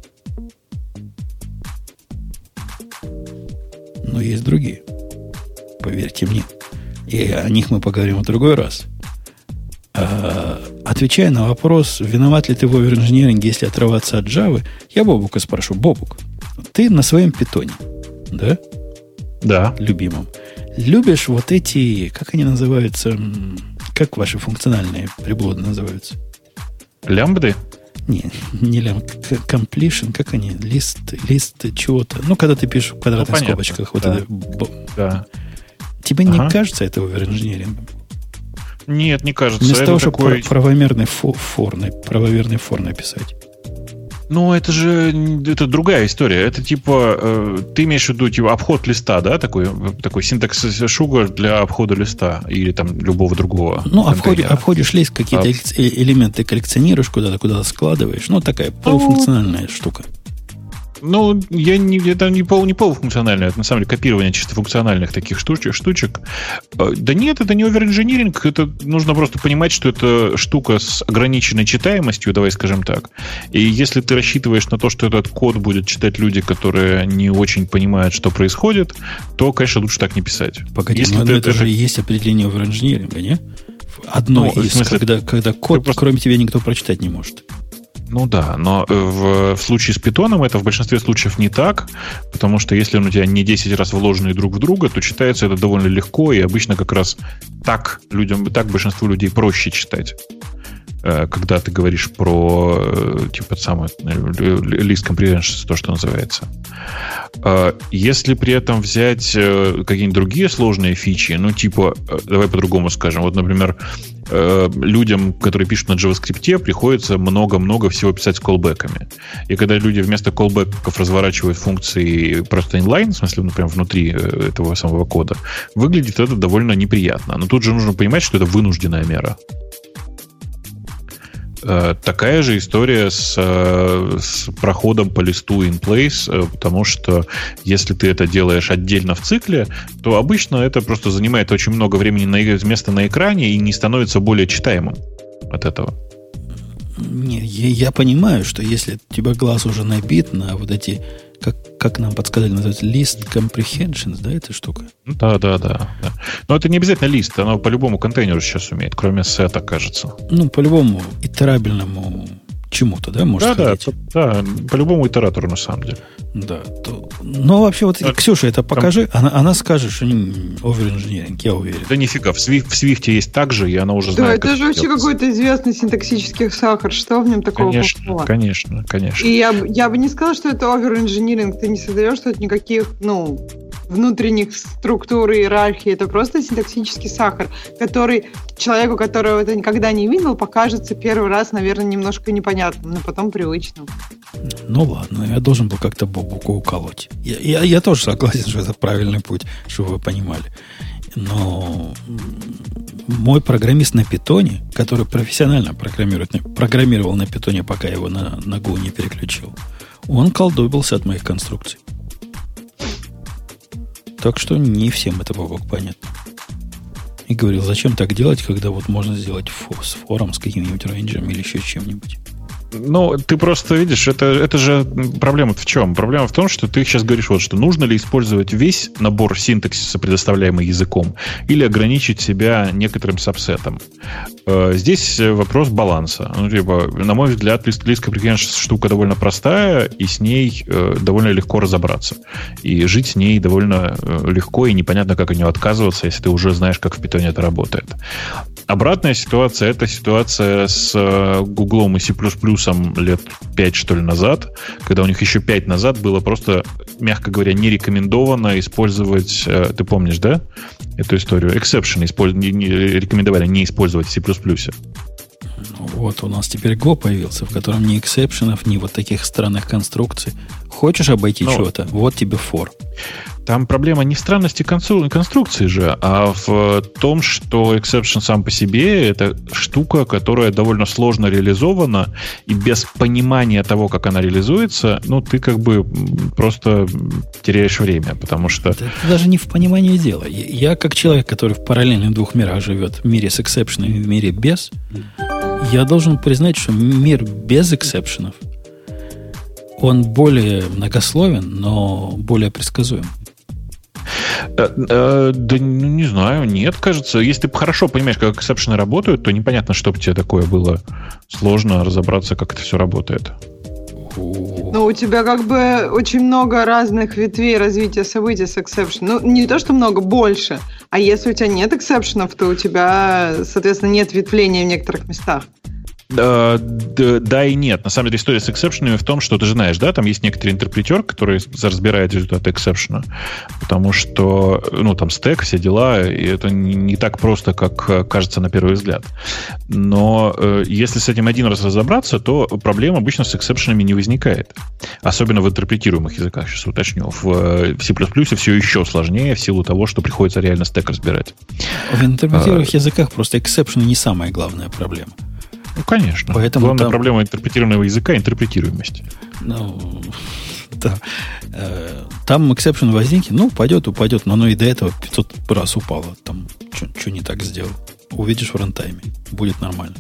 Но есть другие. Поверьте мне. И о них мы поговорим в другой раз. Отвечая на вопрос, виноват ли ты в оверинжиниринге, если отрываться от Java, я Бобука спрошу. Бобук, ты на своем питоне, да? Да. Любимом. Любишь вот эти, как они называются, как ваши функциональные приблуды называются? Лямбды? Не лямбд, completion, как они? Лист чего-то. Когда ты пишешь в квадратных скобочках. Да. Да. Тебе не кажется это оверинжинирингом? Нет, не кажется. Вместо того, чтобы правомерный фор написать. Это другая история. Это типа, ты имеешь в виду типа обход листа, да? Такой синтакс Sugar для обхода листа или там любого другого. Обходишь лист, какие-то элементы коллекционируешь, куда-то складываешь. Такая полуфункциональная штука. Это не полуфункциональное, это на самом деле копирование чисто функциональных таких штучек. Да нет, это не оверинжиниринг, это нужно просто понимать, что это штука с ограниченной читаемостью, давай скажем так. И если ты рассчитываешь на то, что этот код будет читать люди, которые не очень понимают, что происходит, то, конечно, лучше так не писать. Погоди, это же есть определение оверинжиниринга, не? Одно из, когда код, кроме тебя, никто прочитать не может. Да, но в случае с питоном это в большинстве случаев не так, потому что если он у тебя не 10 раз вложенный друг в друга, то читается это довольно легко, и обычно как раз так большинству людей проще читать. Когда ты говоришь про list comprehension, то, что называется. Если при этом взять какие-нибудь другие сложные фичи, давай по-другому скажем. Вот, например, людям, которые пишут на JavaScript, приходится много-много всего писать с колбэками. И когда люди вместо колбэков разворачивают функции просто inline, в смысле, прям внутри этого самого кода, выглядит это довольно неприятно. Но тут же нужно понимать, что это вынужденная мера. Такая же история с проходом по листу in place, потому что если ты это делаешь отдельно в цикле, то обычно это просто занимает очень много времени места на экране и не становится более читаемым от этого. Не, я понимаю, что если у тебя глаз уже набит на вот эти, как нам подсказали, называется, list comprehensions, да, эта штука? Да. Но это не обязательно лист, оно по любому контейнеру сейчас умеет, кроме сета, кажется. Ну, по любому итерабельному чему-то, да, может ходить? Да, по любому итератору, на самом деле. Да. Но вообще, вот, Ксюша, это покажи, она скажет, что овер-инжиниринг, я уверен. Да нифига, в Свифте есть так же, и она уже знает. Да, это же вообще какой-то известный синтаксический сахар, что в нем такого плохого? Конечно. И я бы не сказала, что это овер-инжиниринг, ты не создаешь тут никаких, внутренних структур и иерархии, это просто синтаксический сахар, который человеку, которого это никогда не видел, покажется первый раз, наверное, немножко непонятным, но потом привычным. Ну ладно, я должен был как-то Бобуку уколоть. Я тоже согласен, что это правильный путь, чтобы вы понимали. Но мой программист на питоне, который профессионально программировал на питоне, пока его на Go не переключил, он колдобился от моих конструкций. Так что не всем это, Бобок, понятно. И говорил, зачем так делать, когда вот можно сделать с фором, с каким-нибудь рейнджем или еще чем-нибудь. Ну, ты просто видишь, это же проблема в чем? Проблема в том, что ты сейчас говоришь, вот, что нужно ли использовать весь набор синтаксиса, предоставляемый языком, или ограничить себя некоторым сабсетом. Здесь вопрос баланса. На мой взгляд, list comprehension штука довольно простая, и с ней довольно легко разобраться. И жить с ней довольно легко, и непонятно, как от нее отказываться, если ты уже знаешь, как в Python это работает. Обратная ситуация — это ситуация с Гуглом и C++ лет 5, что ли, назад, когда у них еще 5 назад было просто, мягко говоря, не рекомендовано использовать, ты помнишь, да, эту историю? Exception рекомендовали не использовать в C++. Вот у нас теперь Go появился, в котором ни эксепшенов, ни вот таких странных конструкций. Хочешь обойти чего-то? Вот тебе for. Там проблема не в странности конструкции же, а в том, что exception сам по себе — это штука, которая довольно сложно реализована, и без понимания того, как она реализуется, ты как бы просто теряешь время, потому что... Это даже не в понимании дела. Я как человек, который в параллельных двух мирах живет, в мире с эксепшенами и в мире без, я должен признать, что мир без эксепшенов, он более многословен, но более предсказуем. Да, не знаю, нет, кажется. Если ты хорошо понимаешь, как эксепшены работают, то непонятно, что бы тебе такое было сложно разобраться, как это все работает. У тебя как бы очень много разных ветвей развития событий с эксепшеном. Не то, что много, больше. А если у тебя нет эксепшенов, то у тебя, соответственно, нет ветвления в некоторых местах. Да и нет. На самом деле история с эксепшенами в том, что ты же знаешь, да, там есть некоторый интерпретер, который разбирает результаты эксепшена, потому что, там стэк, все дела, и это не так просто, как кажется на первый взгляд. Но если с этим один раз разобраться, то проблем обычно с эксепшенами не возникает. Особенно в интерпретируемых языках, сейчас уточню. В C++ все еще сложнее в силу того, что приходится реально стэк разбирать. В интерпретируемых языках просто эксепшены не самая главная проблема. Конечно. Поэтому главная проблема интерпретированного языка — интерпретируемость. Да. Там эксепшн возникнет, упадет, но оно и до этого 500 раз упало. Там что не так сделал. Увидишь в рантайме. Будет нормально.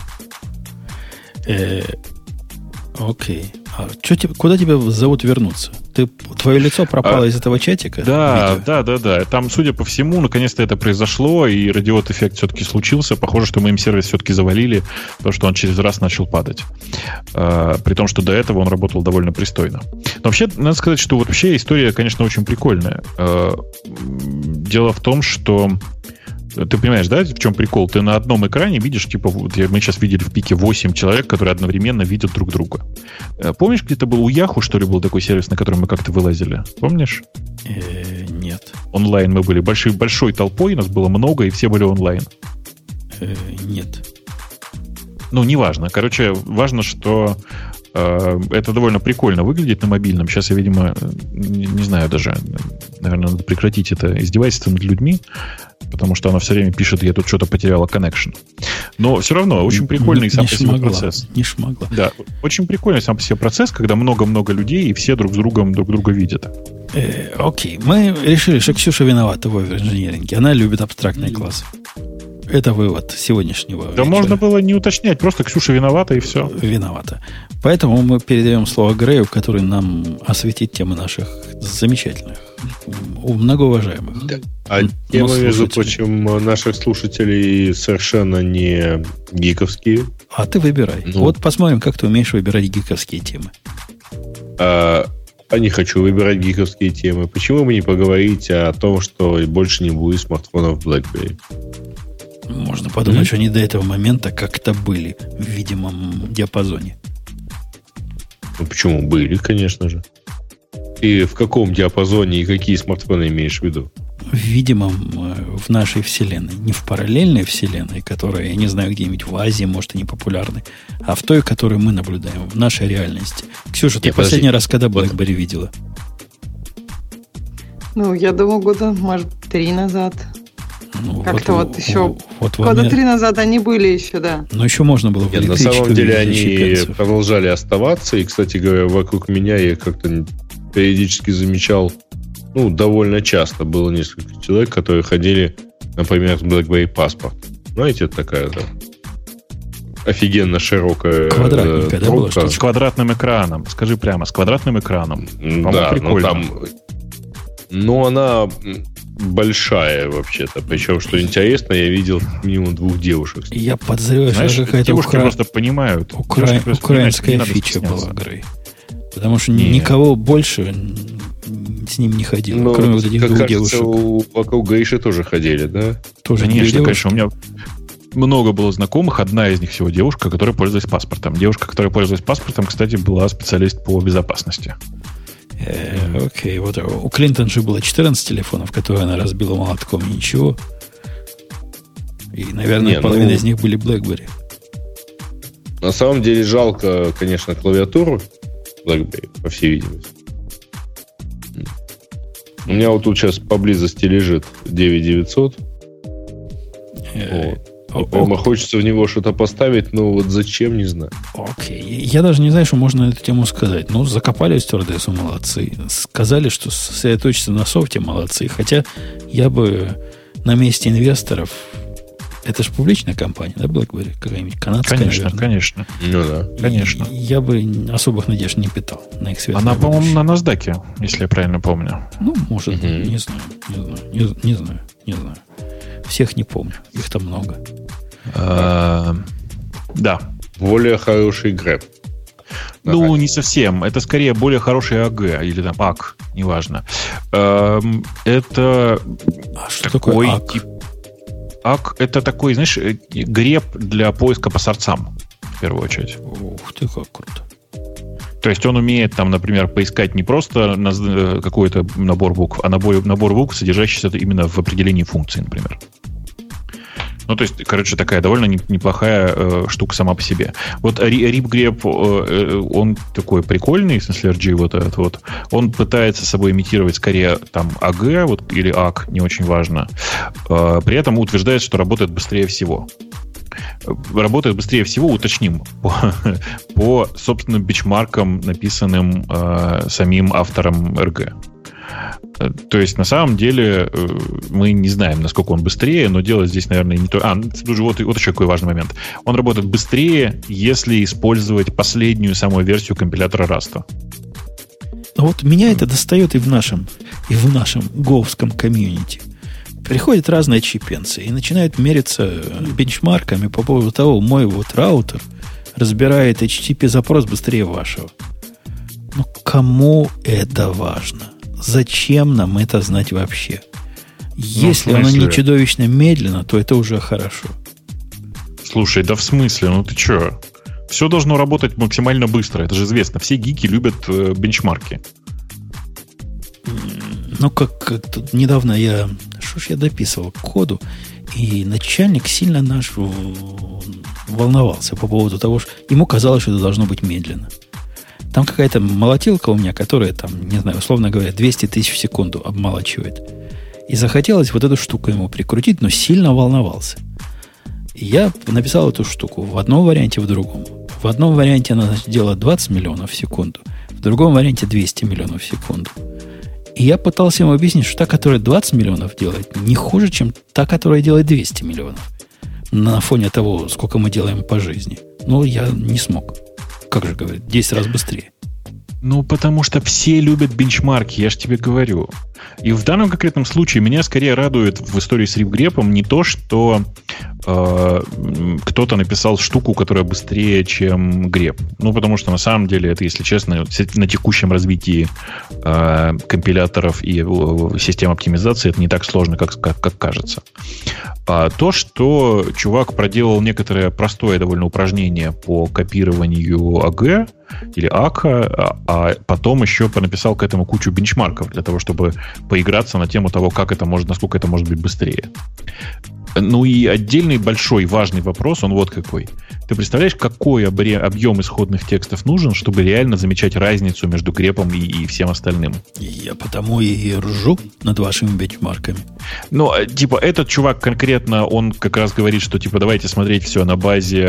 Окей. А куда тебя зовут вернуться? Твое лицо пропало из этого чатика? Да. Там, судя по всему, наконец-то это произошло, и радиот-эффект все-таки случился. Похоже, что мы им сервис все-таки завалили, потому что он через раз начал падать. При том, что до этого он работал довольно пристойно. Но вообще, надо сказать, что вообще история, конечно, очень прикольная. Дело в том, что ты понимаешь, да, в чем прикол? Ты на одном экране видишь, мы сейчас видели в пике 8 человек, которые одновременно видят друг друга. Помнишь, где-то был у Yahoo, что ли, был такой сервис, на котором мы как-то вылазили? Помнишь? Нет. Онлайн мы были большой толпой, нас было много, и все были онлайн. Нет. Неважно. Короче, важно, что Это довольно прикольно выглядит на мобильном. Сейчас я, видимо, не знаю даже, наверное, надо прекратить это издевательство над людьми, потому что она все время пишет, я тут что-то потеряла connection. Но все равно очень прикольный сам по себе процесс. Не шмогла. Да, очень прикольный сам по себе процесс, когда много-много людей, и все друг друга видят. Окей, мы решили, что Ксюша виновата в оверинжиниринге. Она любит абстрактные классы. Это вывод сегодняшнего Да вечера. Можно было не уточнять, просто Ксюша виновата, и все. Виновата. Поэтому мы передаем слово Грею, который нам осветит темы наших замечательных, многоуважаемых. Да. А темы, между прочим, наших слушателей совершенно не гиковские. А ты выбирай. Вот посмотрим, как ты умеешь выбирать гиковские темы. А не хочу выбирать гиковские темы. Почему бы не поговорить о том, что больше не будет смартфонов BlackBerry? Можно подумать, что они до этого момента как-то были в видимом диапазоне. Ну, почему? Были, конечно же. И в каком диапазоне и какие смартфоны имеешь в виду? В видимом в нашей вселенной. Не в параллельной вселенной, которая, я не знаю, где-нибудь в Азии, может, и не популярной, а в той, которую мы наблюдаем, в нашей реальности. Ксюша, ты последний раз когда BlackBerry видела? Ну, я думаю, года, может, 3 назад. Ну, как-то вот еще года 3 назад они были еще, да. Но еще можно было в электричке. На самом деле они продолжали оставаться. И, кстати говоря, вокруг меня я как-то периодически замечал, довольно часто было несколько человек, которые ходили, например, с BlackBerry Passport. Знаете, это такая офигенно широкая трубка. С квадратным экраном. Скажи прямо, с квадратным экраном. Да, прикольно. Но она большая вообще-то. Причем, что интересно, я видел минимум 2 девушек. Я подозреваю, что какая-то девушки просто понимают. Украинская фича была, Грей. Потому что никого больше с ним не ходило, кроме вот этих 2 девушек. Вокруг Гриши тоже ходили, да? Тоже конечно. У меня много было знакомых. Одна из них всего девушка, которая пользовалась паспортом. Девушка, которая пользовалась паспортом, кстати, была специалист по безопасности. Окей, вот у Клинтон же было 14 телефонов, которые она разбила молотком, и ничего. И, наверное, половина из них были BlackBerry. На самом деле жалко, конечно, клавиатуру BlackBerry, по всей видимости. У меня вот тут сейчас поблизости лежит 9900. Прямо хочется в него что-то поставить, но вот зачем, не знаю. Окей. Я даже не знаю, что можно на эту тему сказать. Закопали стюардессу, молодцы. Сказали, что сосредоточиться на софте, молодцы. Хотя я бы на месте инвесторов... Это же публичная компания, да, BlackBerry? Какая-нибудь канадская, наверное. Конечно. Ну да. Конечно. Я бы особых надежд не питал на их светлое Она, по-моему, на NASDAQ, если я правильно помню. Может, не знаю. Всех не помню. Их там много. Да. Более хороший грэб. Не совсем. Это скорее более хороший АГ или там АК, неважно. Это что такое АК? АК — это такой, знаешь, греб для поиска по сорцам, в первую очередь. Ух ты, как круто. То есть он умеет, там, например, поискать не просто какой-то набор букв, а набор букв, содержащийся именно в определении функции, например. То есть, такая довольно неплохая штука сама по себе. Вот RipGrep, он такой прикольный, в смысле RG вот этот вот. Он пытается собой имитировать скорее там AG или AG, не очень важно. При этом утверждает, что работает быстрее всего. Работает быстрее всего, уточним, по собственным бичмаркам, написанным самим автором RG. То есть, на самом деле, мы не знаем, насколько он быстрее, но дело здесь, наверное, не то... Вот еще какой важный момент. Он работает быстрее, если использовать последнюю самую версию компилятора Rust. Вот меня это достает и в нашем говском комьюнити. Приходят разные чипенцы и начинают мериться бенчмарками по поводу того, мой раутер разбирает HTTP-запрос быстрее вашего. Кому это важно? Зачем нам это знать вообще? Если оно не чудовищно медленно, то это уже хорошо. Слушай, да в смысле? Ты что? Все должно работать максимально быстро. Это же известно. Все гики любят бенчмарки. Как тут недавно я дописывал к коду, и начальник сильно наш волновался по поводу того, что ему казалось, что это должно быть медленно. Там какая-то молотилка у меня, которая там, не знаю, условно говоря, 200 тысяч в секунду обмолачивает. И захотелось вот эту штуку ему прикрутить, но сильно волновался. И я написал эту штуку в одном варианте, в другом. В одном варианте она делала 20 миллионов в секунду, в другом варианте 200 миллионов в секунду. И я пытался ему объяснить, что та, которая 20 миллионов делает, не хуже, чем та, которая делает 200 миллионов. На фоне того, сколько мы делаем по жизни. Но я не смог. Как же говорят, 10 раз быстрее. Ну, потому что все любят бенчмарки, я же тебе говорю. И в данном конкретном случае меня скорее радует в истории с рифгрепом не то, что кто-то написал штуку, которая быстрее, чем греп. Ну, потому что на самом деле это, если честно, на текущем развитии компиляторов и систем оптимизации это не так сложно, как кажется. То, что чувак проделал некоторое простое довольно упражнение по копированию АГ или АКа, а потом еще понаписал к этому кучу бенчмарков для того, чтобы поиграться на тему того, как это может, насколько это может быть быстрее. Ну и отдельный большой важный вопрос, он вот какой. Ты представляешь, какой объем исходных текстов нужен, чтобы реально замечать разницу между грепом и всем остальным? Я потому и ржу над вашими бенчмарками. Ну, типа, этот чувак конкретно, он как раз говорит, что, типа, давайте смотреть все на базе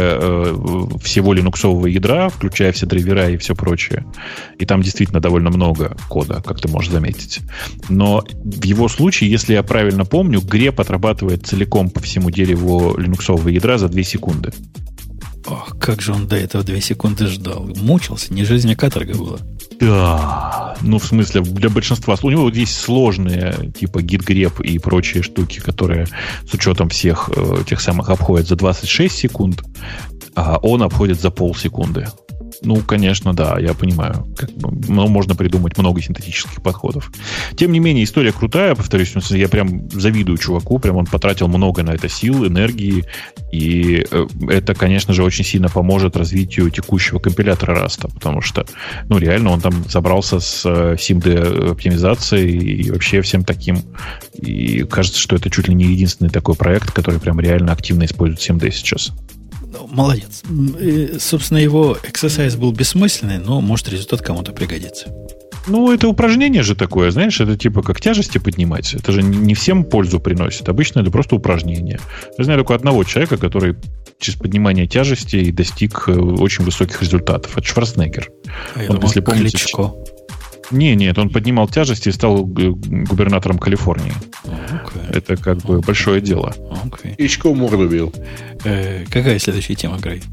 всего линуксового ядра, включая все драйвера и все прочее. И там действительно довольно много кода, как ты можешь заметить. Но в его случае, если я правильно помню, греп отрабатывает целиком по всему дереву линуксового ядра за 2 секунды. Ох, как же он до этого 2 секунды ждал. Мучился, не жизнь, а каторга была. Да, ну в смысле, для большинства. У него вот есть сложные, типа git-grep и прочие штуки, которые с учетом всех тех самых обходят за 26 секунд, а он обходит за полсекунды. Ну, конечно, да, я понимаю. Можно придумать много синтетических подходов. Тем не менее, история крутая, повторюсь, я прям завидую чуваку, прям он потратил много на это сил, энергии, и это, конечно же, очень сильно поможет развитию текущего компилятора Rust, потому что, ну, реально он там собрался с SIMD оптимизацией и вообще всем таким. И кажется, что это чуть ли не единственный такой проект, который прям реально активно использует SIMD сейчас. Молодец. И, собственно, его эксерсайз был бессмысленный, но, может, результат кому-то пригодится. Ну, это упражнение же такое, знаешь, это типа как тяжести поднимать. Это же не всем пользу приносит. Обычно это просто упражнение. Я знаю только одного человека, который через поднимание тяжестей достиг очень высоких результатов. Это Шварценеггер. Он, если помните, Кличко. Нет, он поднимал тяжести и стал губернатором Калифорнии. Okay. Это как бы большое дело. Okay. Кличко морду бил. Какая следующая тема, Грей?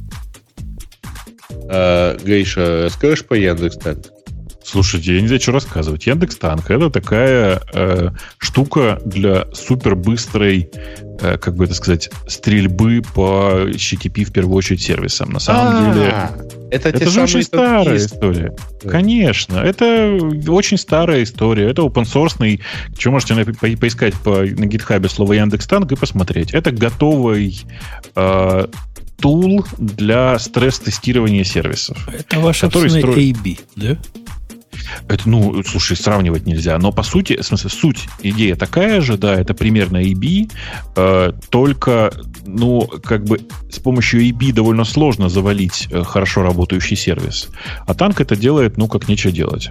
Гриша, скажешь по Яндекс.Танк? Слушайте, я не знаю, что рассказывать. Яндекс.Танк — это такая штука для супербыстрой, как бы это сказать, стрельбы по HTTP, в первую очередь, сервисам. На самом деле... Это же очень старая история. Да. Конечно. Это очень старая история. Это open-source. Что можете поискать на GitHub слово Яндекс.Танк и посмотреть. Это готовый тул для стресс-тестирования сервисов. Это ваш собственный AB, да? Это, ну, слушай, сравнивать нельзя. Но по сути, в смысле, суть, идея такая же, да, это примерно AB, только, ну, как бы с помощью AB довольно сложно завалить хорошо работающий сервис. А танк это делает, ну, как нечего делать.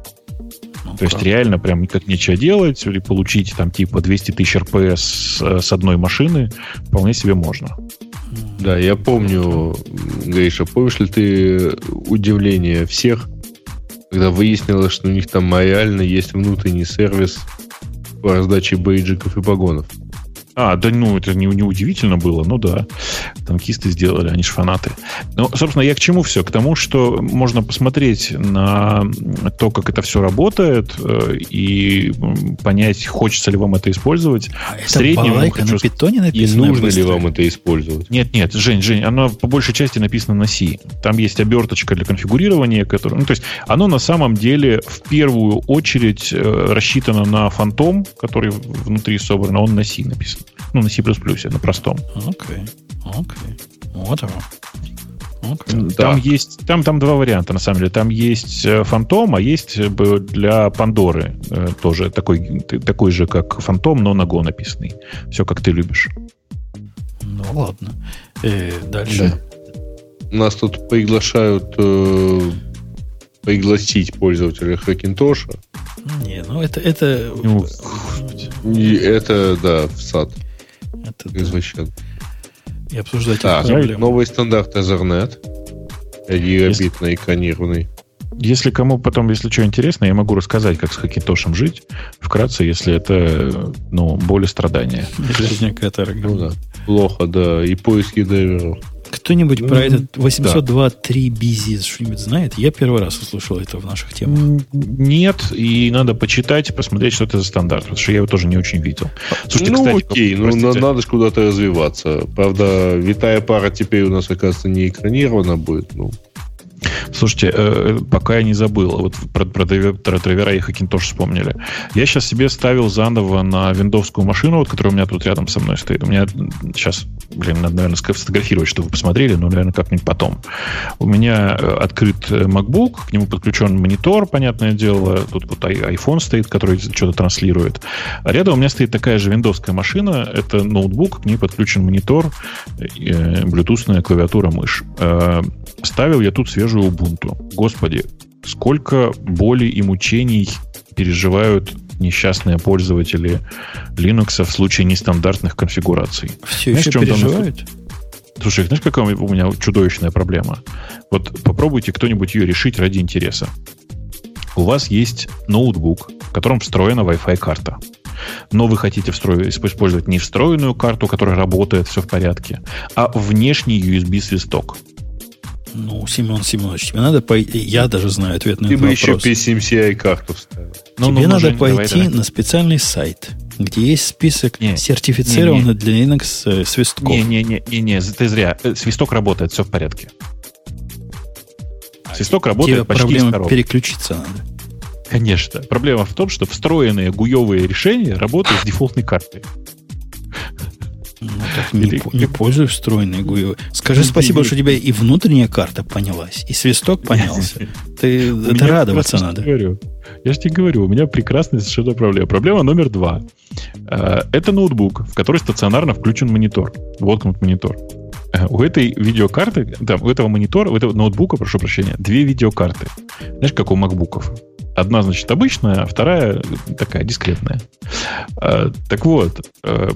То есть реально прям как нечего делать, или получить там типа 200 тысяч RPS с одной машины вполне себе можно. Да, я помню, Гриша, помнишь ли ты удивление всех, когда выяснилось, что у них там реально есть внутренний сервис по раздаче бейджиков и погонов? Да, ну, это не удивительно было, ну да. Танкисты сделали, они ж фанаты. Ну, собственно, я к чему все? К тому, что можно посмотреть на то, как это все работает, и понять, хочется ли вам это использовать. Это балайка на питоне написано. И нужно ли вам это использовать? Нет, Жень, оно по большей части написано на C. Там есть оберточка для конфигурирования, которая... Ну, то есть, оно на самом деле в первую очередь рассчитано на фантом, который внутри собран, а он на C написан. Ну, на C++, на простом. Окей. Вот оно. Там есть, там два варианта, на самом деле. Там есть фантом, а есть для Пандоры тоже такой же, как фантом, но на Go написанный. Все, как ты любишь. Ну, ладно. Дальше. Да. Нас тут приглашают пригласить пользователя Хакинтоша. Не, ну это... И это, да, в сад. Это извращен. И обсуждать проблемы. Новый стандарт Ethernet. Гигабитный, экранированный. Если кому потом, если что интересно, я могу рассказать, как с Хакинтошем жить. Вкратце, если это, боль и страдания. Жизнь каторга. Ну да. Плохо, да. И поиски драйверов. Кто-нибудь про этот 802.3 BZ что-нибудь знает? Я первый раз услышал это в наших темах. Нет, и надо почитать, посмотреть, что это за стандарт, потому что я его тоже не очень видел. Слушайте, кстати, окей, надо же куда-то развиваться. Правда, витая пара теперь у нас, оказывается, не экранирована будет. Слушайте, пока я не забыл, вот про драйвера и Hackintosh вспомнили. Я сейчас себе ставил заново на виндовскую машину, вот, которая у меня тут рядом со мной стоит. У меня сейчас, надо, наверное, сфотографировать, чтобы вы посмотрели, но, наверное, как-нибудь потом. У меня открыт MacBook, к нему подключен монитор, понятное дело. Тут вот iPhone стоит, который что-то транслирует. А рядом у меня стоит такая же виндовская машина. Это ноутбук, к ней подключен монитор, блютусная клавиатура, мышь. Ставил я тут свежую Ubuntu. Господи, сколько боли и мучений переживают несчастные пользователи Linux в случае нестандартных конфигураций. Все еще переживают? Слушай, знаешь, какая у меня чудовищная проблема? Вот попробуйте кто-нибудь ее решить ради интереса. У вас есть ноутбук, в котором встроена Wi-Fi карта. Но вы хотите использовать не встроенную карту, которая работает, все в порядке, а внешний USB-свисток. Семен Семенович, тебе надо пойти... Я даже знаю ответ на этот вопрос. Ты бы еще PCMCI карту вставил. Тебе надо пойти на специальный сайт, где есть список сертифицированных для Linux свистков. Не, ты зря. Свисток работает, все в порядке. Свисток работает почти проблема здорово. Переключиться надо. Конечно. Проблема в том, что встроенные гуевые решения работают с дефолтной картой. Не пользуюсь встроенной гуевой. Скажи спасибо, что у тебя и внутренняя карта понялась, и свисток понялся. Это радоваться надо. Я же тебе говорю, у меня прекрасная совершенно проблема. Проблема номер 2. Это ноутбук, в который стационарно включен монитор. Воткнут монитор. У этой видеокарты, у этого монитора, у этого ноутбука, прошу прощения, 2 видеокарты. Знаешь, как у макбуков. Одна, значит, обычная, а вторая такая дискретная. Так вот,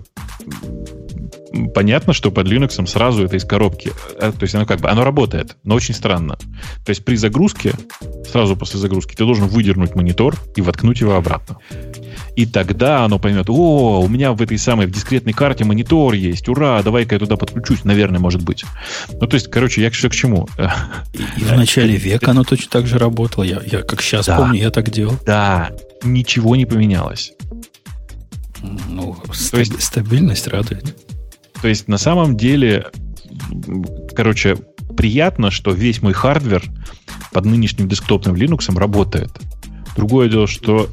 понятно, что под Linux сразу это из коробки. То есть оно работает, но очень странно. То есть при загрузке, сразу после загрузки, ты должен выдернуть монитор и воткнуть его обратно. И тогда оно поймет: у меня в этой самой в дискретной карте монитор есть, ура, давай-ка я туда подключусь. Наверное, может быть. То есть, я все к чему. И в начале века оно точно так же работало. Я как сейчас помню, я так делал. Да, ничего не поменялось. Стабильность радует. То есть, на самом деле, приятно, что весь мой хардвер под нынешним десктопным Linux работает. Другое дело, что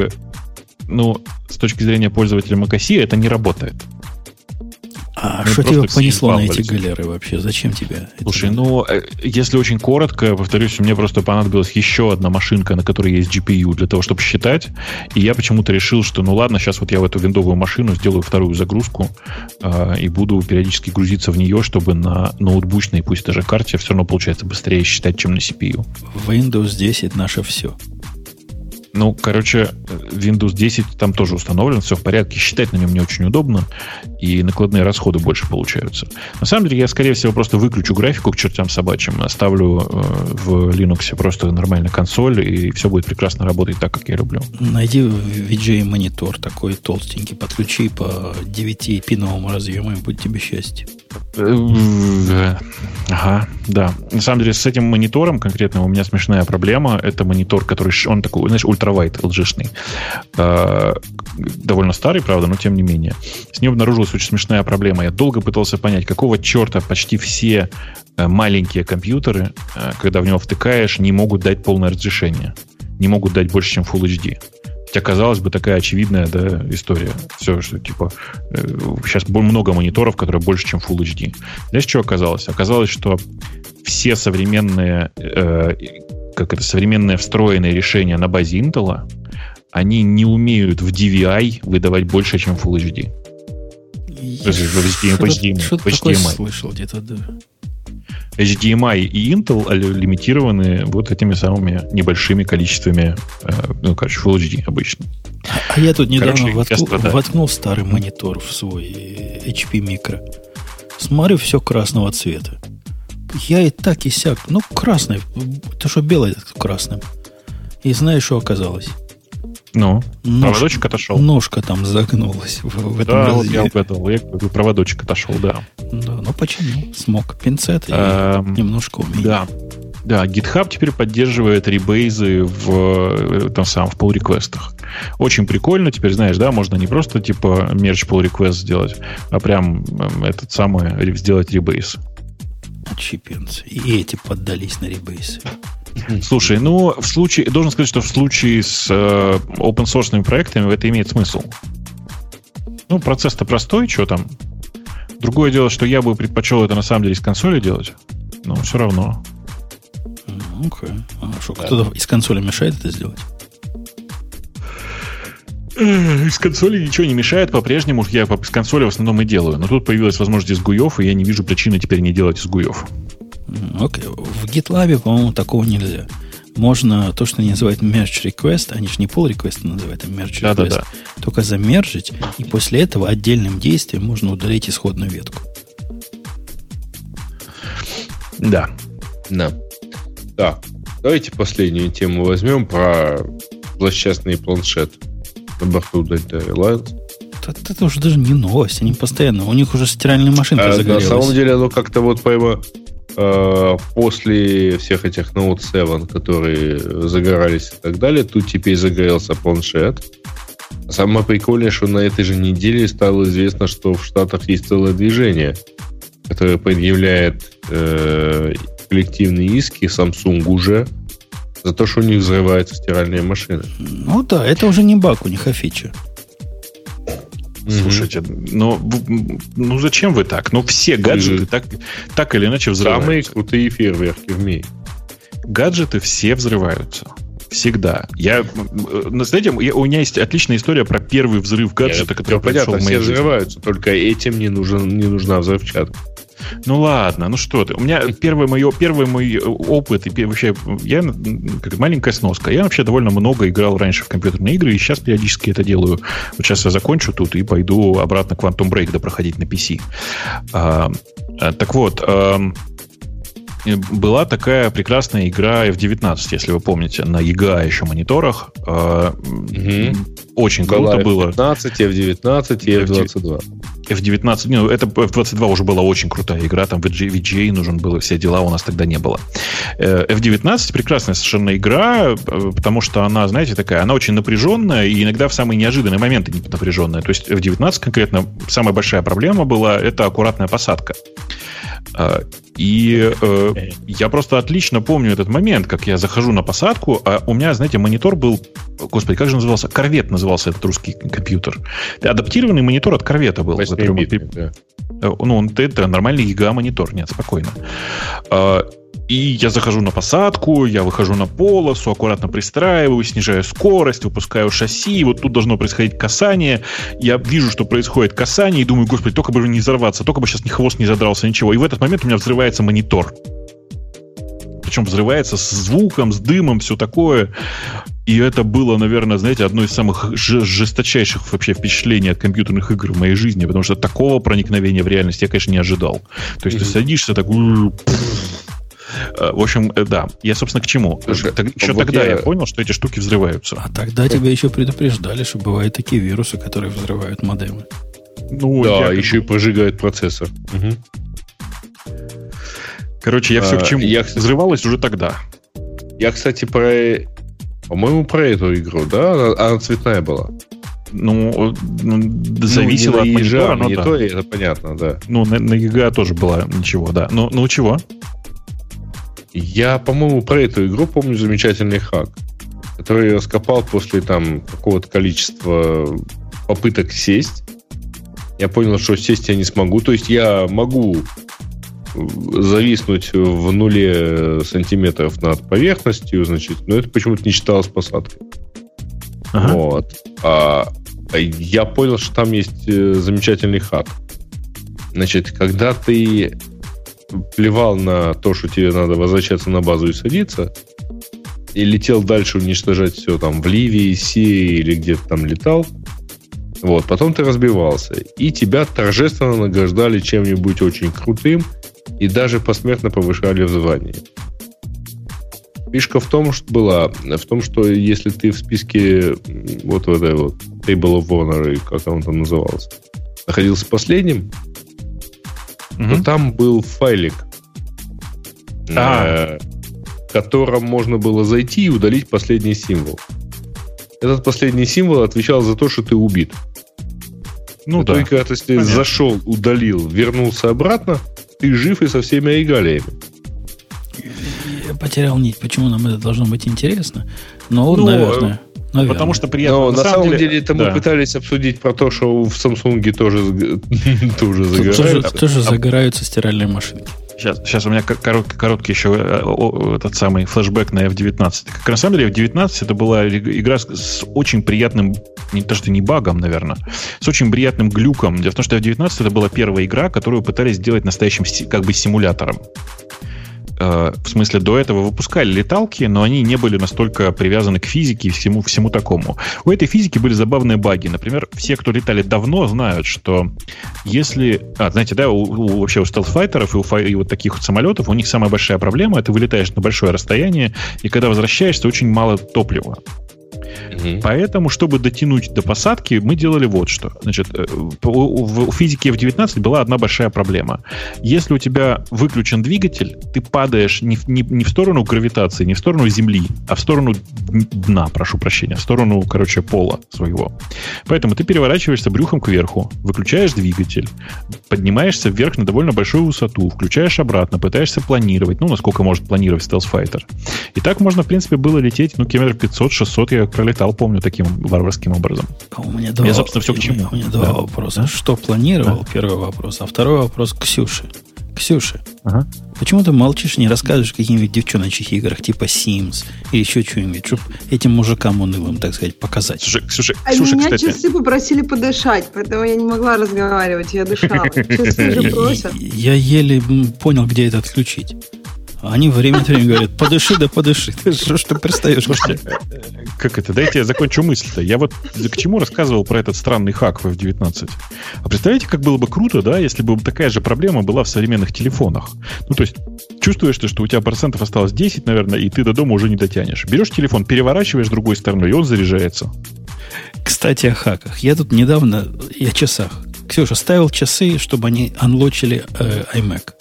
с точки зрения пользователя macOS это не работает. А что тебя понесло на эти галеры вообще? Зачем тебе? Слушай, если очень коротко, повторюсь, мне просто понадобилась еще одна машинка, на которой есть GPU, для того, чтобы считать. И я почему-то решил, что ладно, сейчас вот я в эту виндовую машину сделаю вторую загрузку и буду периодически грузиться в нее, чтобы на ноутбучной, пусть даже карте, все равно получается быстрее считать, чем на CPU. Windows 10 наше все. Windows 10 там тоже установлен, все в порядке. Считать на нем не очень удобно, и накладные расходы больше получаются. На самом деле, я, скорее всего, просто выключу графику к чертям собачьим, оставлю в Linux просто нормально консоль, и все будет прекрасно работать так, как я люблю. Найди VGA-монитор такой толстенький, подключи по 9-пиновому разъему, и будет тебе счастье. Ага, да. На самом деле, с этим монитором конкретно у меня смешная проблема. Это монитор, который, он такой, знаешь, ультравайд LG-шный. Довольно старый, правда, но тем не менее. С ним обнаружилась очень смешная проблема. Я долго пытался понять, какого черта почти все маленькие компьютеры, когда в него втыкаешь, не могут дать полное разрешение. Не могут дать больше, чем Full HD. Хотя, казалось бы, такая очевидная история. Все, что сейчас много мониторов, которые больше, чем Full HD. Знаешь, что оказалось? Оказалось, что все современные современные встроенные решения на базе Intel, они не умеют в DVI выдавать больше, чем Full HD. Что-то такое слышал где-то, да. HDMI и Intel лимитированы вот этими самыми небольшими количествами, Full HD обычно. А я тут недавно воткнул старый монитор в свой HP Micro. Смотрю, все красного цвета. Я и так, и сяк. Красный. Ты что, белый красным? И знаешь, что оказалось? Проводочек отошел. Ножка там загнулась в этом разъеме. Я угадал. Проводочек отошел, да. Да, починил. Смог. Пинцет и немножко умеет. Да, GitHub теперь поддерживает ребейзы в pull реквестах. Очень прикольно. Теперь, знаешь, да, можно не просто merge pull request сделать, а прям сделать ребейз. Отщепенцы. И эти поддались на ребейсы. Слушай, должен сказать, что в случае с open-source проектами это имеет смысл. Процесс-то простой, что там. Другое дело, что я бы предпочел это на самом деле из консоли делать, но все равно. Окей. А что, кто-то из консоли мешает это сделать? Из консоли ничего не мешает, по-прежнему я с консоли в основном и делаю. Но тут появилась возможность из гуев, и я не вижу причины теперь не делать из гуев. Окей. В GitLab, по-моему, такого нельзя. Можно то, что они называют merge request, они же не pull request называют, а merge request, да. Только замержить, и после этого отдельным действием можно удалить исходную ветку. Да. Так, давайте последнюю тему возьмем про злосчастный планшет на борту Delta Airlines. Это уже даже не новость, они постоянно, у них уже стиральная машинка загорелась. На самом деле оно как-то прямо после всех этих Note 7, которые загорались и так далее, тут теперь загорелся планшет. Самое прикольное, что на этой же неделе стало известно, что в Штатах есть целое движение, которое предъявляет коллективные иски Samsung уже за то, что у них взрываются стиральные машины. Да, это уже не баг, у них, а фича. Слушайте, зачем вы так? Все гаджеты так или иначе взрываются. Самые крутые фейерверки в мире. Гаджеты все взрываются. Всегда. Знаете, у меня есть отличная история про первый взрыв гаджета, который произошел в моей жизни. Все взрываются, только этим не нужна взрывчатка. Ладно, что ты. У меня первый мой опыт, и вообще, я как маленькая сноска. Я вообще довольно много играл раньше в компьютерные игры, и сейчас периодически это делаю. Вот сейчас я закончу тут и пойду обратно Quantum Break допроходить на PC. Так вот, была такая прекрасная игра F-19, если вы помните, на EGA еще мониторах. Очень круто было. F-19, F-19 и F-22. F-19, это F-22 уже была очень крутая игра, там VGA нужен был, и все дела у нас тогда не было. F-19 прекрасная совершенно игра, потому что она, знаете, такая, она очень напряженная, и иногда в самые неожиданные моменты напряженная. То есть F-19 конкретно самая большая проблема была, это аккуратная посадка. И я просто отлично помню этот момент, как я захожу на посадку, а у меня, знаете, монитор был, господи, как же назывался? Корвет назывался этот русский компьютер. Адаптированный монитор от Корвета был. Да. Это нормальный гига-монитор, нет, спокойно. И я захожу на посадку, я выхожу на полосу, аккуратно пристраиваю, снижаю скорость, выпускаю шасси, и вот тут должно происходить касание. Я вижу, что происходит касание, и думаю, господи, только бы не взорваться, только бы сейчас ни хвост не задрался, ничего. И в этот момент у меня взрывается монитор. Причем взрывается с звуком, с дымом, все такое. И это было, наверное, знаете, одно из самых жесточайших вообще впечатлений от компьютерных игр в моей жизни, потому что такого проникновения в реальность я, конечно, не ожидал. То есть ты садишься так... В общем, да. Я, собственно, к чему? Еще тогда я понял, что эти штуки взрываются. А тогда тебя еще предупреждали, что бывают такие вирусы, которые взрывают модемы. Да, еще и прожигают процессор. Короче, я все к чему. Взрывалось уже тогда. Я, кстати, по-моему, про эту игру, да? Она цветная была. Зависело от монитора. На мониторе, это понятно, да. На EGA тоже была ничего, да. Ну, чего? Я, по-моему, про эту игру помню замечательный хак, который я раскопал после какого-то количества попыток сесть. Я понял, что сесть я не смогу. То есть я могу зависнуть в 0 сантиметров над поверхностью, но это почему-то не считалось посадкой. Ага. Вот. Я понял, что там есть замечательный хак. Значит, когда ты плевал на то, что тебе надо возвращаться на базу и садиться, и летел дальше уничтожать все там в Ливии, Сирии или где-то там летал, вот, потом ты разбивался, и тебя торжественно награждали чем-нибудь очень крутым и даже посмертно повышали в звании. Фишка в том, что если ты в списке вот в этой вот Table of Honor, как он там назывался, находился последним, то там был файлик, в котором можно было зайти и удалить последний символ. Этот последний символ отвечал за то, что ты убит. Ну да. Только если ты зашел, удалил, вернулся обратно, ты жив и со всеми регалиями. Я потерял нить, почему нам это должно быть интересно. Но, наверное. Потому что приятно. Но на самом деле это мы пытались обсудить про то, что в Samsung тоже загораются. Тоже загораются стиральные машинки. Сейчас у меня короткий еще этот самый флешбэк на F19. Как на самом деле F19 это была игра с очень приятным, даже не багом, наверное, с очень приятным глюком. Дело в том, что F19 это была первая игра, которую пытались сделать настоящим как бы симулятором. В смысле, до этого выпускали леталки, но они не были настолько привязаны к физике и всему такому. У этой физики были забавные баги. Например, все, кто летали давно, знают, что если... знаете, да, вообще у стелс-файтеров и вот таких вот самолетов у них самая большая проблема — это вылетаешь на большое расстояние, и когда возвращаешься, очень мало топлива. Поэтому, чтобы дотянуть до посадки, мы делали вот что. Значит, в физике F19 была одна большая проблема. Если у тебя выключен двигатель, ты падаешь не в сторону гравитации, не в сторону Земли, а в сторону дна, прошу прощения, в сторону, пола своего. Поэтому ты переворачиваешься брюхом кверху, выключаешь двигатель, поднимаешься вверх на довольно большую высоту, включаешь обратно, пытаешься планировать, насколько может планировать стелс-файтер. И так можно, в принципе, было лететь, километров 500-600 я пролетал, помню, таким варварским образом. У меня собственно, все к чему. У меня два вопроса. Что планировал? Первый вопрос. А второй вопрос к Ксюше. Ксюша, почему ты молчишь, не рассказываешь о каких-нибудь девчоночьих играх, типа Sims или еще что-нибудь, чтобы этим мужикам унылым, так сказать, показать? Ксюша, меня кстати... часы попросили подышать, поэтому я не могла разговаривать, я дышала. Часы же просят. Я еле понял, где это отключить. Они время от времени говорят, подыши, да подыши. Ты что ж ты пристаешь? Как это? Дайте я закончу мысль-то. Я вот к чему рассказывал про этот странный хак в F19. А представляете, как было бы круто, да, если бы такая же проблема была в современных телефонах. То есть, чувствуешь ты, что у тебя процентов осталось 10, наверное, и ты до дома уже не дотянешь. Берешь телефон, переворачиваешь другой стороной, и он заряжается. Кстати, о хаках. Я тут недавно, о часах. Ксюша, ставил часы, чтобы они анлочили iMac.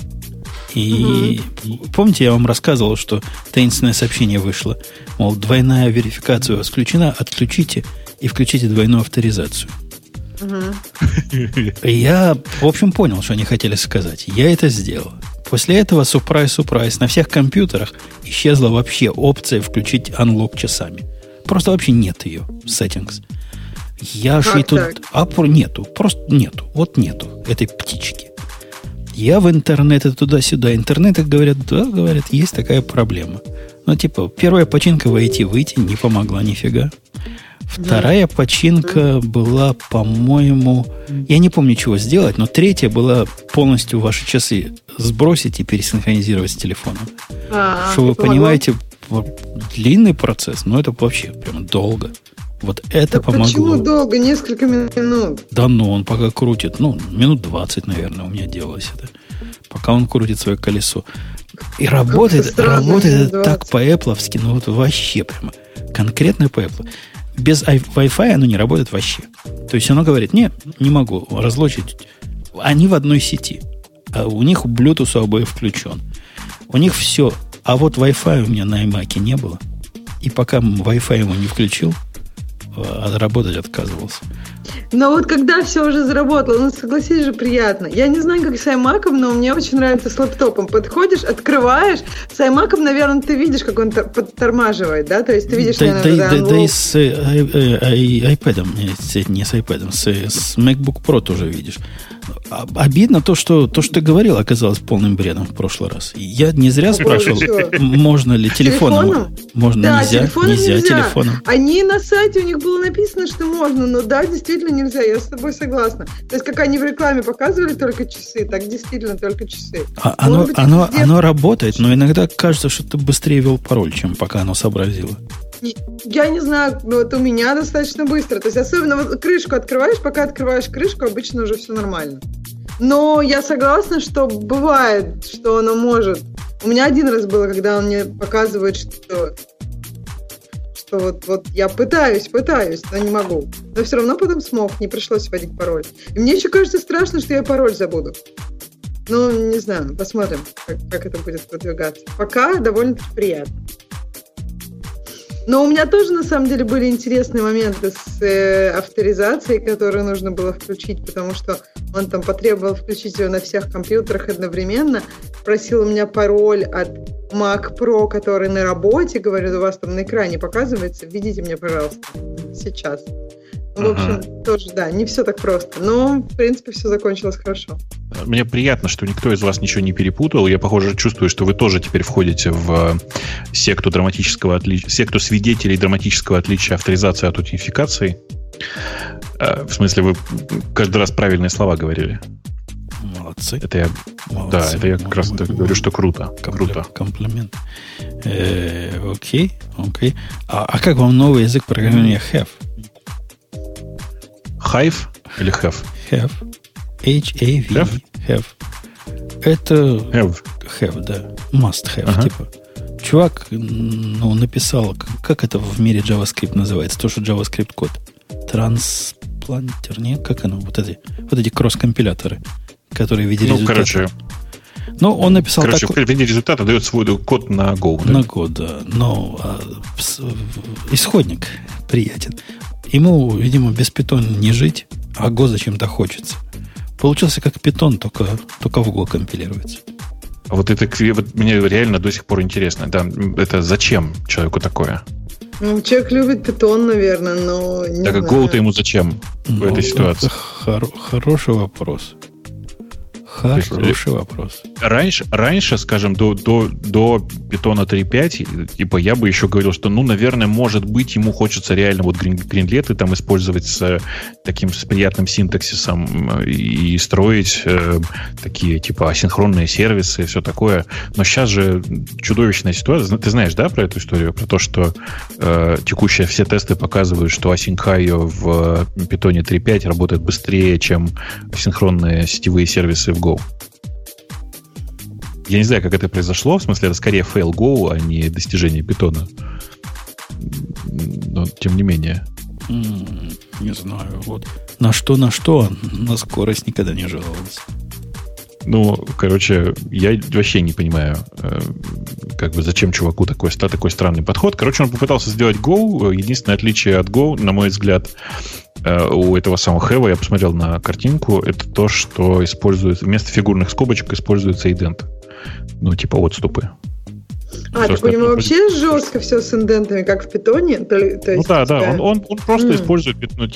И помните, я вам рассказывал, что таинственное сообщение вышло. Мол, двойная верификация у вас включена, отключите и включите двойную авторизацию. Я, в общем, понял, что они хотели сказать. Я это сделал. После этого, сюрприз, на всех компьютерах исчезла вообще опция включить unlock часами. Просто вообще нет ее в settings. Я же и тут... нету, просто нету. Вот нету этой птички. Я в интернет туда-сюда. Интернеты говорят, есть такая проблема. Первая починка выйти не помогла нифига. Вторая починка была, по-моему... Я не помню, чего сделать, но третья была полностью ваши часы сбросить и пересинхронизировать с телефоном. Что вы понимаете, длинный процесс, но это вообще прям долго. Вот это помогло. Почему долго? Несколько минут. Да, он пока крутит. Минут 20, наверное, у меня делалось это. Пока он крутит свое колесо. И работает это так по-эпловски, вообще прямо. Конкретно по-эплу. Без Wi-Fi оно не работает вообще. То есть оно говорит, не могу разлочить. Они в одной сети. А у них Bluetooth у обоих включен. У них все. А вот Wi-Fi у меня на iMac не было. И пока Wi-Fi ему не включил, работать отказывался. Но вот когда все уже заработало, согласись же, приятно. Я не знаю, как с iMac'ом, но мне очень нравится с лэптопом. Подходишь, открываешь. С iMac'ом, наверное, ты видишь, как он подтормаживает, да? То есть ты видишь, наверное, да и с iPad'ом, не с iPad'ом, с MacBook Pro тоже видишь. Обидно то, что ты говорил, оказалось полным бредом в прошлый раз. Я не зря спрашивал, можно ли телефоном? Можно, да, нельзя телефоном. Они на сайте, у них было написано, что можно, но да, действительно нельзя, я с тобой согласна. То есть, как они в рекламе показывали только часы, так действительно только часы. Оно работает, но иногда кажется, что ты быстрее ввел пароль, чем пока оно сообразило. Я не знаю, вот у меня достаточно быстро. То есть, особенно вот крышку открываешь, пока открываешь крышку, обычно уже все нормально. Но я согласна, что бывает, что оно может. У меня один раз было, когда он мне показывает, что вот я пытаюсь, но не могу. Но все равно потом смог, не пришлось вводить пароль. И мне еще кажется страшно, что я пароль забуду. Ну, не знаю, посмотрим, как это будет продвигаться. Пока довольно-таки приятно. Но у меня тоже, на самом деле, были интересные моменты с авторизацией, которые нужно было включить, потому что он там потребовал включить ее на всех компьютерах одновременно, просил у меня пароль от Mac Pro, который на работе, говорит, у вас там на экране показывается, введите мне, пожалуйста, сейчас. В общем, тоже, да, не все так просто, но, в принципе, все закончилось хорошо. Мне приятно, что никто из вас ничего не перепутал. Я, похоже, чувствую, что вы тоже теперь входите в секту секту свидетелей драматического отличия авторизации от аутентификации. В смысле, вы каждый раз правильные слова говорили. Молодцы. Молодцы. Да, это я как раз говорю, что круто. Круто. Комплимент. Окей. А как вам новый язык программирования Have? Hive или Have? Have. H-A-V. Have. Это have, да. Must have, типа. Чувак, написал, как это в мире JavaScript называется, то, что JavaScript код. Трансплантер, нет? Как оно? Вот эти кросс-компиляторы, которые в виде результата. Он написал в виде результата дает свой код на Go. На Go, да. Но исходник приятен. Ему, видимо, без Python не жить, а Go зачем-то хочется. Получился как Python, только в Go компилируется. Вот мне реально до сих пор интересно. Да, это зачем человеку такое? Человек любит Python, наверное, но не знаю. Так Go-то ему зачем в этой ситуации? Хороший вопрос. Хороший вопрос. Раньше, скажем, до Python 3.5, типа, я бы еще говорил, что, наверное, может быть, ему хочется реально вот гринлеты там использовать с приятным синтаксисом и строить такие, типа, асинхронные сервисы и все такое. Но сейчас же чудовищная ситуация. Ты знаешь, да, про эту историю? Про то, что текущие все тесты показывают, что Async.io в Python 3.5 работает быстрее, чем асинхронные сетевые сервисы в Go. Я не знаю, как это произошло. В смысле, это скорее fail Go, а не достижение Python. Но тем не менее. Не знаю. Вот. На скорость никогда не жаловался. Я вообще не понимаю, зачем чуваку такой странный подход. Короче, он попытался сделать Go. Единственное отличие от Go, на мой взгляд, у этого самого Have, я посмотрел на картинку, это то, что используется вместо фигурных скобочек используется идент. Типа отступы. Так у него вообще жестко все с индентами, как в Python? Да. Он просто использует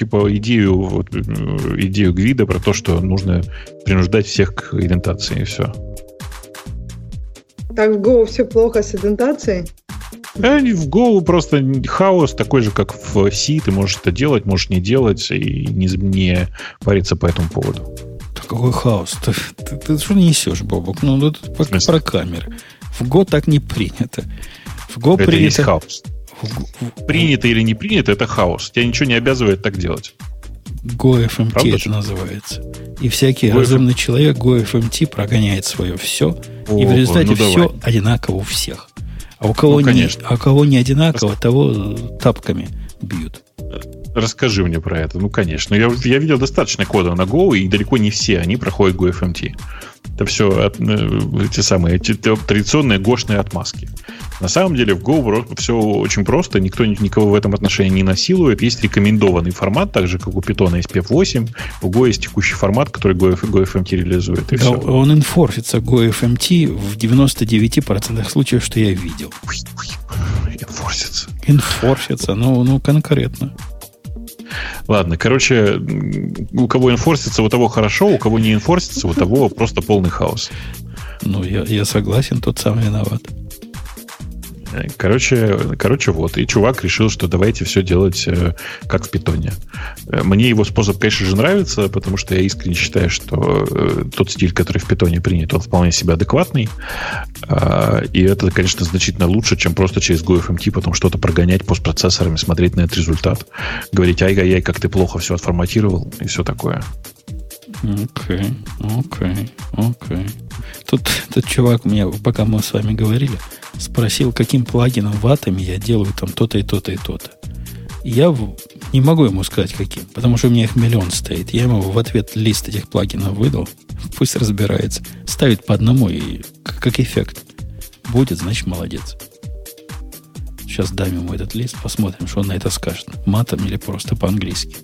идею гвида про то, что нужно принуждать всех к идентации, и все. Так в Go все плохо с идентацией? В Go просто хаос такой же, как в C. Ты можешь это делать, можешь не делать и не париться по этому поводу. Какой хаос? Ты что несешь, Бобок? Про камеры. В Go так не принято. В Go это принято... есть хаос. Принято или не принято, это хаос. Тебя ничего не обязывает так делать. GoFMT правда, это называется. И всякий разумный человек GoFMT прогоняет свое все. И в результате все одинаково у всех. А у кого не одинаково, того тапками бьют. Расскажи мне про это. Конечно. Я видел достаточно кода на Go, и далеко не все они проходят GoFMT. Это все те самые традиционные гошные отмазки. На самом деле в Go все очень просто. Никто никого в этом отношении не насилует. Есть рекомендованный формат, так же, как у Python есть PF8. У Go есть текущий формат, который GoFMT реализует. И да, все. Он инфорсится GoFMT в 99% случаев, что я видел. Инфорсится. Инфорсится, конкретно. Ладно, короче, у кого инфорсится, у того хорошо, у кого не инфорсится, у того просто полный хаос. Ну, я согласен, тот сам виноват. Короче, вот. И чувак решил, что давайте все делать как в питоне. Мне его способ, конечно же, нравится, потому что я искренне считаю, что тот стиль, который в питоне принят, он вполне себе адекватный. И это, конечно, значительно лучше, чем просто через GoFMT потом что-то прогонять постпроцессорами, смотреть на этот результат. Говорить, ай-яй-яй, как ты плохо все отформатировал, и все такое. Окей. Тут чувак меня, пока мы с вами говорили, спросил, каким плагином в Atom я делаю там то-то и то-то и то-то. Я не могу ему сказать, каким, потому что у меня их миллион стоит. Я ему в ответ лист этих плагинов выдал. Пусть разбирается. Ставит по одному, и как эффект будет, значит, молодец. Сейчас дам ему этот лист, посмотрим, что он на это скажет. Матом или просто по-английски.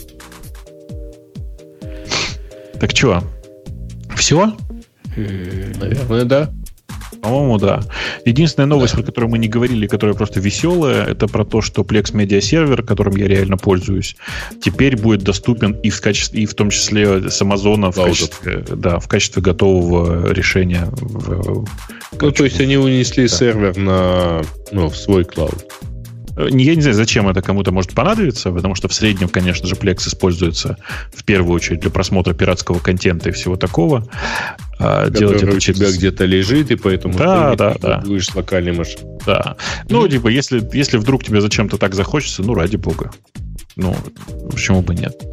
Так что? Все? Наверное, да. По-моему, да. Единственная новость, про которую мы не говорили, которая просто веселая, это про то, что Plex Media Server, которым я реально пользуюсь, теперь будет доступен и в том числе с Амазона в качестве готового решения. То есть они унесли сервер в свой клауд. Я не знаю, зачем это кому-то может понадобиться, потому что в среднем, конечно же, Plex используется в первую очередь для просмотра пиратского контента и всего такого. Делать это у тебя где-то лежит, и поэтому ты будешь с локальной машиной. Да. Ну, типа, если вдруг тебе зачем-то так захочется, ну, ради бога. Ну, почему бы нет?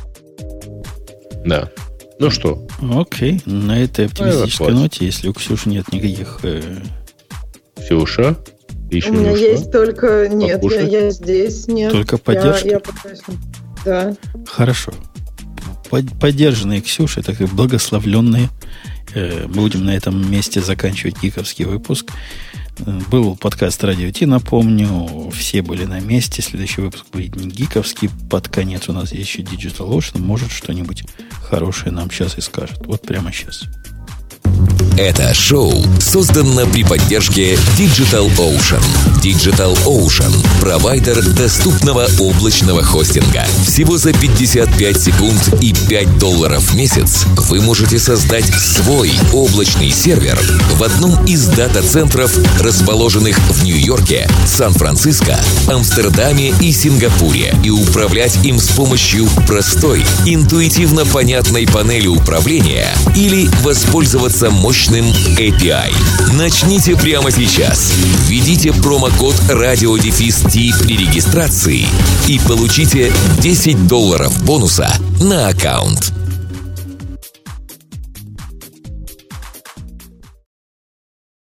Да. Ну что? Окей. На этой оптимистической ноте, если у Ксюши нет никаких... Ксюша? У меня есть только... Нет, я здесь. Нет. Только поддержка? Я попросил. Да. Хорошо. Поддержанные Ксюшей, так и благословленные. Будем на этом месте заканчивать гиковский выпуск. Был подкаст Радио Ти, напомню. Все были на месте. Следующий выпуск будет не гиковский. Под конец у нас есть еще Digital Ocean. Может, что-нибудь хорошее нам сейчас и скажет. Вот прямо сейчас. Это шоу создано при поддержке Digital Ocean. Digital Ocean – провайдер доступного облачного хостинга. Всего за 55 секунд и $5 в месяц вы можете создать свой облачный сервер в одном из дата-центров, расположенных в Нью-Йорке, Сан-Франциско, Амстердаме и Сингапуре, и управлять им с помощью простой, интуитивно понятной панели управления или воспользоваться мощным API. Начните прямо сейчас. Введите промокод RadioDefist при регистрации и получите $10 бонуса на аккаунт.